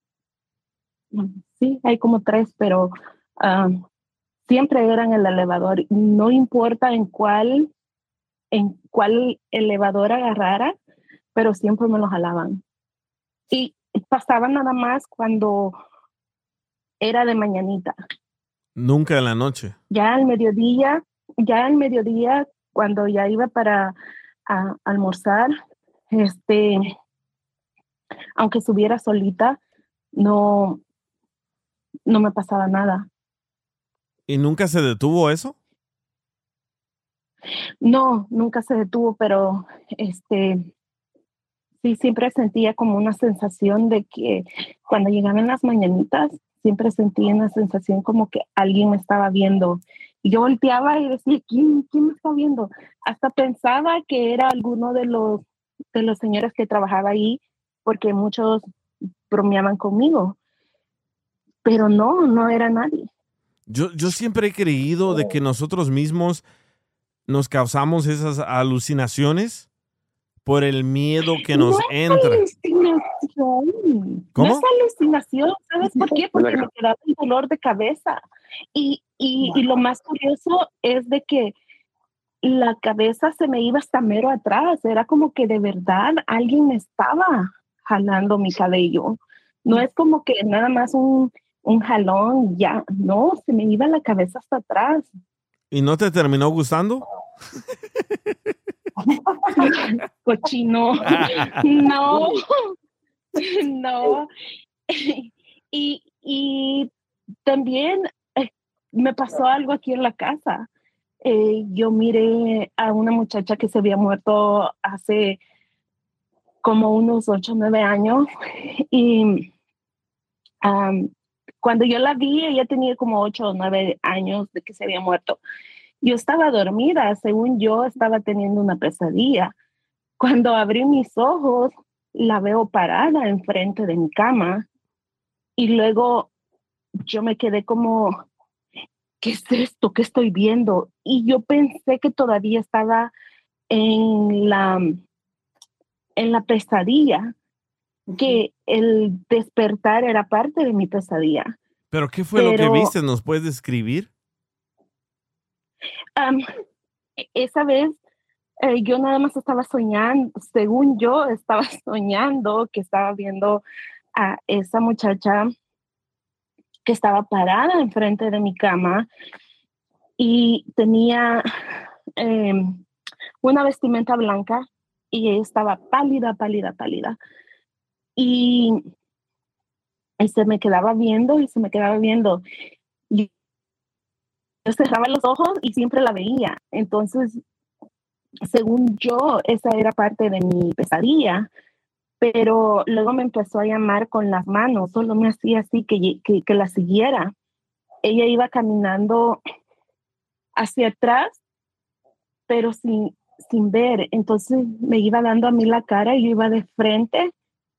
sí, hay como tres, pero um, siempre era en el elevador. No importa en cuál, en cuál elevador agarrara, pero siempre me lo jalaban. Y pasaba nada más cuando era de mañanita. Nunca en la noche. Ya al mediodía, ya al mediodía cuando ya iba para a, almorzar, este, aunque estuviera solita, no, no me pasaba nada. ¿Y nunca se detuvo eso? No, nunca se detuvo, pero este, sí, siempre sentía como una sensación de que cuando llegaban las mañanitas, siempre sentía una sensación como que alguien me estaba viendo. Y yo volteaba y decía, ¿quién, quién me está viendo? Hasta pensaba que era alguno de los, de los señores que trabajaba ahí, porque muchos bromeaban conmigo. Pero no, no era nadie. Yo, yo siempre he creído de que nosotros mismos nos causamos esas alucinaciones por el miedo que nos no entra. Es alucinación. ¿Cómo? No es alucinación, ¿sabes por qué? Porque me quedaba el dolor de cabeza. Y, y, y lo más curioso es de que la cabeza se me iba hasta mero atrás. Era como que de verdad alguien me estaba jalando mi cabello. No es como que nada más un, un jalón, ya. No, se me iba la cabeza hasta atrás. ¿Y no te terminó gustando? Cochino. No, no. Y, y también eh, me pasó algo aquí en la casa. Eh, yo miré a una muchacha que se había muerto hace como unos ocho o nueve años y um, cuando yo la vi, ella tenía como ocho o nueve años de que se había muerto. Yo estaba dormida, según yo estaba teniendo una pesadilla. Cuando abrí mis ojos, la veo parada enfrente de mi cama y luego yo me quedé como, ¿qué es esto? ¿Qué estoy viendo? Y yo pensé que todavía estaba en la, en la pesadilla, que el despertar era parte de mi pesadilla. ¿Pero qué fue Pero, lo que viste? ¿Nos puedes describir? Um, esa vez eh, yo nada más estaba soñando, según yo estaba soñando que estaba viendo a esa muchacha que estaba parada enfrente de mi cama y tenía eh, una vestimenta blanca y ella estaba pálida, pálida, pálida. Y, y se me quedaba viendo y se me quedaba viendo. Y yo cerraba los ojos y siempre la veía. Entonces, según yo, esa era parte de mi pesadilla. Pero luego me empezó a llamar con las manos, solo me hacía así que, que, que la siguiera. Ella iba caminando hacia atrás, pero sin, sin ver. Entonces me iba dando a mí la cara y yo iba de frente.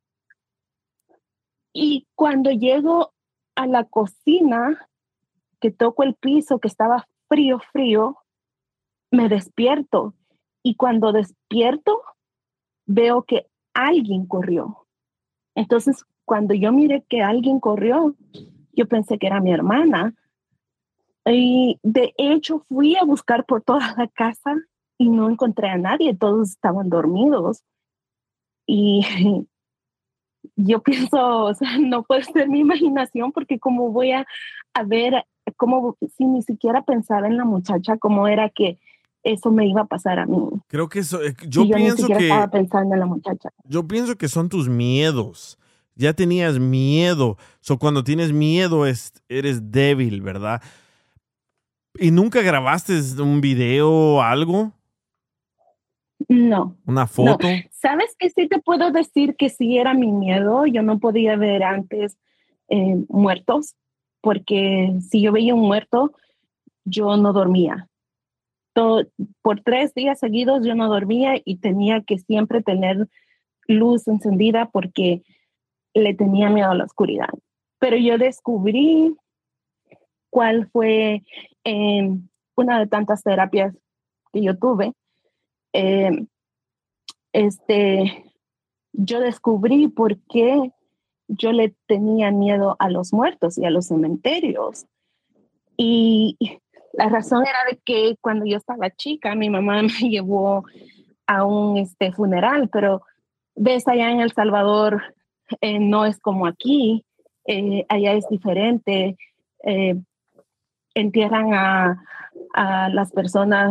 Y cuando llego a la cocina, que toco el piso, que estaba frío, frío, me despierto. Y cuando despierto, veo que alguien corrió. Entonces, cuando yo miré que alguien corrió, yo pensé que era mi hermana. Y de hecho, fui a buscar por toda la casa y no encontré a nadie. Todos estaban dormidos. Y yo pienso, o sea, no puede ser mi imaginación porque cómo voy a, a ver, cómo, si ni siquiera pensaba en la muchacha, cómo era que eso me iba a pasar a mí. Creo que eso, yo, yo pienso ni siquiera que estaba pensando en la muchacha. Yo pienso que son tus miedos. Ya tenías miedo. So, cuando tienes miedo es, eres débil, ¿verdad? ¿Y nunca grabaste un video o algo? No. ¿Una foto? No. ¿Sabes que sí te puedo decir que sí era mi miedo? Yo no podía ver antes eh, muertos, porque si yo veía un muerto, yo no dormía. Todo, por tres días seguidos yo no dormía y tenía que siempre tener luz encendida porque le tenía miedo a la oscuridad. Pero yo descubrí cuál fue eh, una de tantas terapias que yo tuve. Eh, este, yo descubrí por qué yo le tenía miedo a los muertos y a los cementerios. Y la razón era de que cuando yo estaba chica, mi mamá me llevó a un este, funeral, pero ves, allá en El Salvador eh, no es como aquí, eh, allá es diferente. Eh, entierran a, a las personas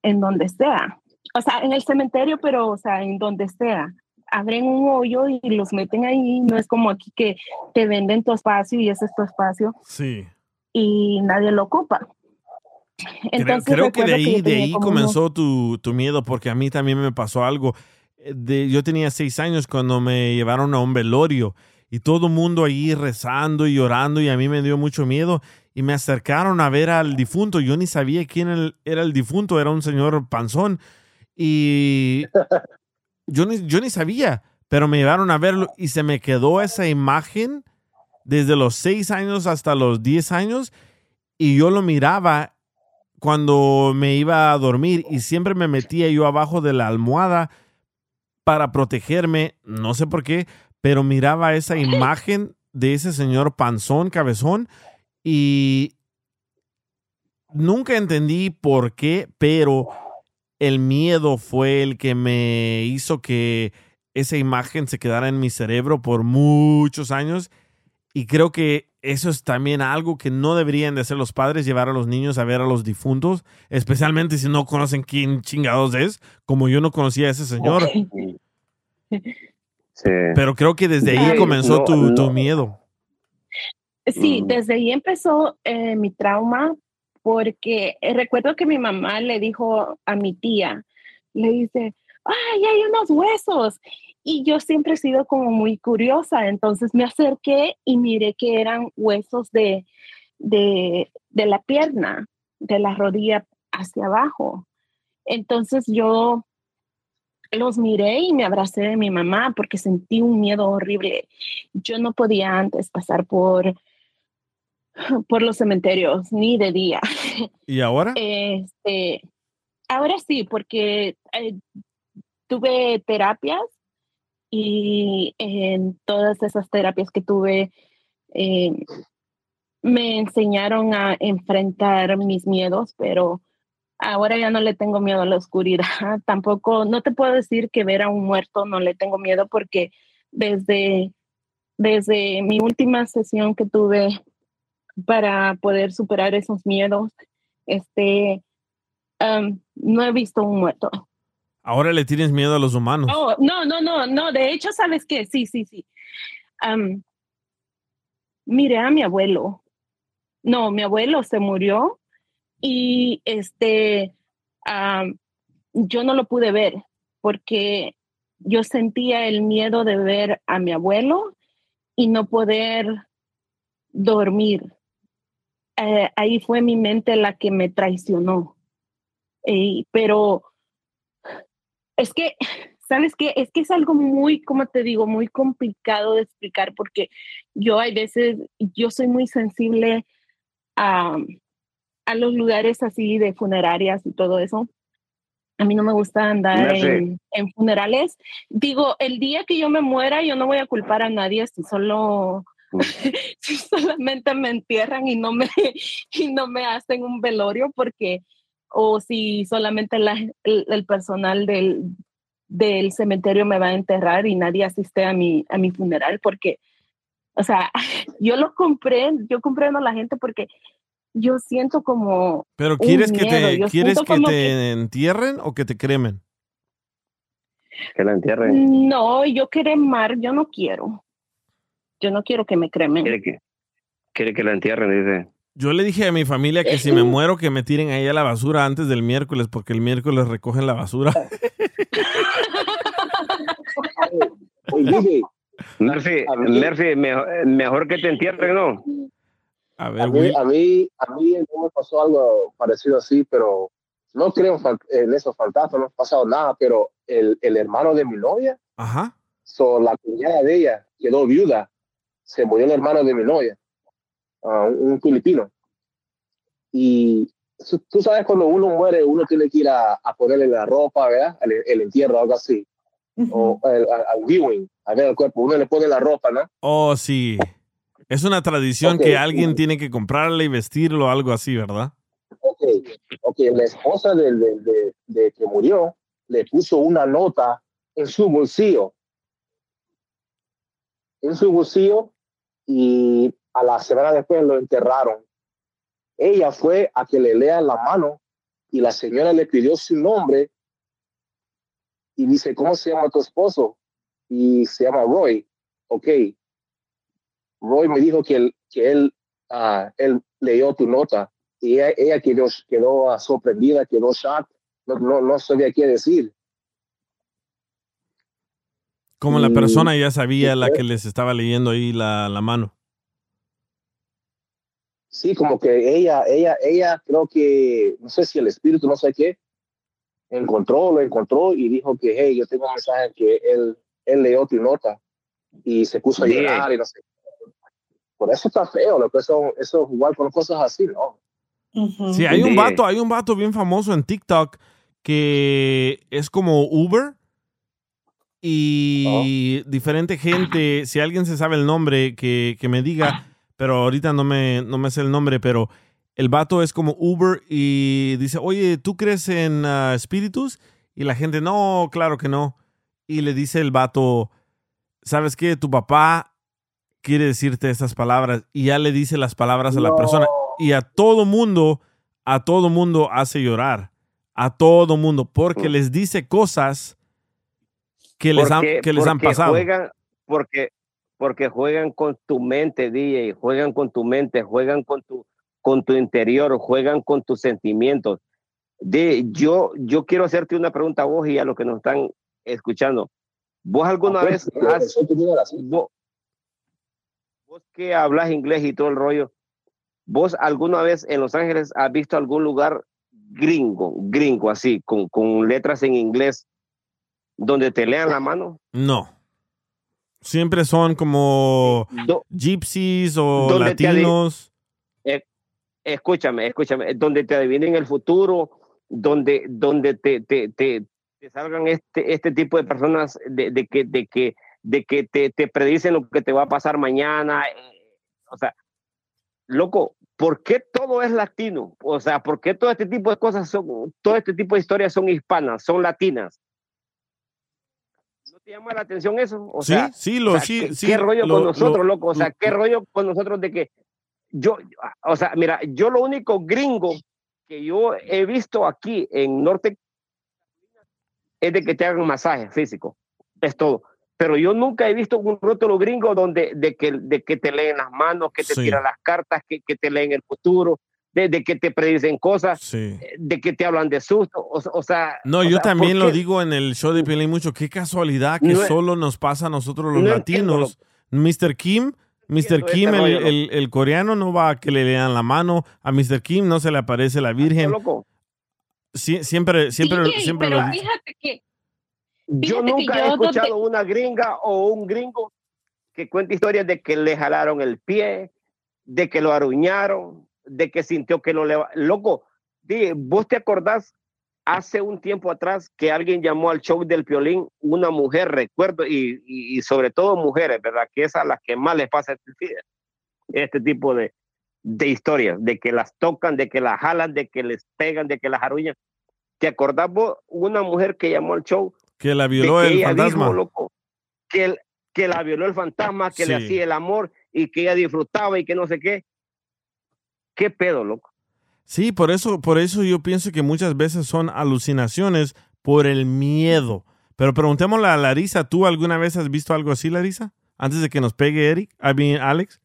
en donde sea. O sea, en el cementerio, pero, o sea, en donde sea. Abren un hoyo y los meten ahí. No es como aquí que te venden tu espacio y ese es tu espacio. Sí. Y nadie lo ocupa. Creo, creo que de ahí, que de tenía ahí como comenzó tu, tu miedo, porque a mí también me pasó algo. De, yo tenía seis años cuando me llevaron a un velorio y todo el mundo ahí rezando y llorando y a mí me dio mucho miedo y me acercaron a ver al difunto. Yo ni sabía quién el, era el difunto, era un señor panzón y yo ni, yo ni sabía, pero me llevaron a verlo y se me quedó esa imagen desde los seis años hasta los diez años y yo lo miraba cuando me iba a dormir y siempre me metía yo abajo de la almohada para protegerme, no sé por qué, pero miraba esa imagen de ese señor panzón, cabezón, y nunca entendí por qué, pero el miedo fue el que me hizo que esa imagen se quedara en mi cerebro por muchos años, y creo que eso es también algo que no deberían de hacer los padres, llevar a los niños a ver a los difuntos, especialmente si no conocen quién chingados es, como yo no conocía a ese señor. Sí. Pero creo que desde ahí Sí, comenzó no, tu, no. tu miedo. Sí, Mm. desde ahí empezó eh, mi trauma, porque eh, recuerdo que mi mamá le dijo a mi tía, le dice, ¡ay, hay unos huesos! Y yo siempre he sido como muy curiosa, entonces me acerqué y miré que eran huesos de, de, de la pierna, de la rodilla hacia abajo. Entonces yo los miré y me abracé de mi mamá porque sentí un miedo horrible. Yo no podía antes pasar por, por los cementerios, ni de día. ¿Y ahora? Este, ahora sí, porque eh, tuve terapias y en todas esas terapias que tuve eh, me enseñaron a enfrentar mis miedos, pero ahora ya no le tengo miedo a la oscuridad. Tampoco, no te puedo decir que ver a un muerto no le tengo miedo porque desde, desde mi última sesión que tuve para poder superar esos miedos, este, um, no he visto un muerto. Ahora le tienes miedo a los humanos. Oh, no, no, no, no. De hecho, ¿sabes qué? Sí, sí, sí. Um, miré a mi abuelo. No, mi abuelo se murió y este, um, yo no lo pude ver porque yo sentía el miedo de ver a mi abuelo y no poder dormir. Eh, ahí fue mi mente la que me traicionó. Eh, pero es que, ¿sabes qué? Es que es algo muy, como te digo, muy complicado de explicar porque yo hay veces, yo soy muy sensible a, a los lugares así de funerarias y todo eso. A mí no me gusta andar Mercy. en, en funerales. Digo, el día que yo me muera, yo no voy a culpar a nadie si solo, si solamente me entierran y no me, y no me hacen un velorio porque, o si solamente la, el, el personal del, del cementerio me va a enterrar y nadie asiste a mi, a mi funeral porque, o sea, yo lo compré, yo comprendo a la gente porque yo siento como Pero ¿quieres un que miedo. te, Yo ¿quieres siento que como te entierren o que te cremen? Que la entierren. No, yo cremar, yo no quiero. Yo no quiero que me cremen. Quiere que, quiere que la entierren, dice. Yo le dije a mi familia que si me muero que me tiren ahí a la basura antes del miércoles porque el miércoles recogen la basura. Murphy, Murphy, mejor, mejor que te entierren, ¿no? A A mí, a mí, a mí no me pasó algo parecido así, pero no creo en esos fantasmas, no ha pasado nada, pero el, el hermano de mi novia, Ajá. so, la cuñada de ella quedó viuda, se murió el hermano de mi novia, uh, un, un filipino. Y tú sabes, cuando uno muere, uno tiene que ir a, a ponerle la ropa, ¿verdad? El, el entierro, algo así. Uh-huh. O el, al viewing, a ver el cuerpo, uno le pone la ropa, ¿no? Oh, sí. Es una tradición okay. que alguien tiene que comprarle y vestirlo, algo así, ¿verdad? Ok, okay. La esposa de, de, de, de que murió le puso una nota en su bolsillo. En su bolsillo y a la semana después lo enterraron. Ella fue a que le lean la mano y la señora le pidió su nombre y dice, ¿cómo se llama tu esposo? Y se llama Roy. Ok. Roy me dijo que él, que él, uh, él leyó tu nota y ella, ella quedó, quedó uh, sorprendida, quedó shocked. No, no, no sabía qué decir. Como la persona ya sabía la que les estaba leyendo ahí la, la mano. Sí, como que ella, ella, ella, creo que, no sé si el espíritu, no sé qué, encontró, lo encontró y dijo que, hey, yo tengo un mensaje que él, él leyó tu nota y se puso a Bien. llorar y no sé. Por eso está feo, lo que eso, eso igual con cosas así, ¿no? Sí, hay un vato, hay un vato bien famoso en TikTok que es como Uber y oh. diferente gente, si alguien se sabe el nombre, que, que me diga, pero ahorita no me, no me sé el nombre, pero el vato es como Uber y dice, oye, ¿tú crees en uh, espíritus? Y la gente, no, claro que no. Y le dice el vato, ¿sabes qué? Tu papá quiere decirte estas palabras y ya le dice las palabras a la no. persona y a todo mundo, a todo mundo hace llorar, a todo mundo, porque les dice cosas que les porque, han, que les han pasado. Juegan, porque, porque juegan con tu mente, D J, juegan con tu mente, juegan con tu, con tu interior, juegan con tus sentimientos. De, yo, yo quiero hacerte una pregunta a vos y a los que nos están escuchando. ¿Vos alguna okay, vez has, vos, vos que hablas inglés y todo el rollo, vos alguna vez en Los Ángeles has visto algún lugar gringo, gringo así, con, con letras en inglés, donde te lean la mano? No. Siempre son como Do, gypsies o latinos. Te, eh, escúchame, escúchame, donde te adivinen el futuro, donde, donde te, te, te, te salgan este, este tipo de personas de, de que, de que, de que te, te predicen lo que te va a pasar mañana. Eh, o sea, loco, ¿por qué todo es latino? O sea, ¿por qué todo este tipo de cosas son, todo este tipo de historias son hispanas, son latinas? ¿No te llama la atención eso? O sí, sea, sí, lo, o sea, sí, ¿qué, sí. ¿Qué rollo lo, con nosotros, lo, loco? O sea, ¿qué lo, rollo con nosotros de que yo, o sea, mira, yo lo único gringo que yo he visto aquí en Norte es de que te hagan masaje físico, es todo. Pero yo nunca he visto un rótulo gringo donde de que, de que te leen las manos, que te sí. tiran las cartas, que, que te leen el futuro, de, de que te predicen cosas, sí. de que te hablan de susto, o, o sea... No, o yo sea, también lo digo en el show de Piolín mucho, qué casualidad que no, solo nos pasa a nosotros los no latinos. mister Kim, mister Kim, el, rollo, el, el coreano, no va a que le lean la mano, a mister Kim no se le aparece la Virgen. Loco. Sí, siempre, siempre, D J, siempre pero lo digo. Fíjate que... Yo nunca yo he escuchado donde... una gringa o un gringo que cuente historias de que le jalaron el pie, de que lo aruñaron, de que sintió que lo le... Loco, di, ¿vos te acordás hace un tiempo atrás que alguien llamó al show del Piolín una mujer, recuerdo, y, y, y sobre todo mujeres, ¿verdad? Que es a las que más les pasa este, este tipo de, de historias, de que las tocan, de que las jalan, de que les pegan, de que las arruñan. ¿Te acordás vos una mujer que llamó al show? Que la violó que el fantasma. Dijo, loco, que, el, que la violó el fantasma, que sí. le hacía el amor y que ella disfrutaba y que no sé qué. ¿Qué pedo, loco? Sí, por eso, por eso yo pienso que muchas veces son alucinaciones por el miedo. Pero preguntémosle a Larisa, ¿tú alguna vez has visto algo así, Larisa? Antes de que nos pegue Eric, I mean, Alex.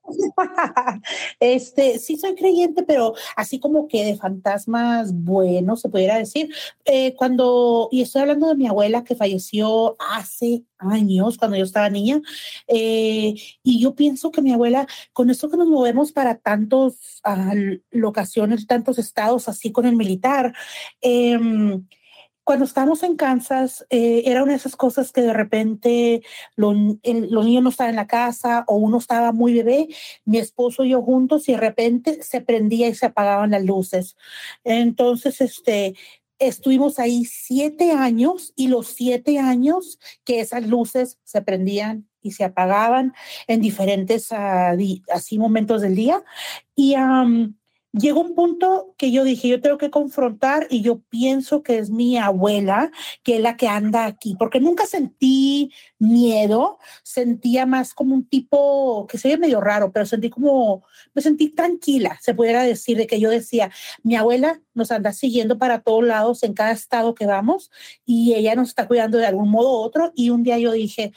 Este, sí soy creyente, pero así como que de fantasmas buenos, se pudiera decir. Eh, cuando, y estoy hablando de mi abuela que falleció hace años, cuando yo estaba niña, eh, y yo pienso que mi abuela, con esto que nos movemos para tantos uh, locaciones, tantos estados, así con el militar, eh, cuando estábamos en Kansas, eh, era una de esas cosas que de repente lo, el, los niños no estaban en la casa o uno estaba muy bebé, mi esposo y yo juntos, y de repente se prendía y se apagaban las luces. Entonces, este, estuvimos ahí siete años y los siete años que esas luces se prendían y se apagaban en diferentes uh, di, así momentos del día. Y... Um, llegó un punto que yo dije, yo tengo que confrontar y yo pienso que es mi abuela, que es la que anda aquí, porque nunca sentí miedo, sentía más como un tipo, que se ve medio raro, pero sentí como, me sentí tranquila, se pudiera decir, de que yo decía, mi abuela nos anda siguiendo para todos lados en cada estado que vamos y ella nos está cuidando de algún modo u otro. Y un día yo dije,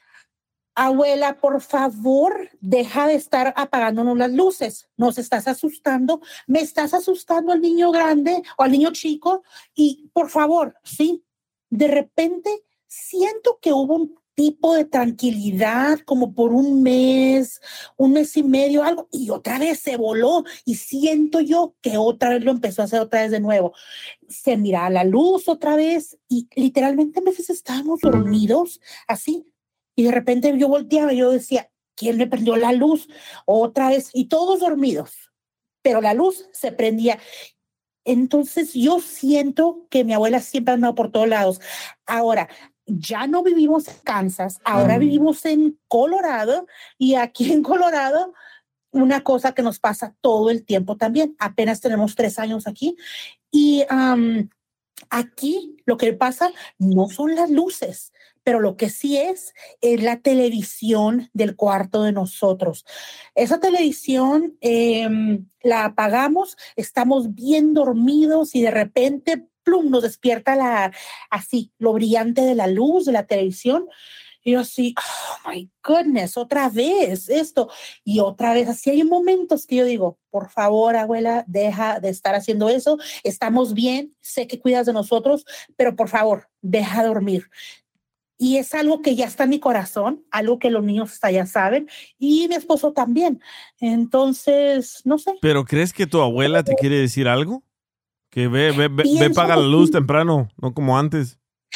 abuela, por favor, deja de estar apagándonos las luces. Nos estás asustando, me estás asustando al niño grande o al niño chico y por favor, sí, de repente siento que hubo un tipo de tranquilidad como por un mes, un mes y medio, algo, y otra vez se voló y siento yo que otra vez lo empezó a hacer otra vez de nuevo. Se miraba la luz otra vez y literalmente a veces estábamos dormidos así. Y de repente yo volteaba y yo decía, ¿quién me prendió la luz? Otra vez, y todos dormidos, pero la luz se prendía. Entonces yo siento que mi abuela siempre ha andado por todos lados. Ahora, ya no vivimos en Kansas, ahora mm. vivimos en Colorado, y aquí en Colorado, una cosa que nos pasa todo el tiempo también, apenas tenemos tres años aquí, y um, aquí lo que pasa no son las luces, pero lo que sí es, es la televisión del cuarto de nosotros. Esa televisión eh, la apagamos, estamos bien dormidos y de repente, plum, nos despierta la, así, lo brillante de la luz de la televisión. Y yo así, oh my goodness, otra vez esto. Y otra vez, así hay momentos que yo digo, por favor, abuela, deja de estar haciendo eso. Estamos bien, sé que cuidas de nosotros, pero por favor, deja dormir. Y es algo que ya está en mi corazón, algo que los niños hasta ya saben, y mi esposo también. Entonces, no sé. ¿Pero crees que tu abuela te quiere decir algo? Que ve, ve, ve, ve paga la luz temprano, no como antes.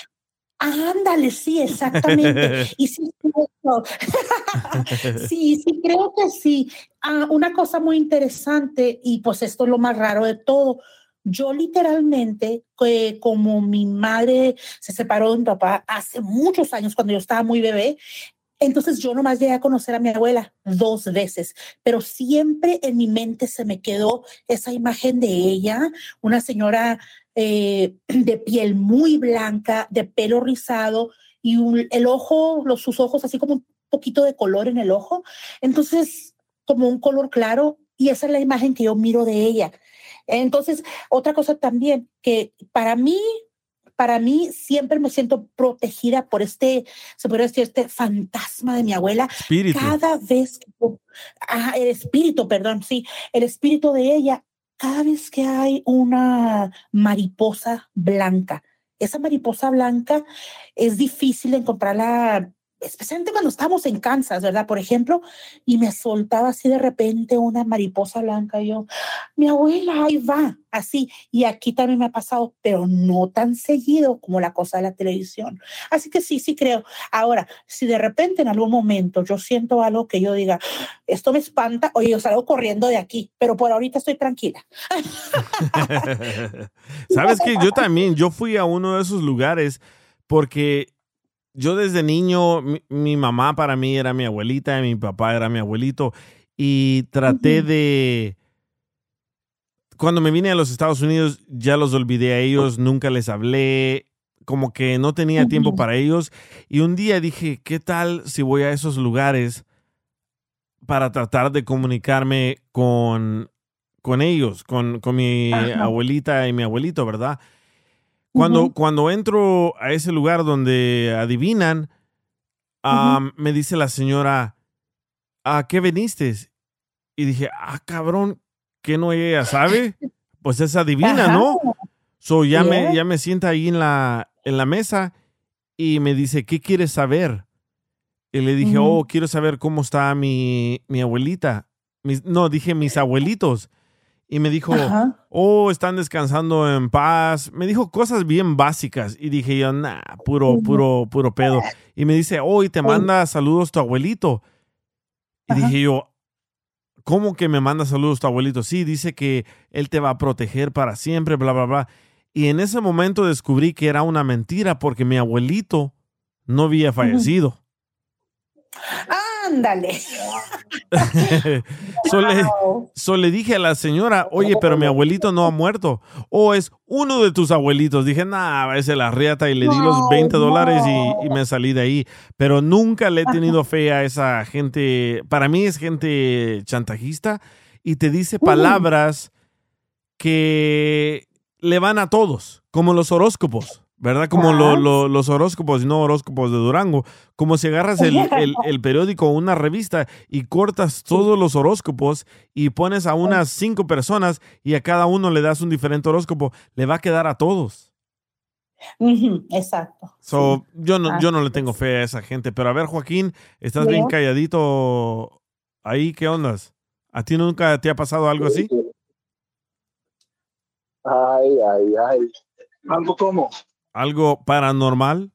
Ándale, sí, exactamente. Y sí, creo, sí, sí, creo que sí. Ah, una cosa muy interesante, y pues esto es lo más raro de todo. Yo literalmente, eh, como mi madre se separó de mi papá hace muchos años, cuando yo estaba muy bebé, entonces yo nomás llegué a conocer a mi abuela dos veces, pero siempre en mi mente se me quedó esa imagen de ella, una señora eh, de piel muy blanca, de pelo rizado y un, el ojo, los, sus ojos así como un poquito de color en el ojo, entonces como un color claro, y esa es la imagen que yo miro de ella. Entonces, otra cosa también, que para mí, para mí siempre me siento protegida por este, se podría decir, este fantasma de mi abuela. Espíritu. Cada vez que, ah, el espíritu, perdón, sí, el espíritu de ella, cada vez que hay una mariposa blanca, esa mariposa blanca es difícil encontrarla, especialmente cuando estamos en Kansas, ¿verdad? Por ejemplo, y me soltaba así de repente una mariposa blanca y yo, mi abuela, ahí va, así. Y aquí también me ha pasado, pero no tan seguido como la cosa de la televisión. Así que sí, sí creo. Ahora, si de repente en algún momento yo siento algo que yo diga, esto me espanta, oye, yo salgo corriendo de aquí, pero por ahorita estoy tranquila. ¿Sabes qué? Yo también, yo fui a uno de esos lugares porque yo desde niño, mi, mi mamá para mí era mi abuelita y mi papá era mi abuelito. Y traté uh-huh. de... Cuando me vine a los Estados Unidos, ya los olvidé a ellos, nunca les hablé, como que no tenía uh-huh. tiempo para ellos. Y un día dije, ¿qué tal si voy a esos lugares para tratar de comunicarme con, con ellos, con, con mi uh-huh. abuelita y mi abuelito, ¿verdad? Cuando, uh-huh. cuando entro a ese lugar donde adivinan, uh-huh. um, me dice la señora, ¿a qué viniste? Y dije, ah, cabrón, ¿qué no ella sabe? Pues es adivina, uh-huh. ¿no? So ya, yeah. me, ya me sienta ahí en la, en la mesa y me dice, ¿qué quieres saber? Y le dije, uh-huh. oh, quiero saber cómo está mi, mi abuelita. Mis, no, dije mis abuelitos. Y me dijo, ajá. oh, están descansando en paz. Me dijo cosas bien básicas. Y dije yo, nah, puro, puro, puro pedo. Y me dice, oh, y te manda saludos tu abuelito. Y ajá. dije yo, ¿cómo que me manda saludos tu abuelito? Sí, dice que él te va a proteger para siempre, bla, bla, bla. Y en ese momento descubrí que era una mentira porque mi abuelito no había fallecido. Ah, Ándale. so, le, so le dije a la señora, oye, pero mi abuelito no ha muerto. O es uno de tus abuelitos. Dije, nah, ese la riata y le di los veinte dólares y, y me salí de ahí. Pero nunca le he tenido fe a esa gente. Para mí es gente chantajista y te dice palabras que le van a todos, como los horóscopos. ¿Verdad? Como lo, lo, los horóscopos, no horóscopos de Durango. Como si agarras el, el, el periódico o una revista y cortas todos los horóscopos y pones a unas cinco personas y a cada uno le das un diferente horóscopo, le va a quedar a todos. Uh-huh, exacto. So, sí. yo, no, yo no le tengo fe a esa gente. Pero a ver, Joaquín, estás bien calladito ahí. ¿Qué ondas? ¿A ti nunca te ha pasado algo así? Ay, ay, ay. ¿Algo como? ¿Algo paranormal?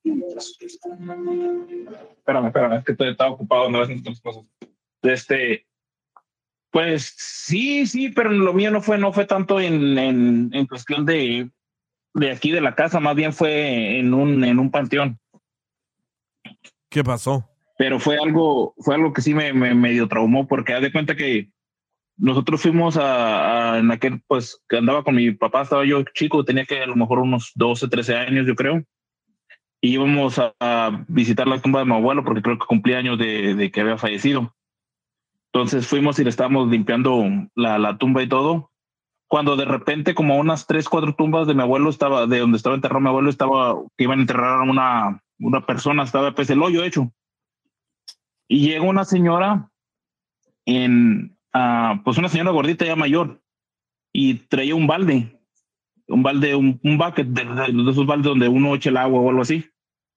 Espérame, espérame, es que estoy, estaba ocupado, no haciendo otras cosas. Este, pues sí, sí, pero lo mío no fue, no fue tanto en, en, en cuestión de, de aquí de la casa, más bien fue en un, en un panteón. ¿Qué pasó? Pero fue algo, fue algo que sí me, me medio traumó, porque haz de cuenta que nosotros fuimos a, a en aquel, pues, que andaba con mi papá, estaba yo chico, tenía que a lo mejor unos doce, trece años, yo creo. Y íbamos a, a visitar la tumba de mi abuelo, porque creo que cumplía años de, de que había fallecido. Entonces fuimos y le estábamos limpiando la, la tumba y todo. Cuando de repente, como unas tres, cuatro tumbas de mi abuelo, estaba, de donde estaba enterrado mi abuelo, estaba, que iban a enterrar a una, una persona, estaba pues el hoyo hecho. Y llega una señora en... Uh, pues una señora gordita ya mayor y traía un balde, un balde, un, un bucket de, de, de esos baldes donde uno echa el agua o algo así.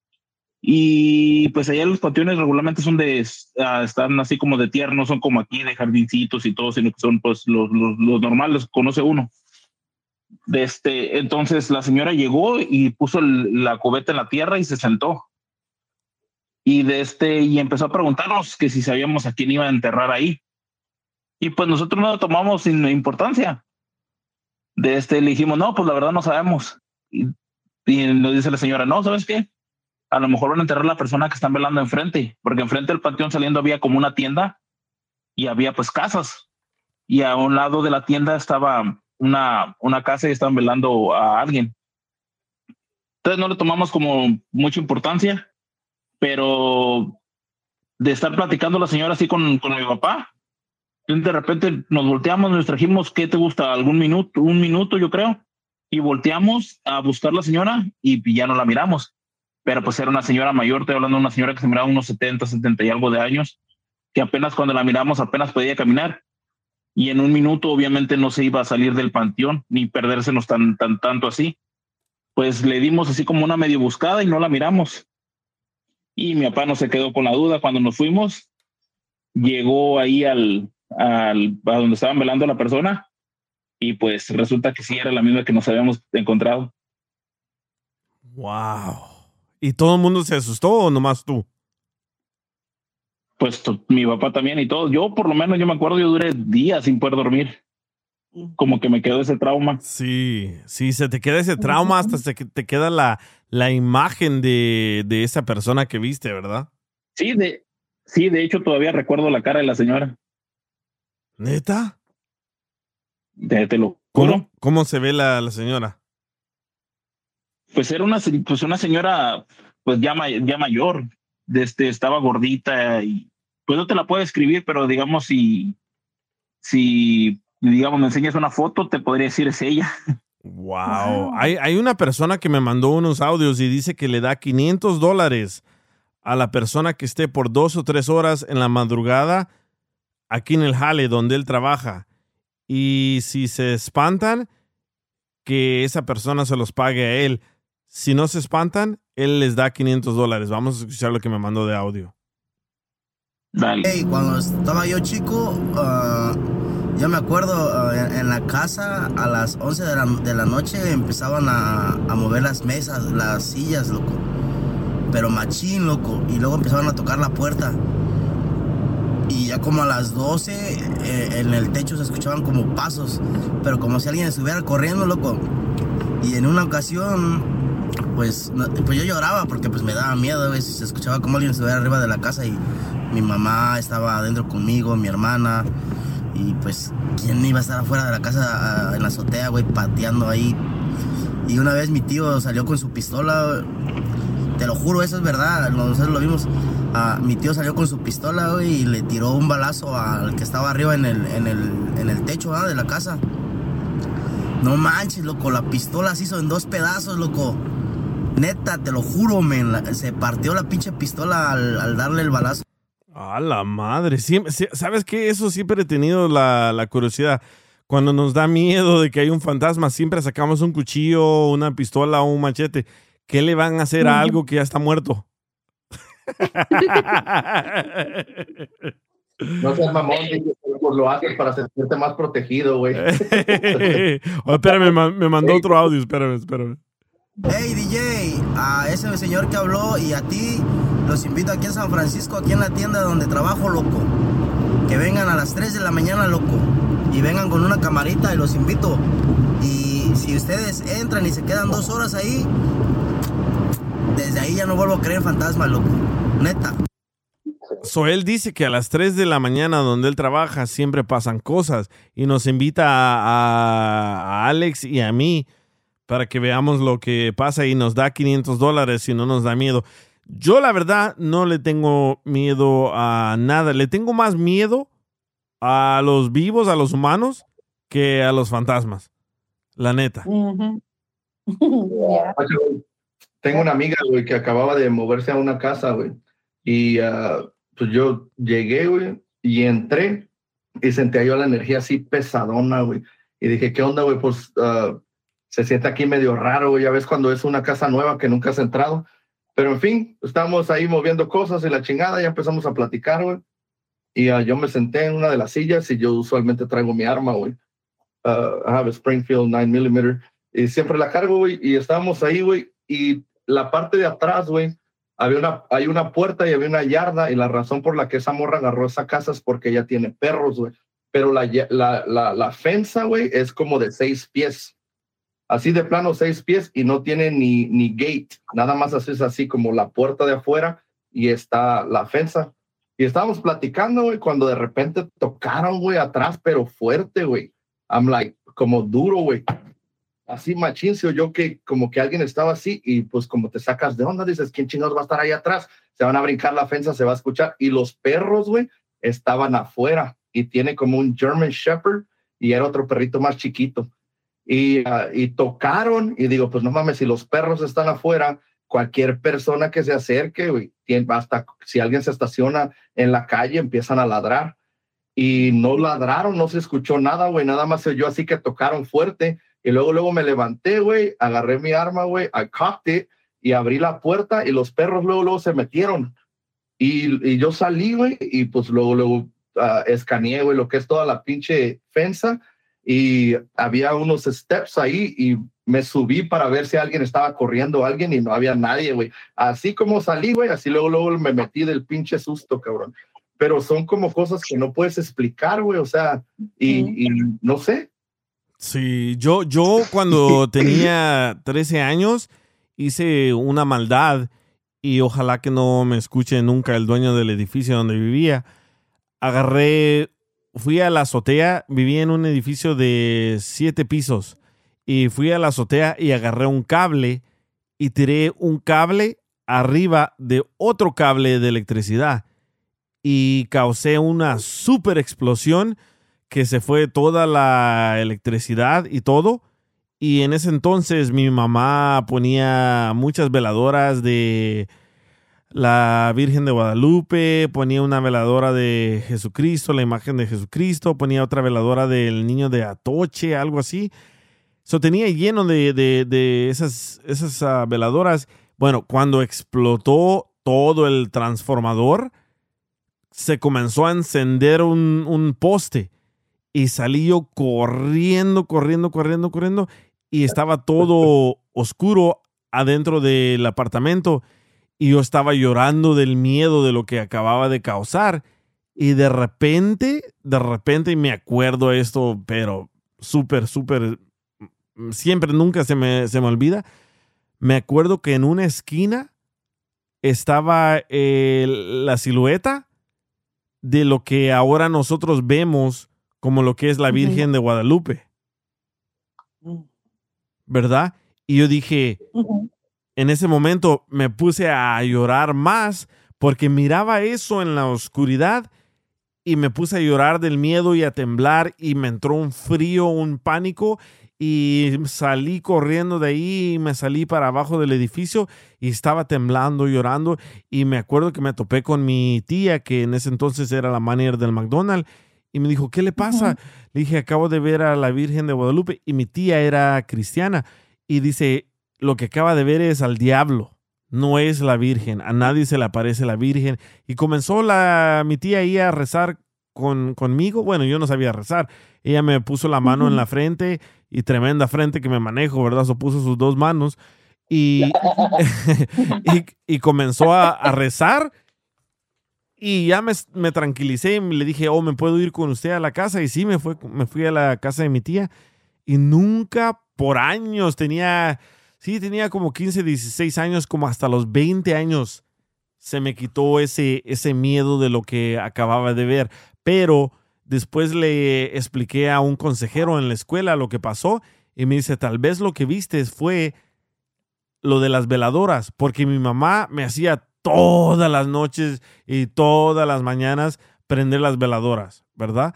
Y pues allá los panteones regularmente son de, uh, están así como de tierra, no son como aquí de jardincitos y todo, sino que son pues los, los, los normales, conoce uno. De este, entonces la señora llegó y puso el, la cubeta en la tierra y se sentó. Y de este, y empezó a preguntarnos que si sabíamos a quién iba a enterrar ahí. Y pues nosotros no lo tomamos sin importancia. De este le dijimos, no, pues la verdad no sabemos. Y, y nos dice la señora, no, ¿sabes qué? A lo mejor van a enterrar a la persona que están velando enfrente, porque enfrente del panteón saliendo había como una tienda y había pues casas. Y a un lado de la tienda estaba una, una casa y estaban velando a alguien. Entonces no le tomamos como mucha importancia, pero de estar platicando la señora así con, con mi papá, de repente nos volteamos, nos trajimos, ¿qué te gusta? Algún minuto, un minuto yo creo, y volteamos a buscar a la señora y ya no la miramos. Pero pues era una señora mayor, estoy hablando de una señora que se miraba unos setenta, setenta y algo de años, que apenas cuando la miramos apenas podía caminar. Y en un minuto obviamente no se iba a salir del panteón, ni perdérsenos tan, tan, tanto así. Pues le dimos así como una medio buscada y no la miramos. Y mi papá no se quedó con la duda. Cuando nos fuimos, llegó ahí al... Al, a donde estaban velando a la persona y pues resulta que sí era la misma que nos habíamos encontrado. Wow. ¿Y todo el mundo se asustó o nomás tú? Pues t- mi papá también y todo. Yo por lo menos yo me acuerdo, yo duré días sin poder dormir. Como que me quedó ese trauma. Sí, sí, se te queda ese trauma hasta se te queda la, la imagen de, de esa persona que viste, ¿verdad? Sí, de, sí, de hecho todavía recuerdo la cara de la señora. ¿Neta? Te, te lo ¿Cómo, ¿Cómo se ve la, la señora? Pues era una, pues una señora pues ya, ya mayor, este, estaba gordita y pues no te la puedo escribir, pero digamos si, si digamos me enseñas una foto, te podría decir es ella. Wow. Hay, hay una persona que me mandó unos audios y dice que le da quinientos dólares a la persona que esté por dos o tres horas en la madrugada aquí en el jale donde él trabaja. Y si se espantan, que esa persona se los pague a él. Si no se espantan, él les da quinientos dólares. Vamos a escuchar lo que me mandó de audio. Dale. Hey, cuando estaba yo chico, uh, yo me acuerdo uh, en, en la casa a las once de la, de la noche empezaban a, a mover las mesas, las sillas, loco. Pero machín, loco. Y luego empezaban a tocar la puerta. Y ya como a las doce eh, en el techo se escuchaban como pasos, pero como si alguien estuviera corriendo, loco. Y en una ocasión pues, no- pues yo lloraba porque pues me daba miedo, güey. Se escuchaba como alguien estuviera arriba de la casa y mi mamá estaba adentro conmigo, mi hermana. Y pues, ¿quién iba a estar afuera de la casa ah, en la azotea, güey, pateando ahí? Y una vez mi tío salió con su pistola, te lo juro, eso es verdad, nosotros lo vimos. Ah, mi tío salió con su pistola, güey, y le tiró un balazo al que estaba arriba en el, en el, en el techo, ah, de la casa. No manches, loco, la pistola se hizo en dos pedazos, loco. Neta, te lo juro, men, la- se partió la pinche pistola al, al darle el balazo. A la madre. Siempre, sie- ¿sabes qué? Eso siempre he tenido la, la curiosidad. Cuando nos da miedo de que hay un fantasma, siempre sacamos un cuchillo, una pistola o un machete. ¿Qué le van a hacer a algo que ya está muerto? No seas mamón, dije, pues lo haces para sentirte más protegido, güey. Oh, espérame, ma- me mandó otro audio. Espérame, espérame. Hey D J, a ese señor que habló y a ti, los invito aquí en San Francisco, aquí en la tienda donde trabajo, loco. Que vengan a las tres de la mañana, loco. Y vengan con una camarita y los invito. Y si ustedes entran y se quedan dos horas ahí, desde ahí ya no vuelvo a creer en fantasmas, loco. Neta. So, él dice que a las tres de la mañana donde él trabaja siempre pasan cosas y nos invita a, a- a Alex y a mí para que veamos lo que pasa y nos da quinientos dólares si no nos da miedo. Yo la verdad no le tengo miedo a nada. Le tengo más miedo a los vivos, a los humanos, que a los fantasmas. La neta. Oye, güey, tengo una amiga, güey, que acababa de moverse a una casa, güey. Y ah, pues yo llegué, güey, y entré y sentía yo la energía así pesadona, güey. Y dije, ¿qué onda, güey? Pues ah, se siente aquí medio raro, güey. Ya ves cuando es una casa nueva que nunca has entrado. Pero en fin, estábamos ahí moviendo cosas y la chingada, ya empezamos a platicar, güey. Y ah, yo me senté en una de las sillas y yo usualmente traigo mi arma, güey. Uh, I have a Springfield nine millimeter. Y siempre la cargo, güey. Y estábamos ahí, güey. Y la parte de atrás, güey, había una, hay una puerta y había una yarda. Y la razón por la que esa morra agarró esa casa es porque ella tiene perros, güey. Pero la, ya- la, la, la fensa, güey, es como de seis pies. Así de plano, seis pies. Y no tiene ni, ni gate. Nada más así es así como la puerta de afuera. Y está la fensa. Y estábamos platicando, güey, cuando de repente tocaron, güey, atrás, pero fuerte, güey. I'm like, como duro, güey. Así machincio, yo que como que alguien estaba así y pues como te sacas de onda, dices, ¿quién chingados va a estar ahí atrás? Se van a brincar la fensa, se va a escuchar. Y los perros, güey, estaban afuera y tiene como un German Shepherd y era otro perrito más chiquito. Y, ah, y tocaron y digo, pues no mames, si los perros están afuera, cualquier persona que se acerque, güey, tiene- hasta si alguien se estaciona en la calle, empiezan a ladrar. Y no ladraron, no se escuchó nada, güey, nada más se oyó así que tocaron fuerte. Y luego, luego me levanté, güey, agarré mi arma, güey, I cocked it y abrí la puerta y los perros luego, luego se metieron. Y, y yo salí, güey, y pues luego, luego ah, escaneé, güey, lo que es toda la pinche fensa y había unos steps ahí y me subí para ver si alguien estaba corriendo alguien y no había nadie, güey. Así como salí, güey, así luego, luego me metí del pinche susto, cabrón. Pero son como cosas que no puedes explicar, güey, o sea, y, y no sé. Sí, yo, yo cuando tenía trece años hice una maldad y ojalá que no me escuche nunca el dueño del edificio donde vivía. Agarré, fui a la azotea, vivía en un edificio de siete pisos y fui a la azotea y agarré un cable y tiré un cable arriba de otro cable de electricidad y causé una super explosión que se fue toda la electricidad y todo. Y en ese entonces mi mamá ponía muchas veladoras de la Virgen de Guadalupe, ponía una veladora de Jesucristo, la imagen de Jesucristo, ponía otra veladora del niño de Atoche, algo así. So, tenía lleno de, de, de esas, esas uh, veladoras. Bueno, cuando explotó todo el transformador, se comenzó a encender un, un poste. Y salí yo corriendo, corriendo, corriendo, corriendo. Y estaba todo oscuro adentro del apartamento. Y yo estaba llorando del miedo de lo que acababa de causar. Y de repente, de repente me acuerdo esto, pero súper, súper, siempre, nunca se me, se me olvida. me acuerdo que en una esquina estaba eh, la silueta de lo que ahora nosotros vemos como lo que es la Virgen uh-huh. de Guadalupe. ¿Verdad? Y yo dije, uh-huh. en ese momento me puse a llorar más porque miraba eso en la oscuridad y me puse a llorar del miedo y a temblar y me entró un frío, un pánico y salí corriendo de ahí y me salí para abajo del edificio y estaba temblando, llorando y me acuerdo que me topé con mi tía que en ese entonces era la manager del McDonald's y me dijo, ¿qué le pasa? Uh-huh. Le dije, acabo de ver a la Virgen de Guadalupe y mi tía era cristiana y dice, lo que acaba de ver es al diablo. No es la Virgen, a nadie se le aparece la Virgen. Y comenzó la, mi tía ahí a rezar con, conmigo. Bueno, yo no sabía rezar. Ella me puso la mano uh-huh. en la frente y tremenda frente que me manejo, ¿verdad? So puso sus dos manos y, y, y comenzó a, a rezar. Y ya me, me tranquilicé y le dije, oh, ¿me puedo ir con usted a la casa? Y sí, me, fue, me fui a la casa de mi tía. Y nunca por años tenía... Sí, tenía como quince, dieciséis años, como hasta los veinte años se me quitó ese, ese miedo de lo que acababa de ver. Pero después le expliqué a un consejero en la escuela lo que pasó y me dice, tal vez lo que viste fue lo de las veladoras, porque mi mamá me hacía todas las noches y todas las mañanas prender las veladoras, ¿verdad?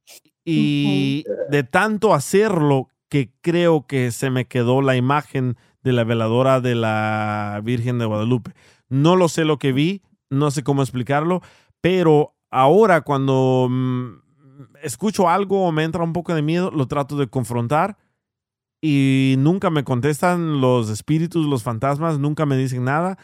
Y de tanto hacerlo que creo que se me quedó la imagen de la veladora de la Virgen de Guadalupe. No lo sé lo que vi, no sé cómo explicarlo, pero ahora cuando mmm, escucho algo o me entra un poco de miedo, lo trato de confrontar y nunca me contestan los espíritus, los fantasmas, nunca me dicen nada,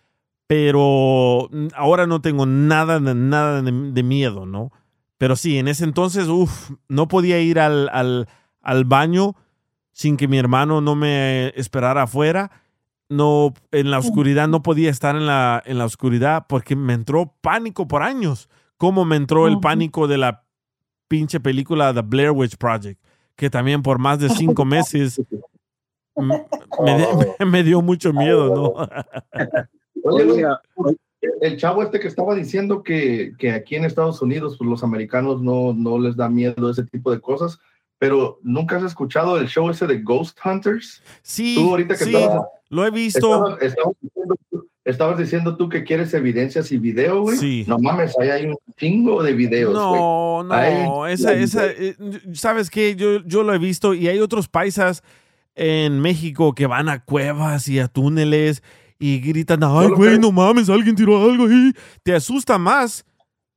pero ahora no tengo nada, nada de, de miedo, ¿no? Pero sí, en ese entonces, uff, no podía ir al, al, al baño sin que mi hermano no me esperara afuera. No, en la oscuridad no podía estar en la, en la oscuridad porque me entró pánico por años. Como me entró el pánico de la pinche película The Blair Witch Project, que también por más de cinco meses me, me, me dio mucho miedo, ¿no? Oye, el chavo este que estaba diciendo que, que aquí en Estados Unidos pues, los americanos no, no les da miedo ese tipo de cosas. Pero ¿nunca has escuchado el show ese de Ghost Hunters? Sí, tú ahorita que sí, estabas, lo he visto. Estabas, estabas, diciendo, estabas diciendo tú que quieres evidencias y video, güey. Sí. No mames, ahí hay un chingo de videos, güey. No, no, hay, esa, esa, eh, ¿sabes qué? Yo, yo lo he visto y hay otros paisas en México que van a cuevas y a túneles y gritan, ay, güey, no mames, alguien tiró algo ahí. Te asusta más.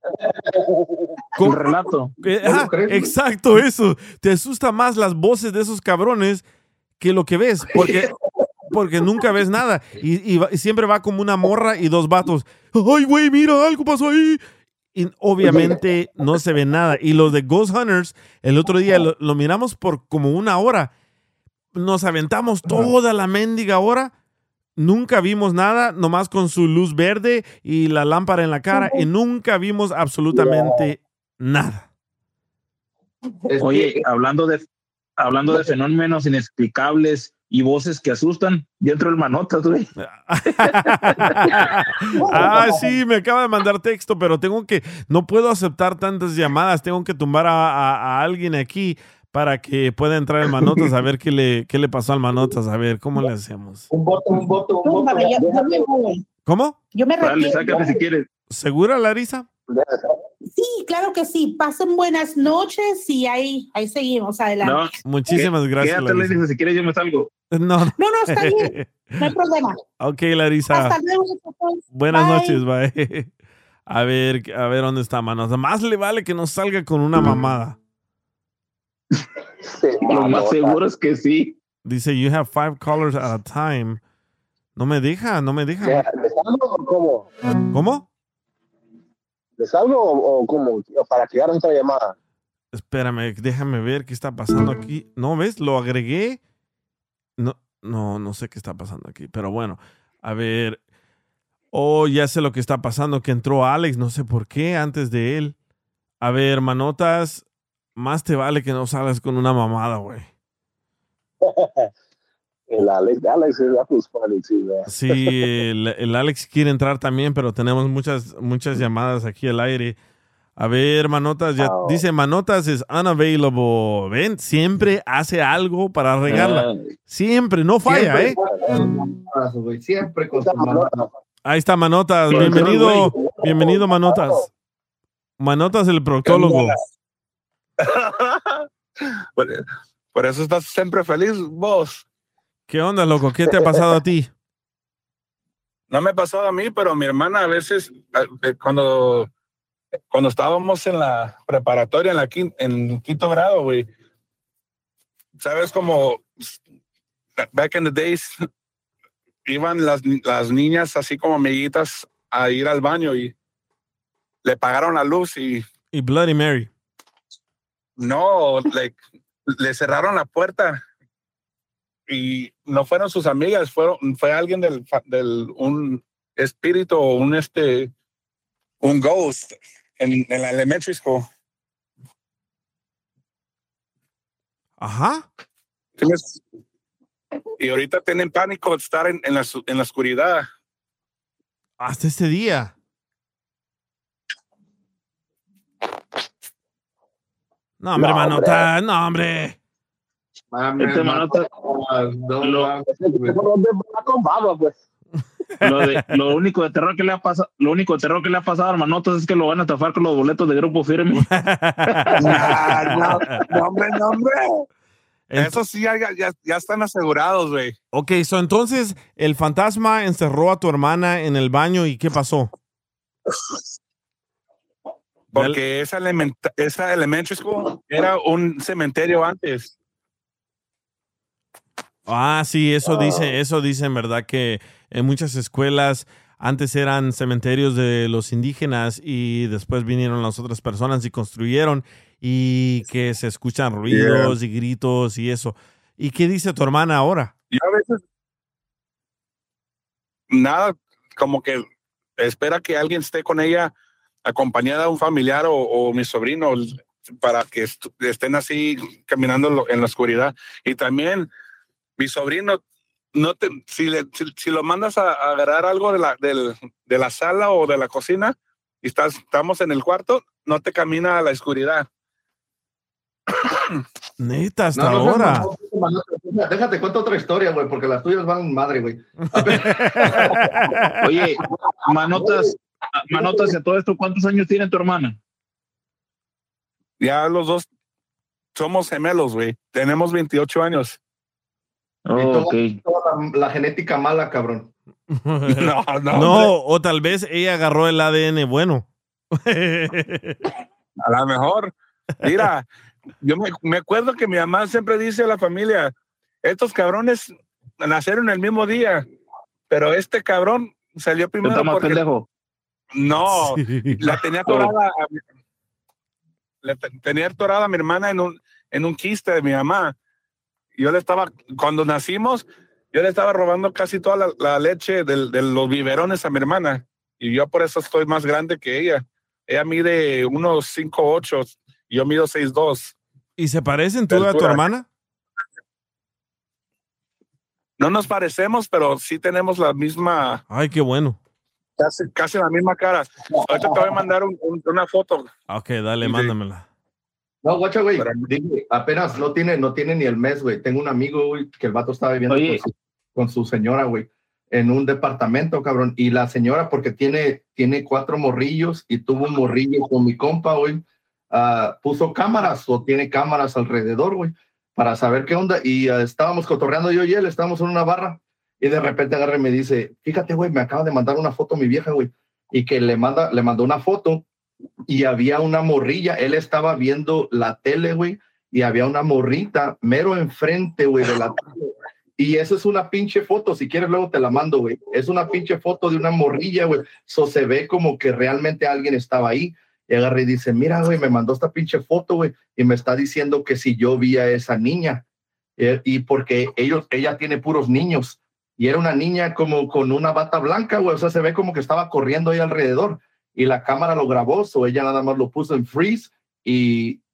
Con relato. Eh, ah, exacto, eso. Te asusta más las voces de esos cabrones que lo que ves, porque, porque nunca ves nada. Y, y, y siempre va como una morra y dos vatos. Ay, güey, mira, algo pasó ahí. Y obviamente no se ve nada. Y los de Ghost Hunters, el otro día lo, lo miramos por como una hora. Nos aventamos toda la mendiga hora. Nunca vimos nada, nomás con su luz verde y la lámpara en la cara, y nunca vimos absolutamente nada. Oye, hablando de, hablando de fenómenos inexplicables y voces que asustan, ya entró el Manotas, güey. Ah, sí, me acaba de mandar texto, pero tengo que, no puedo aceptar tantas llamadas, tengo que tumbar a, a, a alguien aquí para que pueda entrar el Manotas a ver qué le, qué le pasó al Manotas, a ver cómo le hacemos. Un voto, un voto, un voto. Yo, yo me voy. ¿Cómo? Yo me retiro. Dale, sácate si quieres. ¿Segura, Larisa? Sí, claro que sí. Pasen buenas noches y ahí, ahí seguimos adelante. No, muchísimas gracias, Quédate, Larisa. Larisa, si quieres yo me salgo. No, no, no, está bien. No hay problema. Ok, Larisa. Hasta luego. Buenas Bye. noches, bye. A ver, a ver dónde está, Manotas. Más le vale que no salga con una mamada. Lo más seguro es que sí. Dice, you have five callers at a time. No me deja, no me deja. ¿Le salgo o cómo? ¿Cómo? ¿Le salgo o, o cómo? Para que haga otra llamada. Espérame, déjame ver qué está pasando aquí. ¿No ves? Lo agregué. No, no, no sé qué está pasando aquí. Pero bueno, a ver. Oh, ya sé lo que está pasando, que entró Alex, no sé por qué, antes de él. A ver, Manotas, más te vale que no salgas con una mamada, güey. El Alex, Alex, that was funny too, man. Sí, el, el Alex quiere entrar también, pero tenemos muchas, muchas llamadas aquí al aire. A ver, Manotas, ya Oh. dice Manotas es unavailable. Ven, siempre hace algo para regarla. Siempre, no falla, Siempre ¿eh? con su güey, siempre con su mano. Ahí está Manotas. Pero, Bienvenido, güey. bienvenido, Manotas. Manotas, el proctólogo. Por, por eso estás siempre feliz, vos. ¿Qué onda, loco? ¿Qué te ha pasado a ti? No me ha pasado a mí, pero mi hermana a veces, eh, cuando, cuando estábamos en la preparatoria, en la quin- en quinto grado, güey, sabes como back in the days, iban las, las niñas así como amiguitas a ir al baño y le pagaron la luz y Y Bloody Mary. no, like, le cerraron la puerta y no fueron sus amigas, fueron, fue alguien del, fa- del un espíritu o un este, un ghost en, en la elementary school. Ajá. ¿Tienes? Y ahorita tienen pánico de estar en, en, la, su- en la oscuridad. Hasta este día. No, hombre, No, Manota, no, hombre. Este Manota, lo, lo, de- lo único de terror que le ha pasado, lo único de terror que le ha pasado a Manotas es que lo van a estafar con los boletos de Grupo Firme. Nah, no, no, hombre, no, hombre. Eso sí, ya, ya, ya están asegurados, güey. Ok, so entonces el fantasma encerró a tu hermana en el baño y ¿qué pasó? Porque esa, elementa- esa elementary school era un cementerio antes. Ah, sí, eso dice, eso dice en verdad que en muchas escuelas antes eran cementerios de los indígenas y después vinieron las otras personas y construyeron y que se escuchan ruidos y gritos y eso. ¿Y qué dice tu hermana ahora? Yo a veces, nada, como que espera que alguien esté con ella acompañada de un familiar o, o mi sobrino para que est- estén así caminando en lo- en la oscuridad. Y también mi sobrino, no te, si, le, si, si lo mandas a, a agarrar algo de la, del, de la sala o de la cocina y estás, estamos en el cuarto, no te camina a la oscuridad. Neta, hasta No, no, ahora. no, no, no, no, déjate, cuento otra historia, güey, porque las tuyas van madre, güey. Oye, Manotas, Manotas, y a todo esto, ¿cuántos años tiene tu hermana? Ya los dos somos gemelos, güey. Tenemos veintiocho años. Y toda- toda la, la genética mala, cabrón. No, no. No, o tal vez ella agarró el A D N bueno. A lo mejor. Mira, yo me, me acuerdo que mi mamá siempre dice a la familia, estos cabrones nacieron el mismo día, pero este cabrón salió primero Está más porque... pendejo. No, Sí. la tenía atorada a mi- la te- tenía atorada a mi hermana en un, en un quiste de mi mamá. Yo le estaba, cuando nacimos, yo le estaba robando casi toda la, la leche del- de los biberones a mi hermana. Y yo por eso estoy más grande que ella. Ella mide unos cinco ocho y yo mido seis dos. ¿Y se parecen tú a tu Altura. hermana? No nos parecemos, pero sí tenemos la misma, Ay, qué bueno. casi, casi la misma cara. Ahorita te voy a mandar un- un- una foto. Ok, dale, Sí. mándamela. No, guacha, güey, dije, apenas no tiene, no tiene ni el mes, güey. Tengo un amigo, güey, que el vato estaba viviendo Oye. con su, con su señora, güey, en un departamento, cabrón. Y la señora, porque tiene, tiene cuatro morrillos y tuvo un morrillo con mi compa, güey, ah, puso cámaras o tiene cámaras alrededor, güey, para saber qué onda. Y ah, estábamos cotorreando yo y él, estábamos en una barra y de repente agarra y me dice, fíjate, güey, me acaba de mandar una foto mi vieja, güey, y que le manda, le mandó una foto y había una morrilla. Él estaba viendo la tele, güey, y había una morrita mero enfrente, güey, de la tele. Y eso es una pinche foto. Si quieres, luego te la mando, güey. Es una pinche foto de una morrilla, güey. So se ve como que realmente alguien estaba ahí. Y agarra y dice, mira, güey, me mandó esta pinche foto, güey, y me está diciendo que si yo vi a esa niña. Eh, y porque ellos, ella tiene puros niños. Y era una niña como con una bata blanca, güey. O sea, se ve como que estaba corriendo ahí alrededor. Y la cámara lo grabó, so ella nada más lo puso en freeze y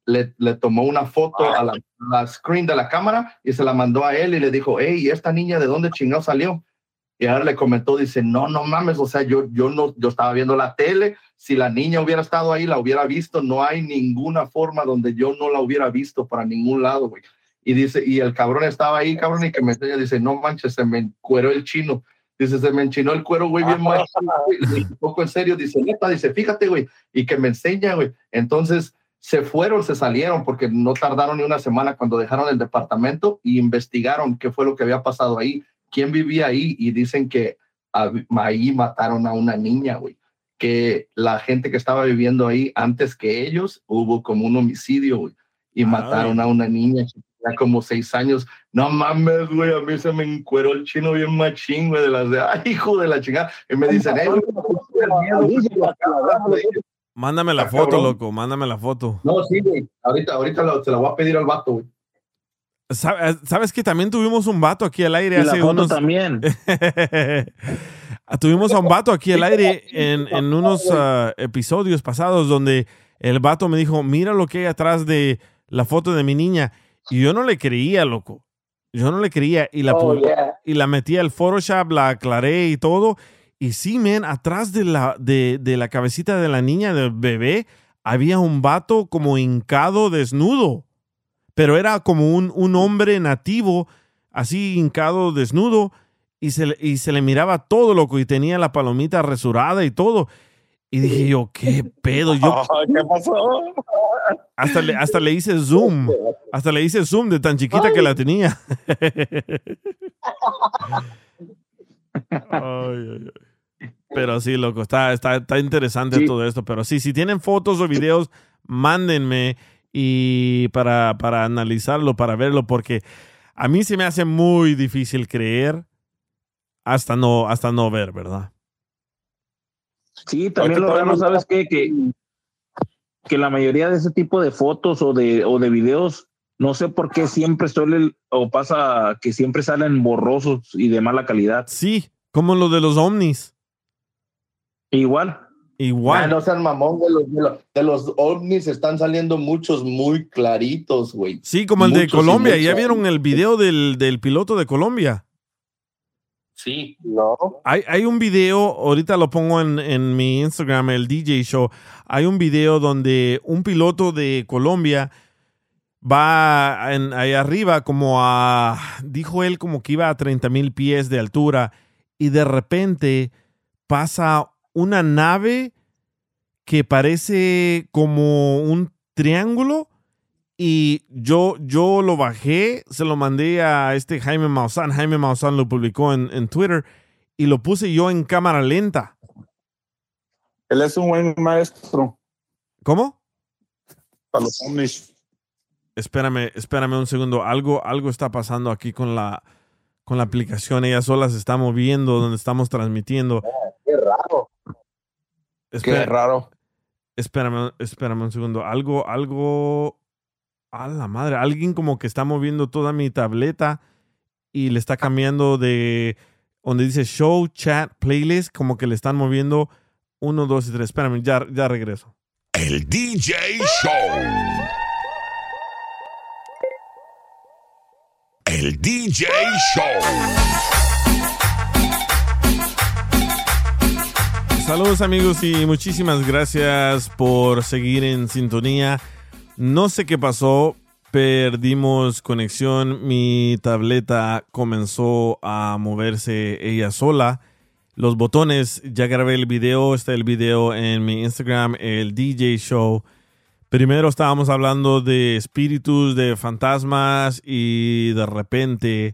le, le tomó una foto a la, la screen de la cámara y se la mandó a él y le dijo, hey, ¿esta niña de dónde chingado salió? Y ahora le comentó, dice, no, no mames, o sea, yo, yo, no, yo estaba viendo la tele, si la niña hubiera estado ahí, la hubiera visto, no hay ninguna forma donde yo no la hubiera visto para ningún lado, güey. Y dice, y el cabrón estaba ahí, cabrón, y que me enseña, dice, no manches, se me encueró el chino. Dice, se me enchinó el cuero, güey, bien mal. Un poco en serio, dice, neta, dice, fíjate, güey, y que me enseña, güey. Entonces, se fueron, se salieron, porque no tardaron ni una semana cuando dejaron el departamento y investigaron qué fue lo que había pasado ahí, quién vivía ahí, y dicen que ahí mataron a una niña, güey. Que la gente que estaba viviendo ahí antes que ellos, hubo como un homicidio, güey, y Ay. mataron a una niña que tenía como seis años. No mames, güey, a mí se me encueró el chino bien machín, güey, de las de, ay, hijo de la chingada. Y me dicen, hey, mándame la foto, cabrón. Loco, mándame la foto. No, sí, güey, ahorita, ahorita lo, se la voy a pedir al vato, güey. ¿Sabes que también tuvimos un vato aquí al aire? Y hace la foto unos... también. Tuvimos a un vato aquí al aire en, en unos uh, episodios pasados donde el vato me dijo, mira lo que hay atrás de la foto de mi niña. Y yo no le creía, loco. Yo no le creía. Y la, Oh, yeah. y la metí al Photoshop, la aclaré y todo. Y sí, man, atrás de la, de, de la cabecita de la niña, del bebé, había un vato como hincado desnudo. Pero era como un, un hombre nativo, así hincado desnudo. Y se, le, y se le miraba todo, loco, y tenía la palomita resurada y todo. Y dije yo, ¿qué pedo? Yo, ¿Qué pasó? Hasta le, hasta le hice zoom. Hasta le hice zoom de tan chiquita Ay. que la tenía. Ay, ay, ay. Pero sí, loco, está, está, está interesante sí. todo esto. Pero sí, si tienen fotos o videos, mándenme y para, para analizarlo, para verlo, porque a mí se me hace muy difícil creer hasta no, hasta no ver, ¿verdad? Sí, también lo raro, ¿sabes qué? Que, que la mayoría de ese tipo de fotos o de, o de videos, no sé por qué siempre suele, o pasa que siempre salen borrosos y de mala calidad. Sí, como lo de los ovnis. Igual. Igual. Ah, no sean mamón, de los, de, los, de los ovnis están saliendo muchos muy claritos, güey. Sí, como el de Colombia. ¿Ya vieron el video del, del piloto de Colombia? Sí. No. Hay, hay un video, ahorita lo pongo en, en mi Instagram, el D J Show. Hay un video donde un piloto de Colombia va en, ahí arriba como a, dijo él como que iba a treinta mil pies de altura y de repente pasa una nave que parece como un triángulo. Y yo, yo lo bajé, se lo mandé a este Jaime Maussan. Jaime Maussan lo publicó en, en Twitter y lo puse yo en cámara lenta. Él es un buen maestro. ¿Cómo? Para los ovnis. Espérame, espérame un segundo. Algo, algo está pasando aquí con la, con la aplicación. Ella sola se está moviendo donde estamos transmitiendo. Qué raro. Espera, Qué raro. Espérame, espérame un segundo. Algo, algo... A la madre, alguien como que está moviendo toda mi tableta y le está cambiando de donde dice show, chat, playlist, como que le están moviendo uno, dos y tres. Espérame, ya, ya regreso. El D J Show. El D J Show. Saludos amigos y muchísimas gracias por seguir en sintonía. No sé qué pasó, perdimos conexión, mi tableta comenzó a moverse ella sola. Los botones, ya grabé el video, está el video en mi Instagram, el D J Show. Primero estábamos hablando de espíritus, de fantasmas y de repente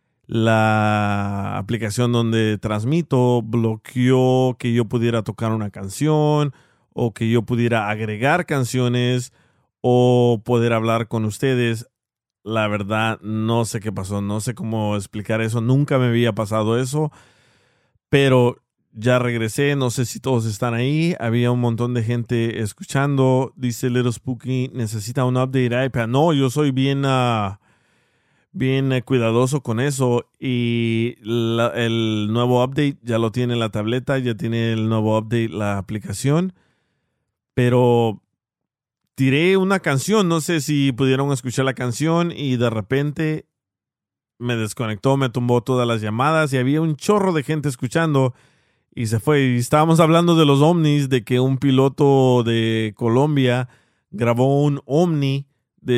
la aplicación donde transmito bloqueó que yo pudiera tocar una canción o que yo pudiera agregar canciones o poder hablar con ustedes. La verdad, no sé qué pasó, no sé cómo explicar eso, nunca me había pasado eso, pero ya regresé, no sé si todos están ahí, había un montón de gente escuchando, dice Little Spooky, necesita un update iPad. No, yo soy bien, uh, bien uh, cuidadoso con eso y la, el nuevo update ya lo tiene la tableta, ya tiene el nuevo update la aplicación, pero tiré una canción, no sé si pudieron escuchar la canción y de repente me desconectó, me tumbó todas las llamadas y había un chorro de gente escuchando y se fue. Y estábamos hablando de los ovnis, de que un piloto de Colombia grabó un ovni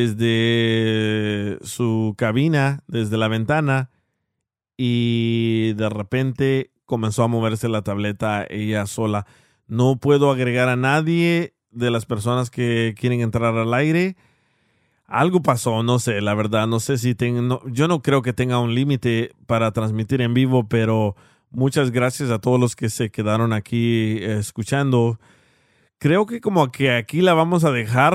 desde su cabina, desde la ventana, y de repente comenzó a moverse la tableta ella sola. No puedo agregar a nadie de las personas que quieren entrar al aire. Algo pasó, no sé, la verdad, no sé si tengo, no, yo no creo que tenga un límite para transmitir en vivo, pero muchas gracias a todos los que se quedaron aquí eh, escuchando. Creo que como que aquí la vamos a dejar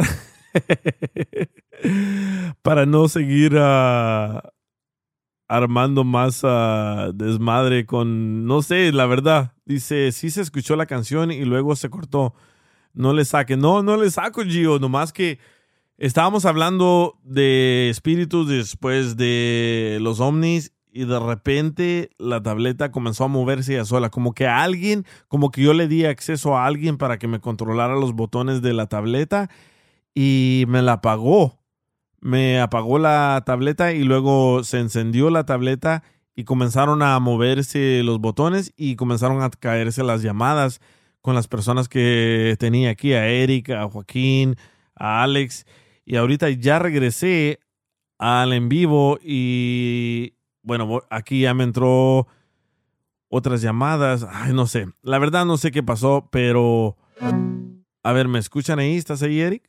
para no seguir uh, armando más uh, desmadre con, no sé, la verdad. Dice, sí se escuchó la canción y luego se cortó. No le saque. No, no le saco, Gio, nomás que estábamos hablando de espíritus después de los ovnis y de repente la tableta comenzó a moverse ella sola. Como que a alguien, como que yo le di acceso a alguien para que me controlara los botones de la tableta y me la apagó. Me apagó la tableta y luego se encendió la tableta y comenzaron a moverse los botones y comenzaron a caerse las llamadas con las personas que tenía aquí, a Eric, a Joaquín, a Alex. Y ahorita ya regresé al en vivo y bueno, aquí ya me entró otras llamadas. Ay, no sé. La verdad no sé qué pasó, pero a ver, ¿me escuchan ahí? ¿Estás ahí, Eric?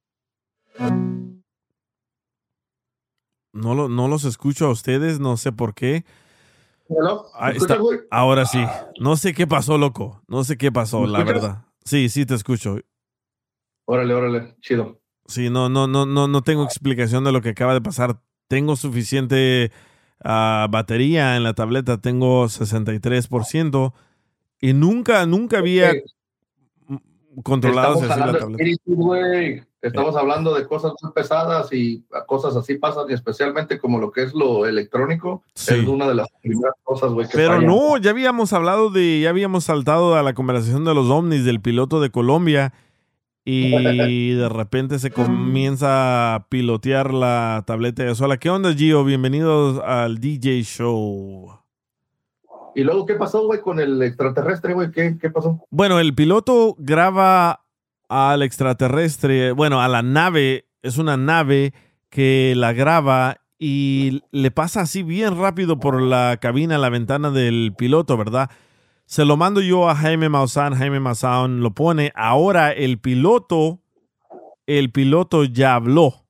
No, lo, no los escucho a ustedes, no sé por qué. Ah, está, ahora sí. No sé qué pasó, loco. No sé qué pasó, la verdad. Sí, sí te escucho. Órale, órale, chido. Sí, no, no, no, no, no tengo explicación de lo que acaba de pasar. Tengo suficiente uh, batería en la tableta, tengo sesenta y tres por ciento y nunca, nunca había okay. controlado Estamos así la hablando tableta. de espíritus, güey. Estamos eh. hablando de cosas muy pesadas y cosas así pasan, y especialmente como lo que es lo electrónico. Sí. Es una de las primeras cosas, güey, que Pero fallan. no, ya habíamos hablado de, ya habíamos saltado a la conversación de los ovnis del piloto de Colombia y de repente se comienza a pilotear la tableta de sola. ¿Qué onda, Gio? Bienvenidos al D J Show. ¿Y luego qué pasó, güey, con el extraterrestre, güey? ¿Qué, ¿Qué pasó? Bueno, el piloto graba al extraterrestre, bueno, a la nave, es una nave que la graba y le pasa así bien rápido por la cabina, la ventana del piloto, ¿verdad? Se lo mando yo a Jaime Maussan, Jaime Maussan lo pone. Ahora el piloto, el piloto ya habló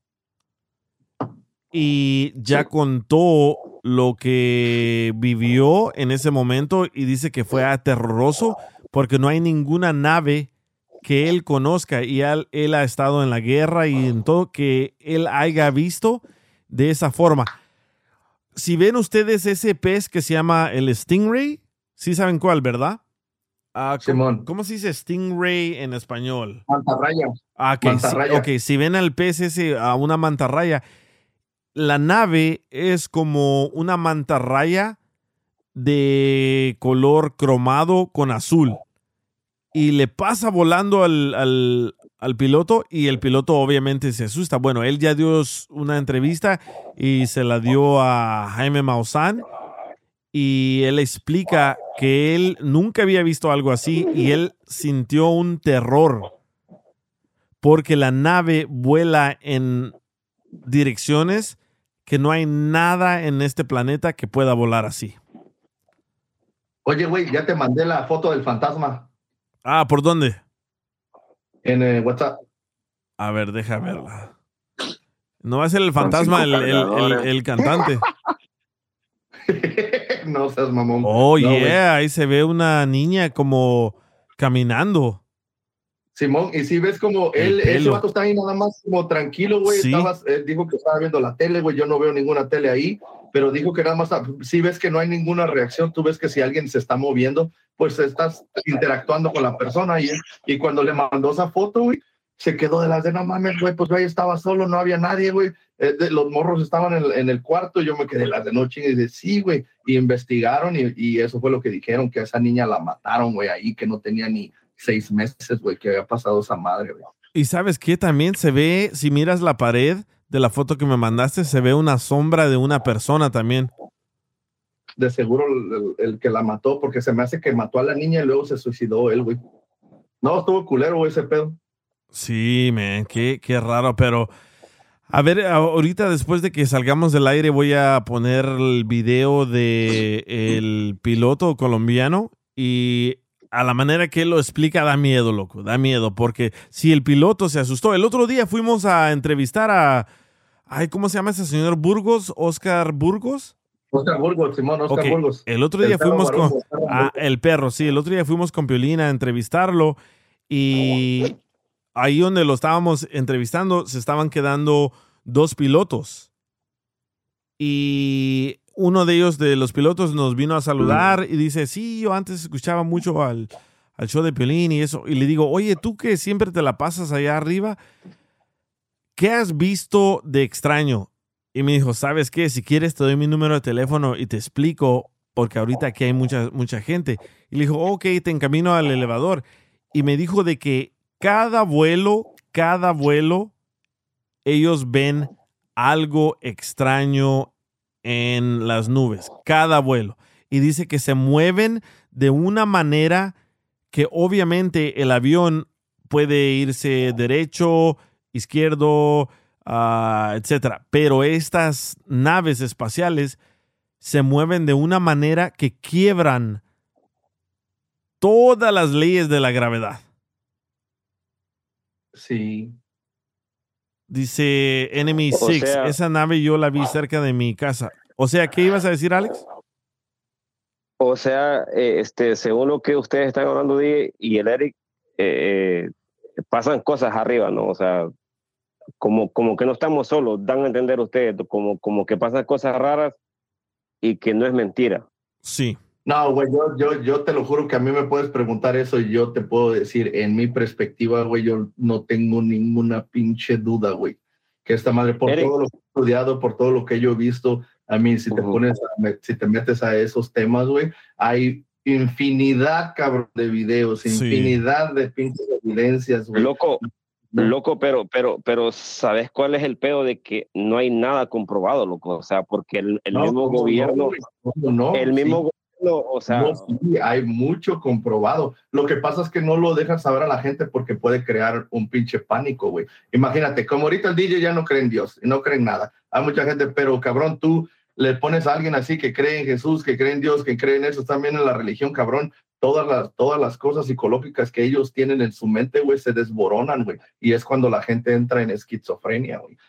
y ya contó lo que vivió en ese momento y dice que fue aterroroso porque no hay ninguna nave que él conozca y él, él ha estado en la guerra y en todo que él haya visto de esa forma. Si ven ustedes ese pez que se llama el Stingray, sí saben cuál, ¿verdad? Uh, ¿cómo, ¿Cómo se dice Stingray en español? Mantarraya. Ah, okay. Mantarraya. Sí, ok, si ven al pez ese, a una mantarraya, la nave es como una mantarraya de color cromado con azul. Y le pasa volando al, al, al piloto y el piloto obviamente se asusta. Bueno, él ya dio una entrevista y se la dio a Jaime Maussan y él explica que él nunca había visto algo así y él sintió un terror porque la nave vuela en direcciones que no hay nada en este planeta que pueda volar así. Oye, güey, ya te mandé la foto del fantasma. Ah, ¿por dónde? En eh, WhatsApp. A ver, deja verla. No va a ser el fantasma, el, el, el, el cantante. No seas mamón. Oh, no, yeah, güey. Ahí se ve una niña como caminando. Simón, y si ves como él, ese vato está ahí nada más como tranquilo, güey. Sí. Estabas, él dijo que estaba viendo la tele, güey. Yo no veo ninguna tele ahí, pero dijo que nada más, si ves que no hay ninguna reacción, tú ves que si alguien se está moviendo, pues estás interactuando con la persona. Y, y cuando le mandó esa foto, güey, se quedó de las de no mames, güey, pues güey, estaba solo, no había nadie, güey. Eh, de, los morros estaban en el, en el cuarto, y yo me quedé las de noche y dije, sí, güey. Y investigaron y, y eso fue lo que dijeron, que a esa niña la mataron, güey, ahí, que no tenía ni seis meses, güey, que había pasado esa madre, güey. Y ¿sabes qué? También se ve, si miras la pared de la foto que me mandaste, se ve una sombra de una persona también. De seguro el, el que la mató, porque se me hace que mató a la niña y luego se suicidó él, güey. No, estuvo culero, güey, ese pedo. Sí, man, qué, qué raro, pero... A ver, ahorita después de que salgamos del aire voy a poner el video de el piloto colombiano y a la manera que él lo explica da miedo, loco, da miedo, porque si el piloto se asustó. El otro día fuimos a entrevistar a... Ay, ¿cómo se llama ese señor Burgos? ¿Oscar Burgos? Oscar Burgos, Simón, Oscar Okay. Burgos. El otro día El perro fuimos varón, con... el perro Ah, varón. el perro, sí. El otro día fuimos con Piolín a entrevistarlo y ahí donde lo estábamos entrevistando se estaban quedando dos pilotos. Y uno de ellos, de los pilotos, nos vino a saludar y dice, sí, yo antes escuchaba mucho al, al show de Piolín y eso. Y le digo, oye, tú que siempre te la pasas allá arriba, ¿qué has visto de extraño? Y me dijo, ¿sabes qué? Si quieres te doy mi número de teléfono y te explico, porque ahorita aquí hay mucha, mucha gente. Y le dijo, ok, te encamino al elevador. Y me dijo de que cada vuelo, cada vuelo, ellos ven algo extraño en las nubes, cada vuelo. Y dice que se mueven de una manera que obviamente el avión puede irse derecho, izquierdo, uh, etcétera. Pero estas naves espaciales se mueven de una manera que quiebran todas las leyes de la gravedad. Sí. Dice Enemy O Six, sea- esa nave yo la vi cerca de mi casa. O sea, ¿qué ibas a decir, Alex? O sea, eh, este, según lo que ustedes están hablando de y el Eric, eh, eh, pasan cosas arriba, ¿no? O sea, como, como que no estamos solos, dan a entender ustedes, como, como que pasan cosas raras y que no es mentira. Sí. No, güey, yo, yo, yo te lo juro que a mí me puedes preguntar eso y yo te puedo decir, en mi perspectiva, güey, yo no tengo ninguna pinche duda, güey, que esta madre, por Eric. todo lo que he estudiado, por todo lo que yo he visto, a mí, si te Ujú. pones, a me- si te metes a esos temas, güey, hay infinidad, cabrón, de videos, Sí. infinidad de pinches evidencias, güey. Loco, loco, pero, pero, pero, ¿sabes cuál es el pedo de que no hay nada comprobado, loco? O sea, porque el, el No, mismo ¿cómo no, gobierno, güey? ¿Cómo no? el mismo Sí. gobierno, o sea, No, sí, hay mucho comprobado. Lo que pasa es que no lo dejan saber a la gente porque puede crear un pinche pánico, güey. Imagínate, como ahorita el D J ya no cree en Dios y no cree en nada. Hay mucha gente, pero cabrón, tú le pones a alguien así que cree en Jesús, que cree en Dios, que cree en eso, también en la religión, cabrón. Todas las, todas las cosas psicológicas que ellos tienen en su mente, güey, se desboronan, güey. Y es cuando la gente entra en esquizofrenia, güey.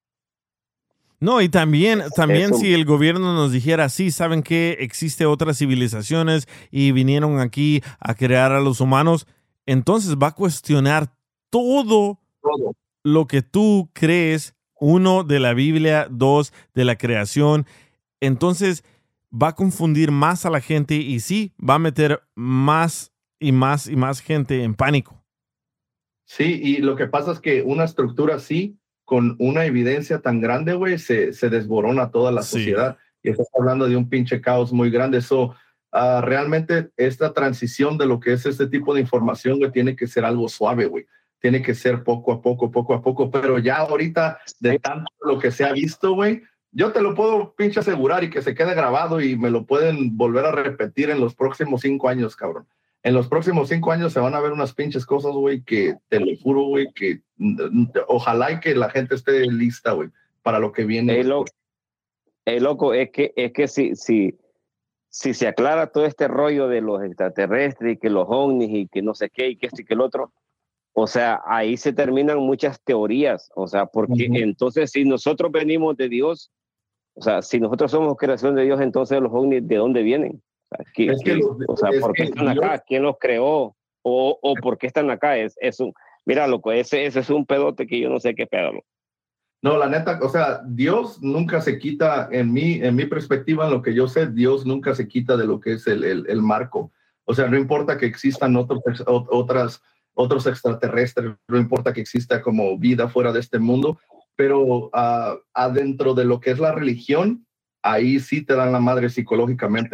No, y también, también Eso. si el gobierno nos dijera, sí, ¿saben que existe otras civilizaciones y vinieron aquí a crear a los humanos? Entonces va a cuestionar todo Todo. lo que tú crees, uno, de la Biblia, dos, de la creación. Entonces va a confundir más a la gente y sí, va a meter más y más y más gente en pánico. Sí, y lo que pasa es que una estructura así, con una evidencia tan grande, güey, se, se desborona toda la Sí. sociedad. Y estás hablando de un pinche caos muy grande. So, ah, realmente esta transición de lo que es este tipo de información, güey, tiene que ser algo suave, güey. Tiene que ser poco a poco, poco a poco. Pero ya ahorita, de tanto lo que se ha visto, güey, yo te lo puedo pinche asegurar y que se quede grabado y me lo pueden volver a repetir en los próximos cinco años, cabrón. En los próximos cinco años se van a ver unas pinches cosas, güey, que te lo juro, güey, que mm, ojalá y que la gente esté lista, güey, para lo que viene. Ey, loco, ey, loco, es que, es que si, si, si se aclara todo este rollo de los extraterrestres y que los ovnis y que no sé qué y que esto y que el otro, o sea, ahí se terminan muchas teorías, o sea, porque Ujú. entonces si nosotros venimos de Dios, o sea, si nosotros somos creación de Dios, entonces los ovnis, ¿de dónde vienen? O sea, ¿qué- Es que qué- los- o sea, es ¿por qué que están Dios- acá? ¿Quién los creó? O, o ¿por qué están acá? Es, es un, mira, loco, ese, ese es un pedote que yo no sé qué pedo, loco. No, la neta, o sea, Dios nunca se quita, en mi, en mi perspectiva, en lo que yo sé, Dios nunca se quita de lo que es el, el, el marco. O sea, no importa que existan otros, ex- ot- otras, otros extraterrestres, no importa que exista como vida fuera de este mundo, pero ah, adentro de lo que es la religión, ahí sí te dan la madre psicológicamente.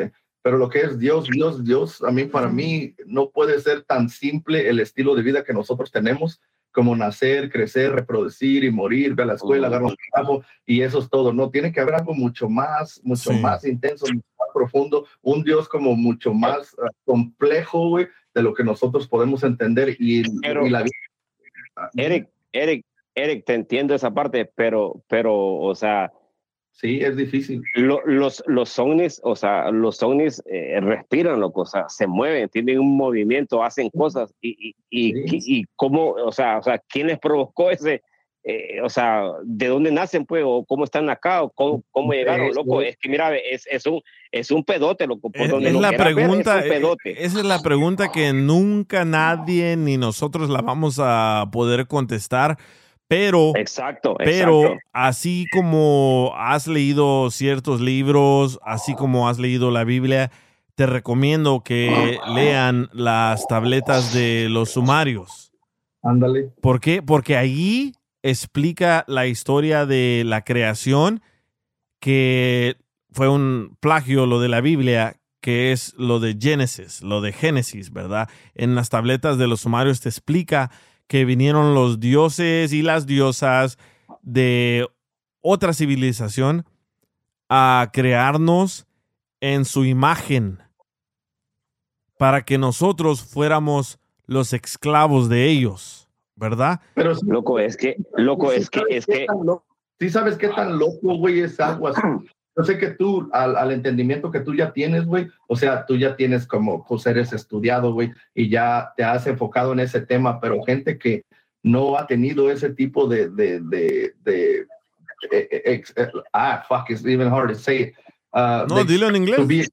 Pero lo que es Dios, Dios, Dios, a mí, para mí, no puede ser tan simple el estilo de vida que nosotros tenemos, como nacer, crecer, reproducir y morir, ver a la escuela, agarrar un trabajo, y eso es todo. No, tiene que haber algo mucho más, mucho Sí. más intenso, mucho más profundo, un Dios como mucho más uh, complejo, güey, de lo que nosotros podemos entender. Y, Pero- y la vida. Eric, Eric, Eric, te entiendo esa parte, pero, pero, o sea, sí, es difícil. Lo- los, los ovnis, o sea, los ovnis eh, respiran, loco, o sea, se mueven, tienen un movimiento, hacen cosas, y, y, y, y cómo, o sea, o sea, ¿quién les provocó ese, eh, o sea, de dónde nacen, pues, o cómo están acá, o cómo, cómo llegaron, loco? Es que mira, es, es un, es un pedote, loco, por Es, donde es lo la quieras ver, pregunta, es un eh, pedote. esa es la pregunta que nunca nadie ni nosotros la vamos a poder contestar, pero, exacto, pero exacto. así como has leído ciertos libros, así como has leído la Biblia, te recomiendo que lean las tabletas de los sumarios. Ándale. ¿Por qué? Porque allí explica la historia de la creación, que fue un plagio lo de la Biblia, que es lo de Génesis, lo de Génesis, ¿verdad? En las tabletas de los sumarios te explica que vinieron los dioses y las diosas de otra civilización a crearnos en su imagen para que nosotros fuéramos los esclavos de ellos, ¿verdad? Pero sí, loco, es que, loco, sí es que, sabes es qué que, tan loco- sí sabes qué tan loco, güey, es algo así. Yo sé que tú, al, al entendimiento que tú ya tienes, güey, o sea, tú ya tienes como, pues eres estudiado, güey, y ya te has enfocado en ese tema, pero gente que no ha tenido ese tipo de, de, de, de, eh, eh, ex- eh, ah, fuck, it's even hard to say it. Uh, No, de- dilo en inglés. to be-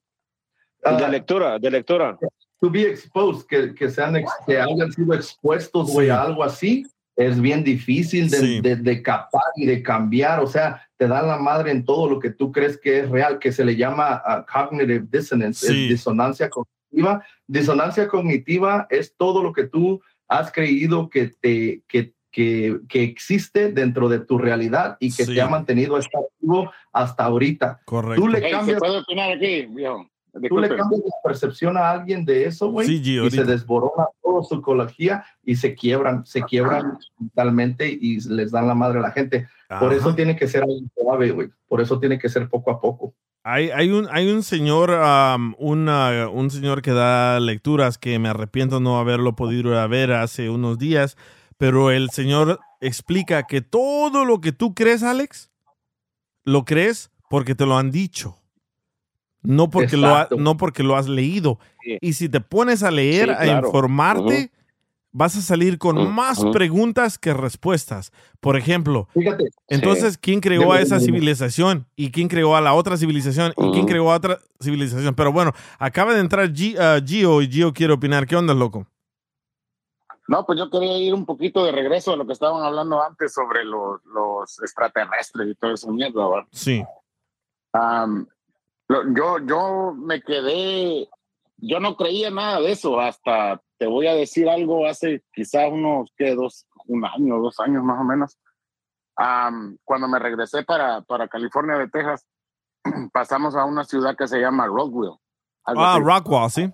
de ah, lectura, de lectura. to be exposed, que, que, sean ex- que hayan sido expuestos, güey, Sí. a algo así, es bien difícil de, Sí. de, de captar y de cambiar. O sea, te dan la madre en todo lo que tú crees que es real, que se le llama uh, cognitive dissonance, Sí. es disonancia cognitiva. Disonancia cognitiva es todo lo que tú has creído que, te, que, que, que existe dentro de tu realidad y que Sí. te ha mantenido activo hasta ahorita. Correcto. Tú le Hey, ¿se cambias puede opinar aquí, viejo? Tú le Disculpe. cambias la percepción a alguien de eso, güey, Sí, Gio, y se ahorita. desborona toda su psicología y se quiebran, se quiebran totalmente y les dan la madre a la gente. Por Ajá. eso tiene que ser algo suave, güey. Por eso tiene que ser poco a poco. Hay, hay, un, hay un señor, um, una- un señor que da lecturas que me arrepiento no haberlo podido ir a ver hace unos días, pero el señor explica que todo lo que tú crees, Alex, lo crees porque te lo han dicho. No porque, lo, ha- Exacto. no porque lo has leído. Sí. Y si te pones a leer, Sí, a claro. informarte, vas a salir con Ujú. más Ujú. preguntas que respuestas. Por ejemplo, Fíjate. entonces, ¿quién creó Dime, a esa dime, dime. civilización? ¿Y quién creó a la otra civilización? ¿Y quién Ujú. creó a otra civilización? Pero bueno, acaba de entrar Gi- ah, Gio y Gio quiere opinar. ¿Qué onda, loco? No, pues yo quería ir un poquito de regreso a lo que estaban hablando antes sobre los, los extraterrestres y todo eso mierda, ¿verdad? Sí. Am, lo- yo, yo me quedé, yo no creía nada de eso hasta, te voy a decir algo, hace quizás unos, ¿qué? Dos, un año, dos años más o menos. Am, cuando me regresé para, para California de Texas, pasamos a una ciudad que se llama Roswell. algo Ah, así. Rockwell, ¿sí?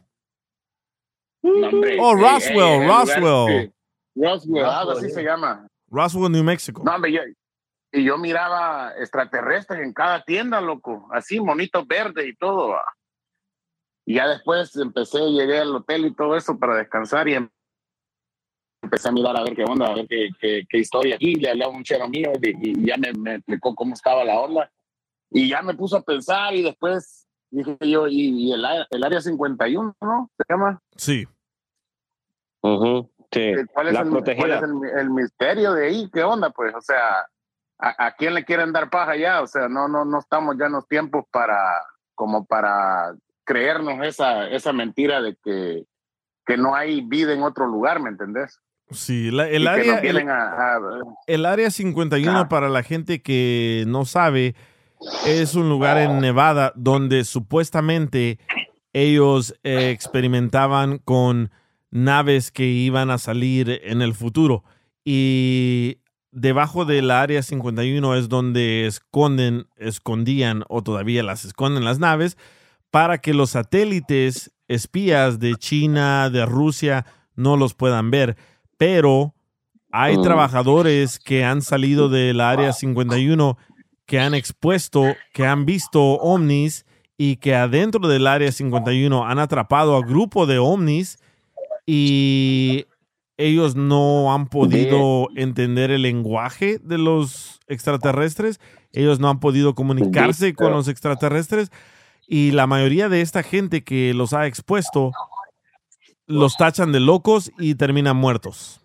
No, hombre, Oh, eh, Roswell, eh, el lugar Roswell. que- Roswell, algo Roswell, así yeah. se llama. Roswell, New Mexico. No, hombre, yo, y yo miraba extraterrestres en cada tienda, loco, así, monitos verdes y todo. ¿va? Y ya después empecé, llegué al hotel y todo eso para descansar y em- empecé a mirar a ver qué onda, a ver qué, qué, qué historia aquí. Le hablé a un chero mío y, y ya me, me explicó cómo estaba la onda. Y ya me puso a pensar y después dije yo, y, y el, área- el área cincuenta y uno, ¿no? ¿Se llama? Sí. Ujú. Sí. ¿Cuál es, La el, cuál protegida. es el, el misterio de ahí? ¿Qué onda? Pues, o sea, ¿a, a quién le quieren dar paja ya? O sea, no, no, no estamos ya en los tiempos para, como para creernos esa, esa mentira de que, que no hay vida en otro lugar, ¿me entendés? Sí, la- Y el que área, nos vienen el, a, a- el área cincuenta y uno, Ah. para la gente que no sabe, es un lugar en Nevada donde supuestamente ellos eh, experimentaban con naves que iban a salir en el futuro. Y debajo del área cincuenta y uno es donde esconden, escondían o todavía las esconden las naves para que los satélites espías de China, de Rusia, no los puedan ver. Pero hay Mm. trabajadores que han salido del área cincuenta y uno que han expuesto, que han visto ovnis y que adentro del área cincuenta y uno han atrapado a grupo de ovnis y ellos no han podido entender el lenguaje de los extraterrestres. Ellos no han podido comunicarse Listo. con los extraterrestres y la mayoría de esta gente que los ha expuesto los tachan de locos y terminan muertos.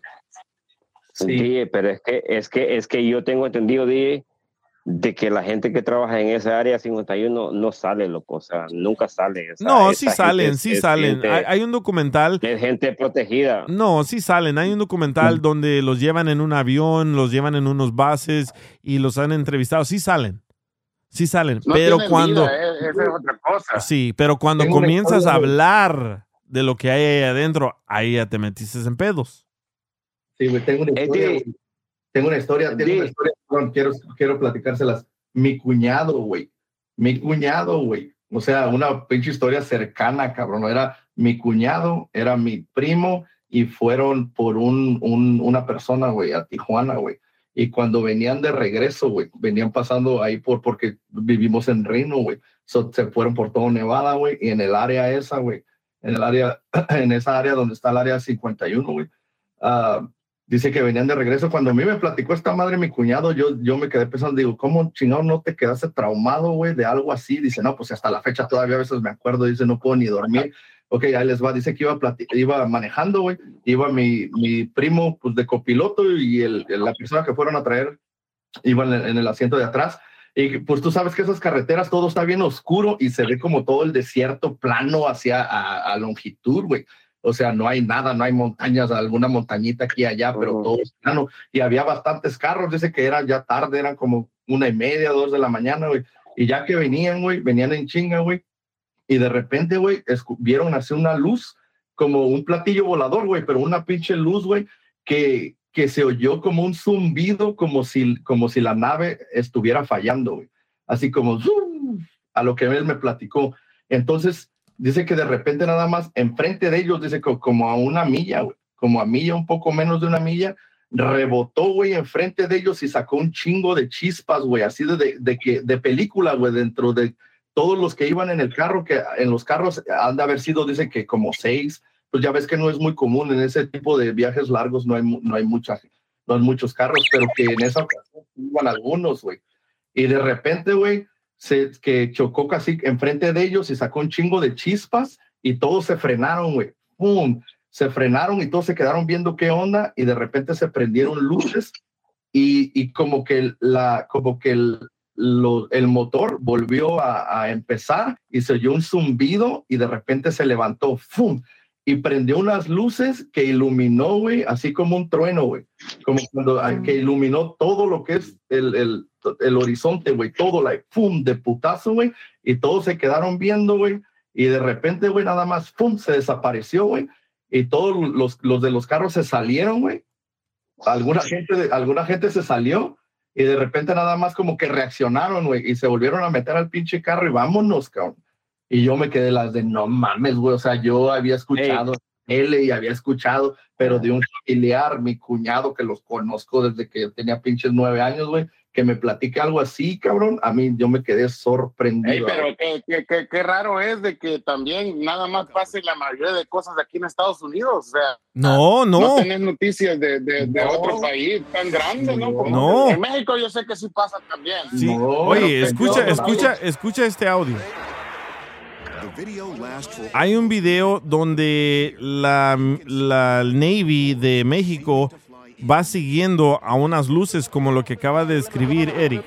Sí, pero es que, es que, es que yo tengo entendido, D J, de que la gente que trabaja en esa área cincuenta y uno no sale, loco, o sea, nunca sale. O sea, No, esa sí gente salen, es- sí es salen. gente- Hay, hay un documental. Es gente protegida. No, sí salen. Hay un documental donde los llevan en un avión, los llevan en unos bases y los han entrevistado. Sí salen. Sí salen. No pero tienen cuando... vida, eh, esa es otra cosa. Sí, pero cuando Tengo una comienzas a historia de- hablar de lo que hay ahí adentro, ahí ya te metiste en pedos. Sí, güey, tengo una historia, güey. Tengo una historia, tengo una historia, perdón, quiero, quiero platicárselas. Mi cuñado, güey. Mi cuñado, güey. O sea, una pinche historia cercana, cabrón. Era mi cuñado, era mi primo y fueron por un, un, una persona, güey, a Tijuana, güey. Y cuando venían de regreso, güey, venían pasando ahí por, porque vivimos en Reno, güey. So, se fueron por todo Nevada, güey, y en el área esa, güey, en el área, en esa área donde está el área cincuenta y uno, güey. ah, Dice que venían de regreso. Cuando a mí me platicó esta madre, mi cuñado, yo, yo me quedé pensando, digo, ¿cómo chingado no te quedaste traumado, güey, de algo así? Dice, no, pues hasta la fecha todavía a veces me acuerdo, dice, no puedo ni dormir. Ok, ahí les va. Dice que iba, plati- iba manejando, güey. Iba mi, mi primo, pues, de copiloto y el, la persona que fueron a traer iba en el, en el asiento de atrás. Y pues tú sabes que esas carreteras todo está bien oscuro y se ve como todo el desierto plano hacia a, a longitud, güey. O sea, no hay nada, no hay montañas, alguna montañita aquí y allá, pero todo es plano. Y había bastantes carros, dice que era ya tarde, eran como una y media, dos de la mañana, güey. Y ya que venían, güey, venían en chinga, güey. Y de repente, güey, escu- vieron así una luz, como un platillo volador, güey, pero una pinche luz, güey, que, que se oyó como un zumbido, como si, como si la nave estuviera fallando, güey. Así como, ¡zum! A lo que él me platicó. Entonces, dice que de repente nada más enfrente de ellos, dice que como a una milla, güey, como a milla, un poco menos de una milla, rebotó, güey, enfrente de ellos y sacó un chingo de chispas, güey, así de, de, de, que, de película, güey, dentro de todos los que iban en el carro, que en los carros han de haber sido, dice que como seis, pues ya ves que no es muy común en ese tipo de viajes largos, no hay, mu- no hay, mucha, no hay muchos carros, pero que en esa ocasión iban algunos, güey. Y de repente, güey, se, que chocó casi enfrente de ellos y sacó un chingo de chispas y todos se frenaron, güey. ¡Pum! Se frenaron y todos se quedaron viendo qué onda y de repente se prendieron luces y, y como que, la, como que el, lo- el motor volvió a, a empezar y se oyó un zumbido y de repente se levantó. ¡Fum! Y prendió unas luces que iluminó, güey, así como un trueno, güey. Como cuando ah, que iluminó todo lo que es el, el, el horizonte, güey. Todo, like, pum, de putazo, güey. Y todos se quedaron viendo, güey. Y de repente, güey, nada más, pum, se desapareció, güey. Y todos los, los de los carros se salieron, güey. Alguna gente, de- alguna gente se salió y de repente nada más como que reaccionaron, güey. Y se volvieron a meter al pinche carro y vámonos, cabrón. Y yo me quedé las de no mames, güey. O sea, yo había escuchado él y había escuchado, pero de un familiar, mi cuñado, que los conozco desde que yo tenía pinches nueve años, güey, que me platique algo así, cabrón. A mí yo me quedé Ey, sorprendido. pero qué, qué, qué, qué raro es de que también nada más pase la mayoría de cosas aquí en Estados Unidos. O sea, No, no. no tenés noticias de, de, de No. otro país tan grande, ¿no? Como No. En México yo sé que sí pasa también. Sí. Oye, escucha, escucha, escucha este audio. Hay un video donde la, la Navy de México va siguiendo a unas luces como lo que acaba de describir Eric.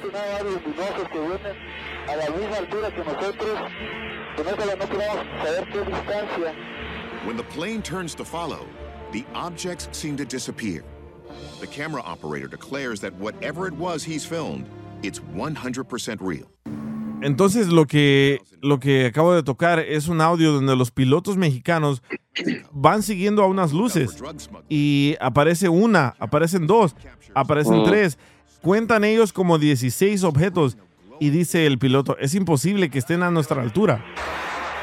A la misma altura que nosotros, que no solamente vamos a saber qué distancia. When the plane turns to follow, the objects seem to disappear. The camera operator declares that whatever it was he's filmed, it's one hundred percent real. Entonces lo que, lo que acabo de tocar es un audio donde los pilotos mexicanos van siguiendo a unas luces y aparece una, aparecen dos, aparecen Mm. tres. Cuentan ellos como dieciséis objetos y dice el piloto, es imposible que estén a nuestra altura.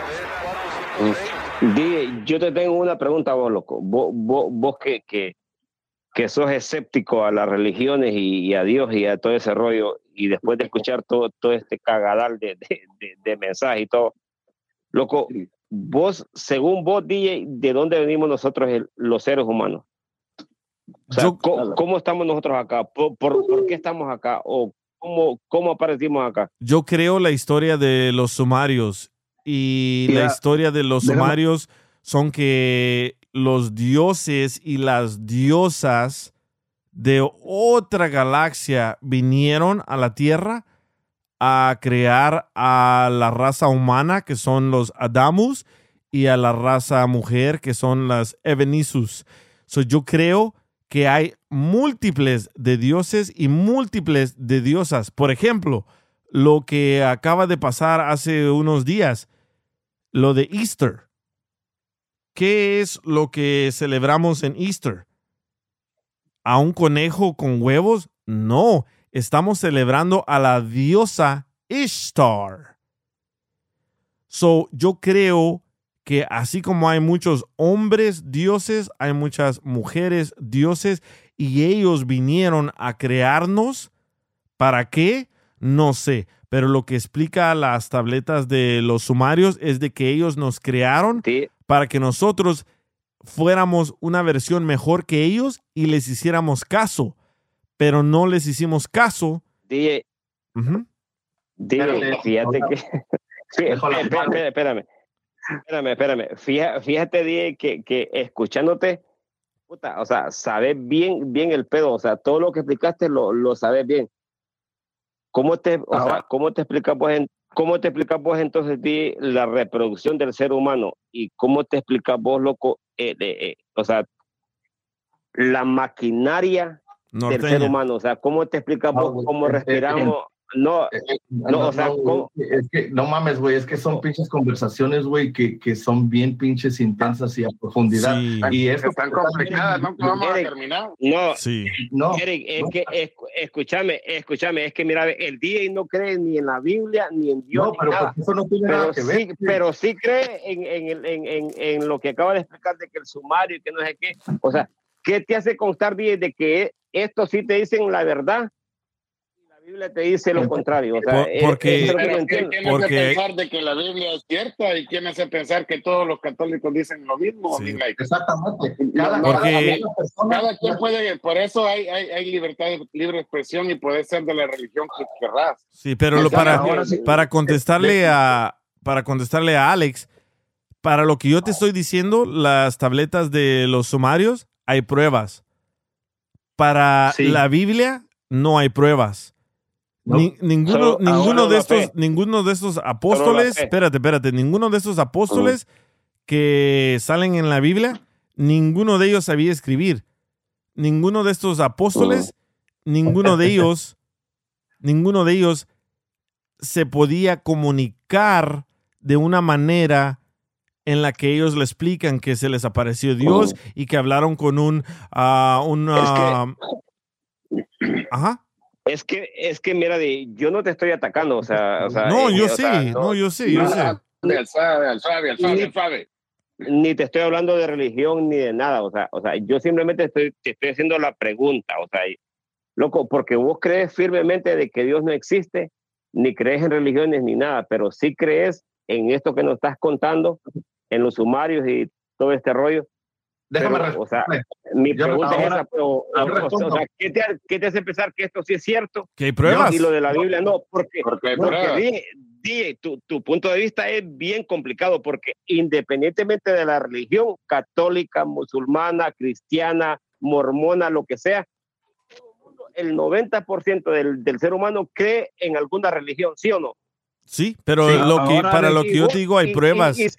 Di, yo te tengo una pregunta a vos, loco. Vos, vos, vos que, que, que sos escéptico a las religiones y, y a Dios y a todo ese rollo, y después de escuchar todo, todo este cagadal de, de, de, de mensajes y todo, loco, vos, según vos, D J, ¿de dónde venimos nosotros el, los seres humanos? O sea, Yo- ¿cómo, cómo estamos nosotros acá? ¿Por, por, por qué estamos acá? ¿O cómo, cómo aparecimos acá? Yo creo la historia de los sumarios y la Mira, historia de los déjame- sumarios son que los dioses y las diosas de otra galaxia vinieron a la Tierra a crear a la raza humana, que son los Adamus, y a la raza mujer, que son las Evenisus. So, yo creo que hay múltiples de dioses y múltiples de diosas. Por ejemplo, lo que acaba de pasar hace unos días, lo de Easter. ¿Qué es lo que celebramos en Easter? ¿A un conejo con huevos? No, estamos celebrando a la diosa Ishtar. So, yo creo que así como hay muchos hombres dioses, hay muchas mujeres dioses, y ellos vinieron a crearnos. ¿Para qué? No sé. Pero lo que explica las tabletas de los sumarios es de que ellos nos crearon para que nosotros fuéramos una versión mejor que ellos y les hiciéramos caso. Pero no les hicimos caso. D J, Ujú. D J, fíjate que... Sí, espérame, espérame, espérame. Espérame, espérame. Fíjate, fíjate D J, que, que escuchándote, puta, o sea, sabes bien, bien el pedo, o sea, todo lo que explicaste lo, lo sabes bien. ¿Cómo te, o sea, ¿cómo te explicas vos, en, cómo te explicas vos entonces D J, la reproducción del ser humano? ¿Y cómo te explicas vos, loco, eh, eh, eh, o sea, la maquinaria Norteña. del ser humano? O sea, ¿cómo te explicas vos No, cómo eh, eh, respiramos? No, No, no, o sea, no, güey, ¿cómo? es que no mames, güey, es que son pinches conversaciones, güey, que, que son bien pinches intensas y a profundidad. Sí. Y eso Están complicadas, ¿no? ¿Cómo vamos a Eric, terminar? No, Sí. no, Eric, es no. que, es- escúchame, escúchame, es que mira, el D J no cree ni en la Biblia, ni en Dios, No, ni pero nada. pues eso no tiene Pero nada que ver. sí, pero sí cree en, en, el- en, en, en lo que acaba de explicar de que el sumario y que no sé qué. O sea, ¿qué te hace constar, D J, de que esto sí te dicen la verdad y la Biblia te dice lo contrario? O sea, Por- es- porque- es lo que Pero no ¿quién, entiendo. quién hace Porque- pensar de que la Biblia es cierta y quién hace pensar que todos los católicos dicen lo mismo? Sí. I mean, like, Exactamente. no, Cada, no, Porque- cada- cada persona- cada quien puede, por eso hay, hay, hay libertad de libre expresión y puede ser de la religión que querrás. Sí, pero lo- Exacto. para, Ahora sí. para contestarle a para contestarle a Alex, para lo que yo te estoy diciendo, las tabletas de los sumarios, hay pruebas. Para Sí. la Biblia no hay pruebas. No. Ni- ninguno, Solo- ninguno solo de la estos, fe. ninguno de estos apóstoles, fe. espérate, espérate, ninguno de estos apóstoles que salen en la Biblia, ninguno de ellos sabía escribir. Ninguno de estos apóstoles, ninguno de ellos, ninguno de ellos se podía comunicar de una manera en la que ellos le explican que se les apareció Dios y que hablaron con un, ah, un, Es que- ah, ajá. Es que, es que mira, de, yo no te estoy atacando, o sea, o sea No, eh, yo o sí, sea, no, yo sí, yo sé. Al sabe, al sabe, al sabe, al sabe. Ni te estoy hablando de religión ni de nada, o sea, o sea, yo simplemente estoy, te estoy haciendo la pregunta, o sea, y- loco, porque vos crees firmemente de que Dios no existe, ni crees en religiones ni nada, pero sí crees en esto que nos estás contando, en los sumarios y todo este rollo. Déjame Pero, o sea, responder. mi Yo- pregunta es ahora- esa, pero, o- yo o- o respondo. sea, ¿qué te, qué te hace pensar que esto sí es cierto? Que hay pruebas. Y lo de la Biblia no, porque, Porque hay porque pruebas. di- di, tu, tu punto de vista es bien complicado, porque independientemente de la religión, católica, musulmana, cristiana, mormona, lo que sea, el noventa por ciento del, del ser humano cree en alguna religión, ¿sí o no? Sí, pero Sí, lo que, ahora para le lo que yo te digo, hay Y- pruebas. y- y-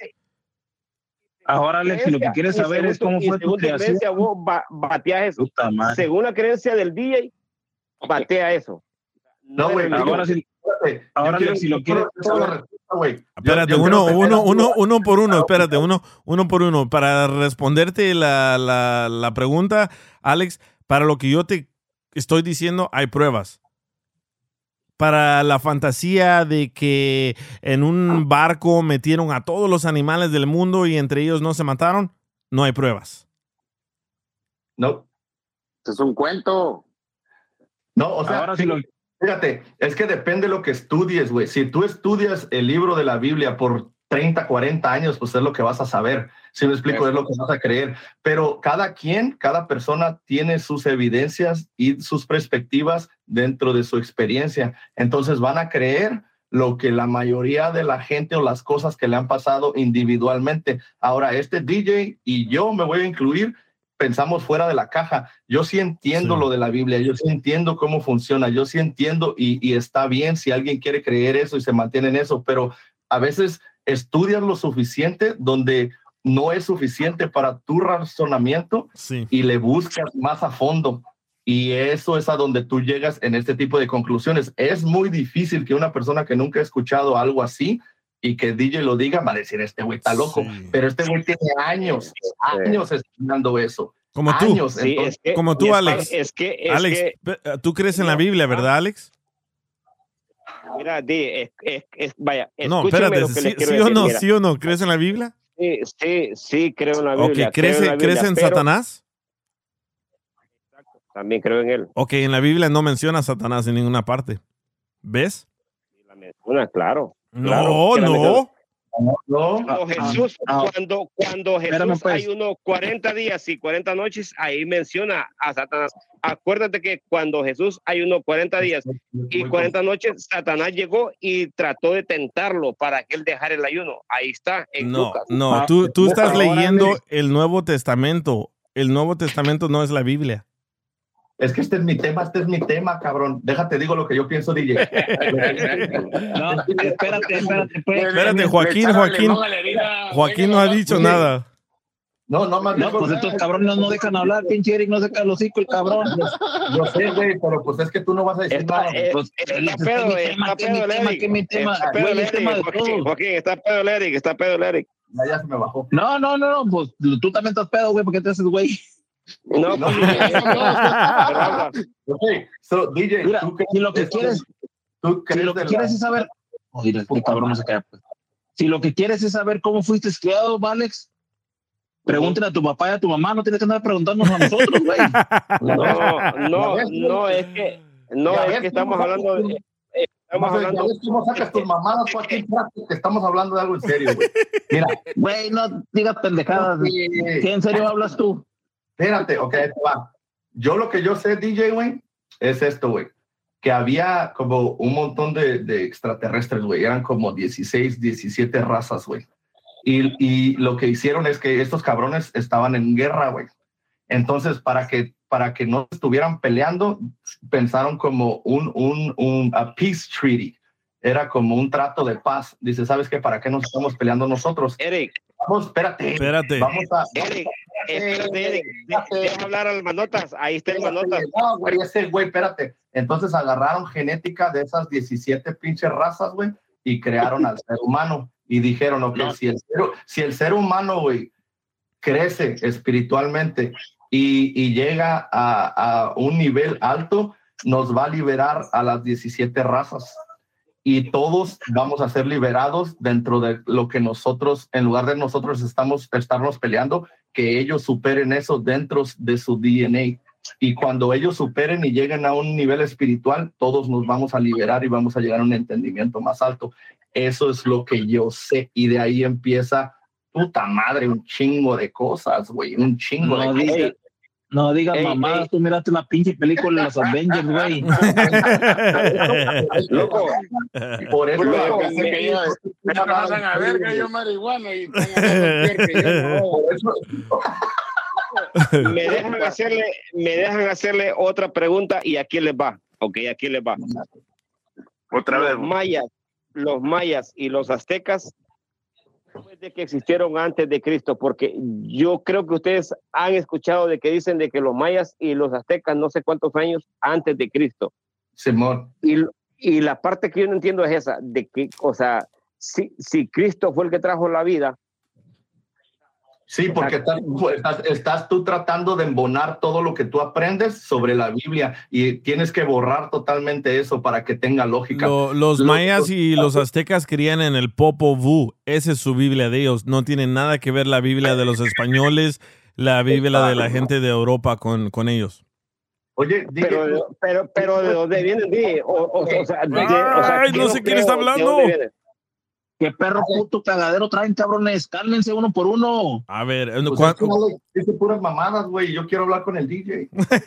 Ahora, Alex, si lo que creencia, quieres y saber es según cómo tu- y fue tu según tu creación. creencia, vos ba- bateas eso. Puta madre. Según la creencia del D J, batea eso. No, güey, religión. Ahora sí, espérate, ahora yo quiero- si lo yo quiero quieres toda la saber. respuesta, güey. Yo- Espérate, yo uno, creo que- uno, uno, uno por uno, espérate, uno, uno por uno. Para responderte la, la, la pregunta, Alex, para lo que yo te estoy diciendo, hay pruebas. para la fantasía de que en un barco metieron a todos los animales del mundo y entre ellos no se mataron? No hay pruebas. No. Es un cuento. No, o sea, Ahora sí, sí lo- fíjate, es que depende de lo que estudies, güey. Si tú estudias el libro de la Biblia por treinta, cuarenta años, pues es lo que vas a saber. Si me explico, es lo que vas a creer. Pero cada quien, cada persona tiene sus evidencias y sus perspectivas dentro de su experiencia. Entonces van a creer lo que la mayoría de la gente o las cosas que le han pasado individualmente. Ahora, este D J y yo me voy a incluir, pensamos fuera de la caja. Yo sí entiendo Sí. lo de la Biblia, yo sí entiendo cómo funciona, yo sí entiendo y, y está bien si alguien quiere creer eso y se mantiene en eso, pero a veces estudias lo suficiente donde no es suficiente para tu razonamiento Sí. y le buscas más a fondo. Y eso es a donde tú llegas en este tipo de conclusiones. Es muy difícil que una persona que nunca ha escuchado algo así y que D J lo diga, va a decir, este güey está loco. Pero este güey tiene años, años estudiando eso. Como tú. Años. Sí, Entonces, es que- Como tú, es- Alex. es que- es Alex, que- pe- tú crees en la Biblia, ¿verdad, Alex? Mira, Di, es, es, es- vaya, No, escúcheme espérate, lo que ¿sí, les quiero sí o decir, no? mira. ¿Sí o no? ¿Crees en la Biblia? Sí, sí, sí, creo en la Biblia. Ok, creo ¿crees, en la ¿crees Biblia, en pero Satanás? También creo en él. Ok, en la Biblia no menciona a Satanás en ninguna parte. ¿Ves? Una, claro. No, claro, que la no. menciona. No. Cuando Jesús, ah, cuando, cuando espérame, Jesús pues. hay unos cuarenta días y cuarenta noches, ahí menciona a Satanás. Acuérdate que cuando Jesús hay unos cuarenta días y cuarenta noches, Satanás llegó y trató de tentarlo para que él dejara el ayuno. Ahí está, en No, Lucas. no, tú, tú estás Ahora, leyendo mire, el Nuevo Testamento. El Nuevo Testamento no es la Biblia. es que este es mi tema, este es mi tema, cabrón. Déjate, digo lo que yo pienso, D J. No, espérate, espérate. Pues. Espérate, Joaquín, Joaquín. Joaquín no ha dicho nada. No, no me No, pues estos cabrones no, no dejan hablar, pinche Eric, no saca el hocico el cabrón. Yo sé, güey, pero pues es que tú no vas a decir Está, nada. eh, Pues, está es pedo, mi está tema, que pedo mi el tema, Eric. que mi tema. Está pedo Güey, el el tema Eric, de Joaquín, todos. Joaquín, está pedo el Eric, está pedo el Eric. Ya, ya se me bajó. No, no, no, no, pues tú también estás pedo, güey, porque te haces güey. No, No, pues, no, pero habla. Ok, so, D J, Mira, ¿tú crees si lo que esto? quieres, ¿Tú si crees lo que de la- quieres es saber, oh, mira, este cabrón no se queda, pues. Si lo que quieres es saber cómo fuiste criado, Alex, pregúntale a tu papá y a tu mamá, no tienes que andar preguntándonos a nosotros, güey. No, no, no, es que, no, Ya es ves que estamos cómo hablando sacas de, tus- eh, estamos ya ves hablando, cómo sacas tus mamadas, Joaquín, Espérate, que estamos hablando de algo en serio, güey. Mira, Güey, no digas pendejadas. Sí. ¿Qué en serio hablas tú? espérate, ok, ahí te va. Yo lo que yo sé, D J, güey, es esto, güey. Que había como un montón de, de extraterrestres, güey. Eran como dieciséis, diecisiete razas, güey. Y, y lo que hicieron es que estos cabrones estaban en guerra, güey. Entonces, para que, para que no estuvieran peleando, pensaron como un, un, un a peace treaty. Era como un trato de paz. Dice, ¿sabes qué? ¿Para qué nos estamos peleando nosotros? Eric, Vamos, espérate. Espérate. Vamos a... Eric, espérate, Eric, de- deja hablar al Manotas, ahí está el Manotas. No, güey, ese güey, espérate. Entonces agarraron genética de esas diecisiete pinches razas, güey, y crearon al ser humano. Y dijeron, ok, No. si, el ser, si el ser humano, güey, crece espiritualmente y, y llega a, a un nivel alto, nos va a liberar a las diecisiete razas. Y todos vamos a ser liberados dentro de lo que nosotros, en lugar de nosotros estamos, estarnos peleando, que ellos superen eso dentro de su D N A. Y cuando ellos superen y lleguen a un nivel espiritual, todos nos vamos a liberar y vamos a llegar a un entendimiento más alto. Eso es lo que yo sé. Y de ahí empieza, puta madre, un chingo de cosas, güey, un chingo No de digas, cosas. no digas Ey, mamadas, ey. tú miraste la pinche película de los Avengers, güey. Loco, Por eso, Yo por pensé que yo, me pasan a verga, yo marihuana y están hablando que yo no. eso, me dejan hacerle, me dejan hacerle otra pregunta y aquí les va, ok, aquí les va. Otra vez. Los mayas, los mayas y los aztecas, después de que existieron antes de Cristo, porque yo creo que ustedes han escuchado de que dicen de que los mayas y los aztecas no sé cuántos años antes de Cristo. Simón. Y, y la parte que yo no entiendo es esa, de que, o sea, si, si Cristo fue el que trajo la vida, Sí, porque estás, estás, estás tú tratando de embonar todo lo que tú aprendes sobre la Biblia y tienes que borrar totalmente eso para que tenga lógica. Lo- los Lo- mayas y los aztecas creían en el Popol Vuh. Esa es su Biblia de ellos. No tiene nada que ver la Biblia de los españoles, la Biblia de la gente de Europa con, con ellos. Oye, pero, pero, pero ¿de dónde vienen? Di? O, o, o sea, de- o sea, Ay, ¿qué no sé quién está creo? ¿De hablando. dónde vienen? ¿Qué perro puto cagadero traen, cabrones? Cálmense uno por uno. A ver, Pues ¿cuán- es que no le- dice puras mamadas, güey. Yo quiero hablar con el D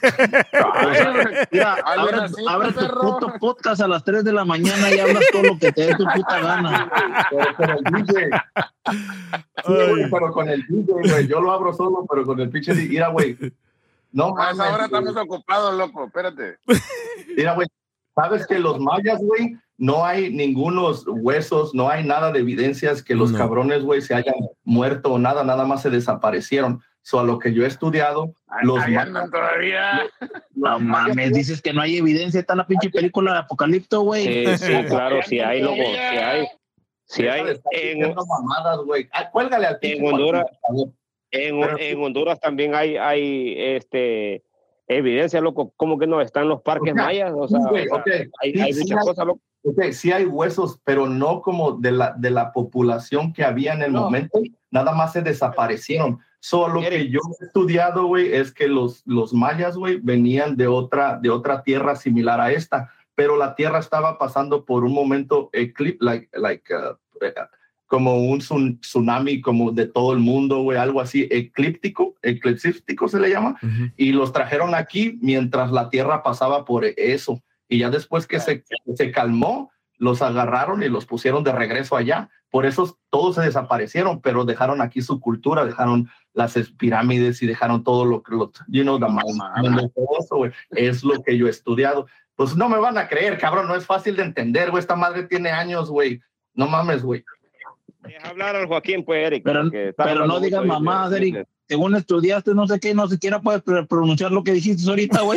J. Mira, abre, abre tu puto podcast a las tres de la mañana y hablas todo lo que te dé tu puta gana. Pero con el D J. Sí, güey, pero con el D J, güey. Yo lo abro solo, pero con el pinche D J. Mira, güey. No A esa mames, hora güey. estamos ocupados, loco. Espérate. Mira, güey. Sabes que los mayas, güey, no hay ningunos huesos, no hay nada de evidencias que los No. cabrones, güey, se hayan muerto o nada, nada más se desaparecieron. So, a lo que yo he estudiado, los Ahí mayas, andan todavía. No mames, dices que no hay evidencia. Está en la pinche película de Apocalipto, güey. Sí, sí, claro, sí hay, loco, sí hay. Sí deja hay. de estar En, diciendo mamadas, güey. Ah, cuélgale al pinche en Honduras, Joaquín, en, Pero- en Honduras también hay, hay este, evidencia, loco, como que no están los parques O sea, mayas, o sea, sí, güey, o sea, ok. hay, Sí, hay sí muchas hay- cosas, loco. ok, sí hay huesos, pero no como de la, de la población que había en el No. momento, nada más se desaparecieron. Solo lo que Eric. yo he estudiado, güey, es que los, los mayas, güey, venían de otra, de otra tierra similar a esta, pero la tierra estaba pasando por un momento eclipse, like, like, uh, como un tsun- tsunami como de todo el mundo, güey, algo así, eclíptico, eclipsístico se le llama, y los trajeron aquí mientras la tierra pasaba por eso. Y ya después que se, se calmó, los agarraron y los pusieron de regreso allá. Por eso todos se desaparecieron, pero dejaron aquí su cultura, dejaron las es- pirámides y dejaron todo lo que, lo, you know, the mountain, todo eso, güey. Es lo que yo he estudiado. Pues no me van a creer, cabrón, no es fácil de entender, güey. Esta madre tiene años, güey. No mames, güey. Deja hablar al Joaquín, pues, Eric. Pero, porque está pero hablando no digas mucho de- mamadas, de- Eric. Según estudiaste, no sé qué, no siquiera puedes pr- pronunciar lo que dijiste ahorita, güey.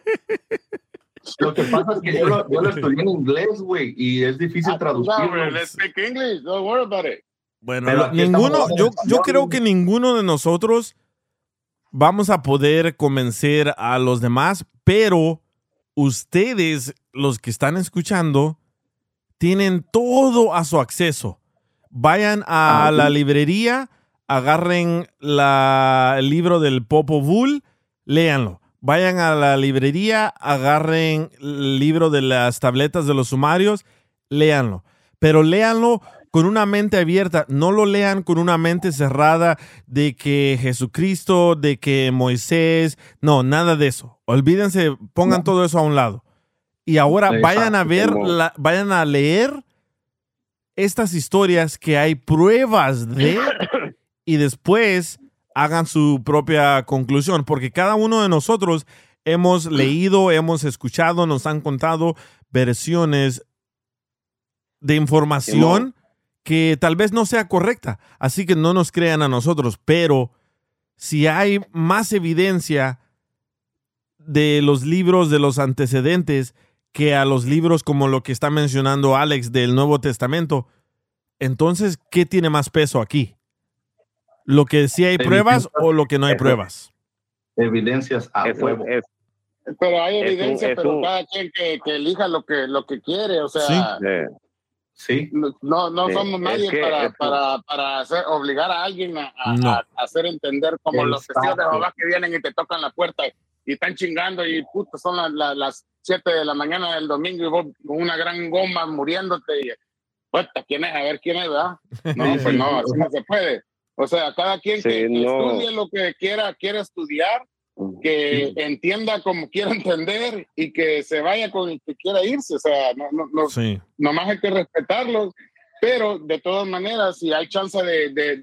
Lo que pasa es que yo lo, yo lo estudié en inglés, güey, y es difícil No, traducirlo. let's speak English. Don't worry about it. Bueno, Pero lo- aquí estamos ninguno, hablando yo, en yo español, creo güey. que ninguno de nosotros vamos a poder convencer a los demás, pero ustedes, los que están escuchando, tienen todo a su acceso. Vayan a Ah, la sí. librería, agarren la, el libro del Popol Vuh, léanlo. Vayan a la librería, agarren el libro de las tabletas de los sumarios, léanlo. Pero léanlo con una mente abierta, no lo lean con una mente cerrada de que Jesucristo, de que Moisés, no, nada de eso. Olvídense, pongan todo eso a un lado. Y ahora Exacto, vayan a ver, como- la- vayan a leer estas historias que hay pruebas de y después hagan su propia conclusión, porque cada uno de nosotros hemos leído, hemos escuchado, nos han contado versiones de información que tal vez no sea correcta, así que no nos crean a nosotros, pero si hay más evidencia de los libros de los antecedentes que a los libros como lo que está mencionando Alex del Nuevo Testamento, entonces, ¿qué tiene más peso aquí? ¿Lo que sí hay pruebas o lo que no hay pruebas? Evidencias a Eso huevo. es- Pero hay Es un- evidencia, es pero un- cada quien que, que elija lo que, lo que quiere. O sea, Sí. eh, Sí. no, no Sí, somos es nadie que para, es- para, para hacer, obligar a alguien a, a- No. a- a hacer entender como los testigos de Exacto. Jehová que vienen y te tocan la puerta y están chingando y puto, son las, las, las siete de la mañana del domingo y vos con una gran goma muriéndote y puta, ¿quién es? A ver quién es, ¿verdad? No, pues no, así no se puede. O sea, cada quien Sí, que, que no. estudie lo que quiera, quiera estudiar, que entienda como quiera entender y que se vaya con el que quiera irse. O sea, no, no, no, Sí. nomás hay que respetarlos, pero de todas maneras, si hay chance de, de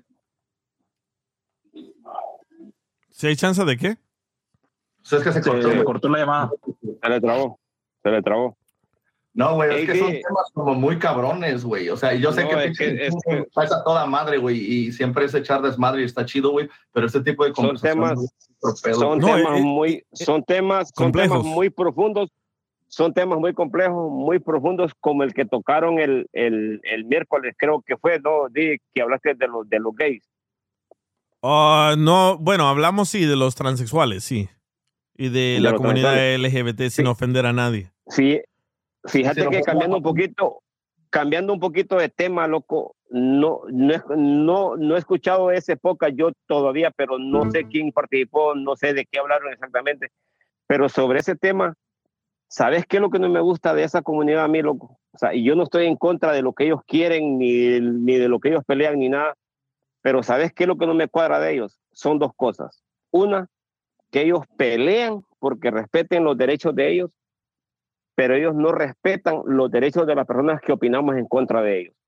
¿Si hay chance de qué? Pues es que se cortó, Se güey. cortó la llamada. se le trabó, se le trabó. No, güey, es Ey, que son que- temas como muy cabrones, güey. O sea, yo sé No, que es pinche que- es YouTube pasa toda madre, güey, y siempre es echar desmadre y está chido, güey, pero este tipo de Son conversaciones temas, otro pedo. son No, temas eh, muy, son temas, son complejos. temas muy profundos, son temas muy complejos, muy profundos, como el que tocaron el, el, el miércoles, creo que fue, ¿no? Di que hablaste de los de los gays. Uh, no, bueno, hablamos sí de los transexuales, sí. Y de, De la los comunidad transexuales. L G B T sin ofender a nadie. Sí, fíjate Sí, que lo- cambiando un poquito, cambiando un poquito de tema, loco, no, no, he- no, no he escuchado esa época yo todavía, pero no sé quién participó, no sé de qué hablaron exactamente, pero sobre ese tema, ¿sabes qué es lo que no me gusta de esa comunidad a mí, loco? O sea, y yo no estoy en contra de lo que ellos quieren, ni, ni de lo que ellos pelean, ni nada, pero ¿sabes qué es lo que no me cuadra de ellos? Son dos cosas. Una, que ellos pelean porque respeten los derechos de ellos, pero ellos no respetan los derechos de las personas que opinamos en contra de ellos.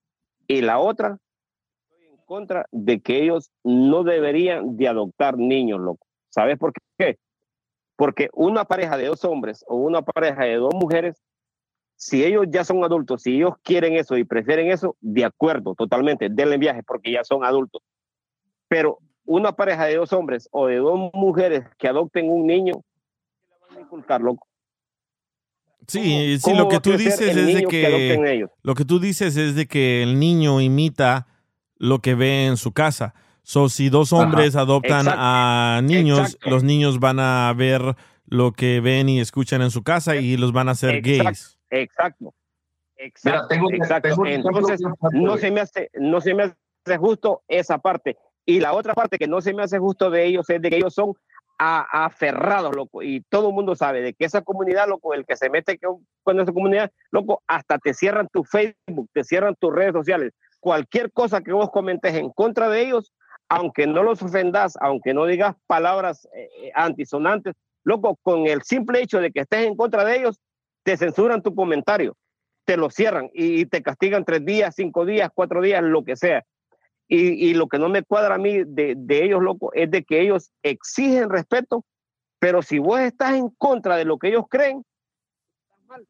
Y la otra, estoy en contra de que ellos no deberían de adoptar niños, loco. ¿Sabes por qué? Porque una pareja de dos hombres o una pareja de dos mujeres, si ellos ya son adultos, si ellos quieren eso y prefieren eso, de acuerdo, totalmente, denle viaje porque ya son adultos. Pero una pareja de dos hombres o de dos mujeres que adopten un niño, ¿qué le van a inculcar, loco? Sí, sí, cómo lo va que a tú crecer dices el es de niño que adopten que ellos? lo que tú dices es de que el niño imita lo que ve en su casa. So, si dos hombres Ajá, adoptan exacto, a niños, exacto. los niños van a ver lo que ven y escuchan en su casa y los van a hacer Exacto, gays. exacto, exacto, Mira, tengo- exacto. tengo un ejemplo Entonces, bien fuerte, no güey. se me hace, no se me hace justo esa parte. Y la otra parte que no se me hace justo de ellos es de que ellos son a- aferrados, loco. Y todo el mundo sabe de que esa comunidad, loco, el que se mete con, con esa comunidad, loco, hasta te cierran tu Facebook, te cierran tus redes sociales. Cualquier cosa que vos comentes en contra de ellos, aunque no los ofendas, aunque no digas palabras eh, antisonantes, loco, con el simple hecho de que estés en contra de ellos, te censuran tu comentario, te lo cierran y, y te castigan tres días, cinco días, cuatro días, lo que sea. Y, y lo que no me cuadra a mí de, de ellos, loco, es de que ellos exigen respeto, pero si vos estás en contra de lo que ellos creen, estás mal.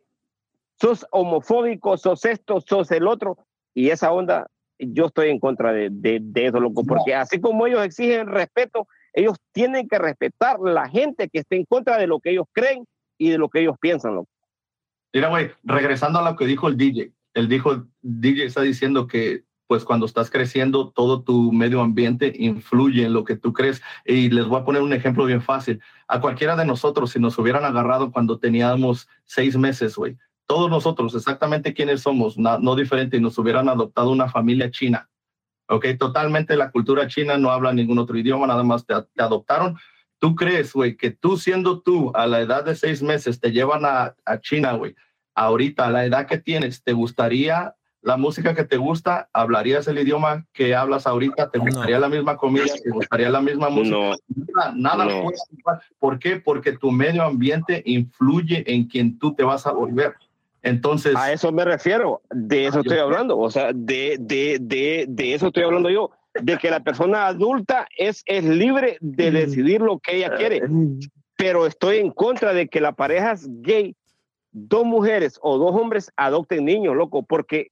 Sos homofóbico, sos esto, sos el otro, y esa onda, yo estoy en contra de, de, de eso, loco, porque así como ellos exigen respeto, ellos tienen que respetar la gente que esté en contra de lo que ellos creen y de lo que ellos piensan, loco. Mira, güey, regresando a lo que dijo el D J. El dijo, el D J está diciendo que pues cuando estás creciendo, todo tu medio ambiente influye en lo que tú crees. Y les voy a poner un ejemplo bien fácil. A cualquiera de nosotros, si nos hubieran agarrado cuando teníamos seis meses, güey, todos nosotros, exactamente quiénes somos, no, no diferente, y nos hubieran adoptado una familia china, ¿ok? Totalmente la cultura china, no habla ningún otro idioma, nada más te, te adoptaron. ¿Tú crees, güey, que tú siendo tú a la edad de seis meses te llevan a, a China, güey? Ahorita, a la edad que tienes, ¿te gustaría la música que te gusta? ¿Hablarías el idioma que hablas ahorita? ¿Te gustaría la misma comida? ¿Te gustaría la misma música? No. Nada, nada No. puede ser igual. ¿Por qué? Porque tu medio ambiente influye en quien tú te vas a volver. Entonces, a eso me refiero, de eso estoy hablando, o sea, de, de, de, de eso estoy hablando yo, de que la persona adulta es, es libre de decidir lo que ella quiere, pero estoy en contra de que la pareja gay, dos mujeres o dos hombres adopten niños, loco, porque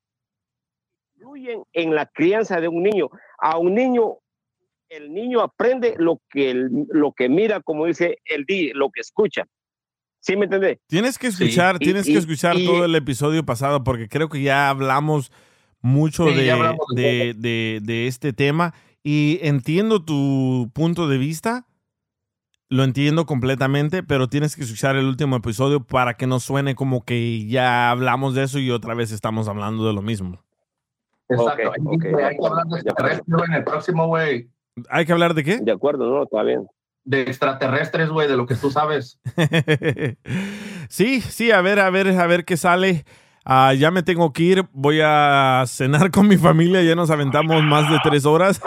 influyen en la crianza de un niño. A un niño, el niño aprende lo que, lo que mira, como dice el D, lo que escucha. ¿Sí me entendés? Tienes que escuchar, Sí. tienes Y- que y- escuchar y- todo el episodio pasado porque creo que ya hablamos mucho Sí, ya de, hablamos de de, de- de este tema y entiendo tu punto de vista, lo entiendo completamente, pero tienes que escuchar el último episodio para que no suene como que ya hablamos de eso y otra vez estamos hablando de lo mismo. exacto. Ok, Y, ok, güey, de hay que hablar de acuerdo, de acuerdo. extraterrestres, güey, en el próximo, güey. ¿Hay que hablar de qué? De acuerdo, no, está bien. De extraterrestres, güey, de lo que tú sabes. Sí, sí, a ver, a ver, a ver qué sale. Ah, ya me tengo que ir, voy a cenar con mi familia, ya nos aventamos más de tres horas.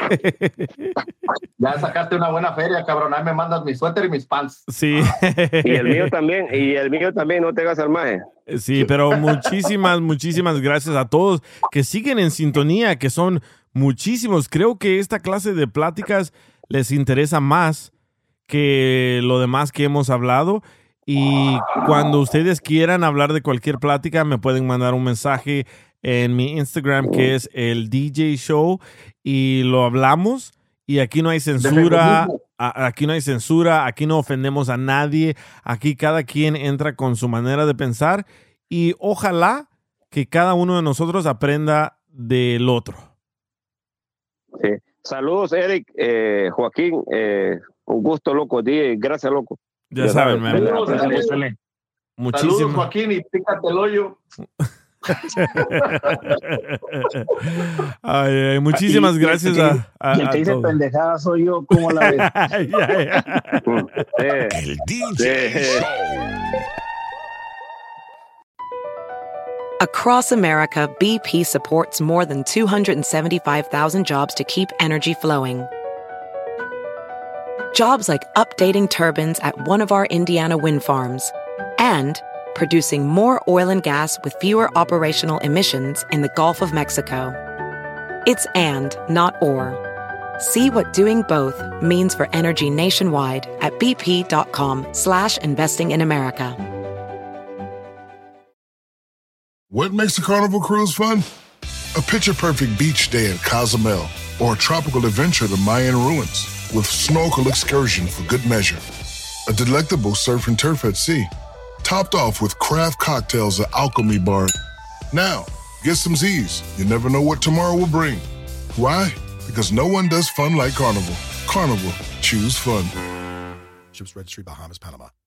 Ya sacaste una buena feria, cabrón. Ahí me mandas mi suéter y mis pants. Sí. Y el mío también, y el mío también, no te hagas al maje. Sí, pero muchísimas, muchísimas gracias a todos que siguen en sintonía, que son muchísimos. Creo que esta clase de pláticas les interesa más que lo demás que hemos hablado. Y cuando ustedes quieran hablar de cualquier plática, me pueden mandar un mensaje en mi Instagram, que es el D J Show, y lo hablamos. Y aquí no hay censura, a- aquí no hay censura, aquí no ofendemos a nadie, aquí cada quien entra con su manera de pensar y ojalá que cada uno de nosotros aprenda del otro. Sí. Saludos, Eric, eh, Joaquín, eh, un gusto, loco, D J, gracias, loco. Ya, ya saben, man. Saludos, saludos. Muchísimas. Saludos, Joaquín, y pícate el hoyo. Ay, ay, muchísimas Y- gracias y- a, a, y el a que dice todos. pendejada soy yo, ¿cómo la ves? Ya, ya. El D J Show. Across America, B P supports more than two hundred seventy-five thousand jobs to keep energy flowing. Jobs like updating turbines at one of our Indiana wind farms and producing more oil and gas with fewer operational emissions in the Gulf of Mexico. It's and, not or. See what doing both means for energy nationwide at bp.com slash investing in America. What makes a Carnival cruise fun? A picture-perfect beach day at Cozumel or a tropical adventure to Mayan ruins with snorkel excursion for good measure. A delectable surf and turf at sea, topped off with craft cocktails at Alchemy Bar. Now, get some Z's. You never know what tomorrow will bring. Why? Because no one does fun like Carnival. Carnival, choose fun. Ships Registry, Bahamas, Panama.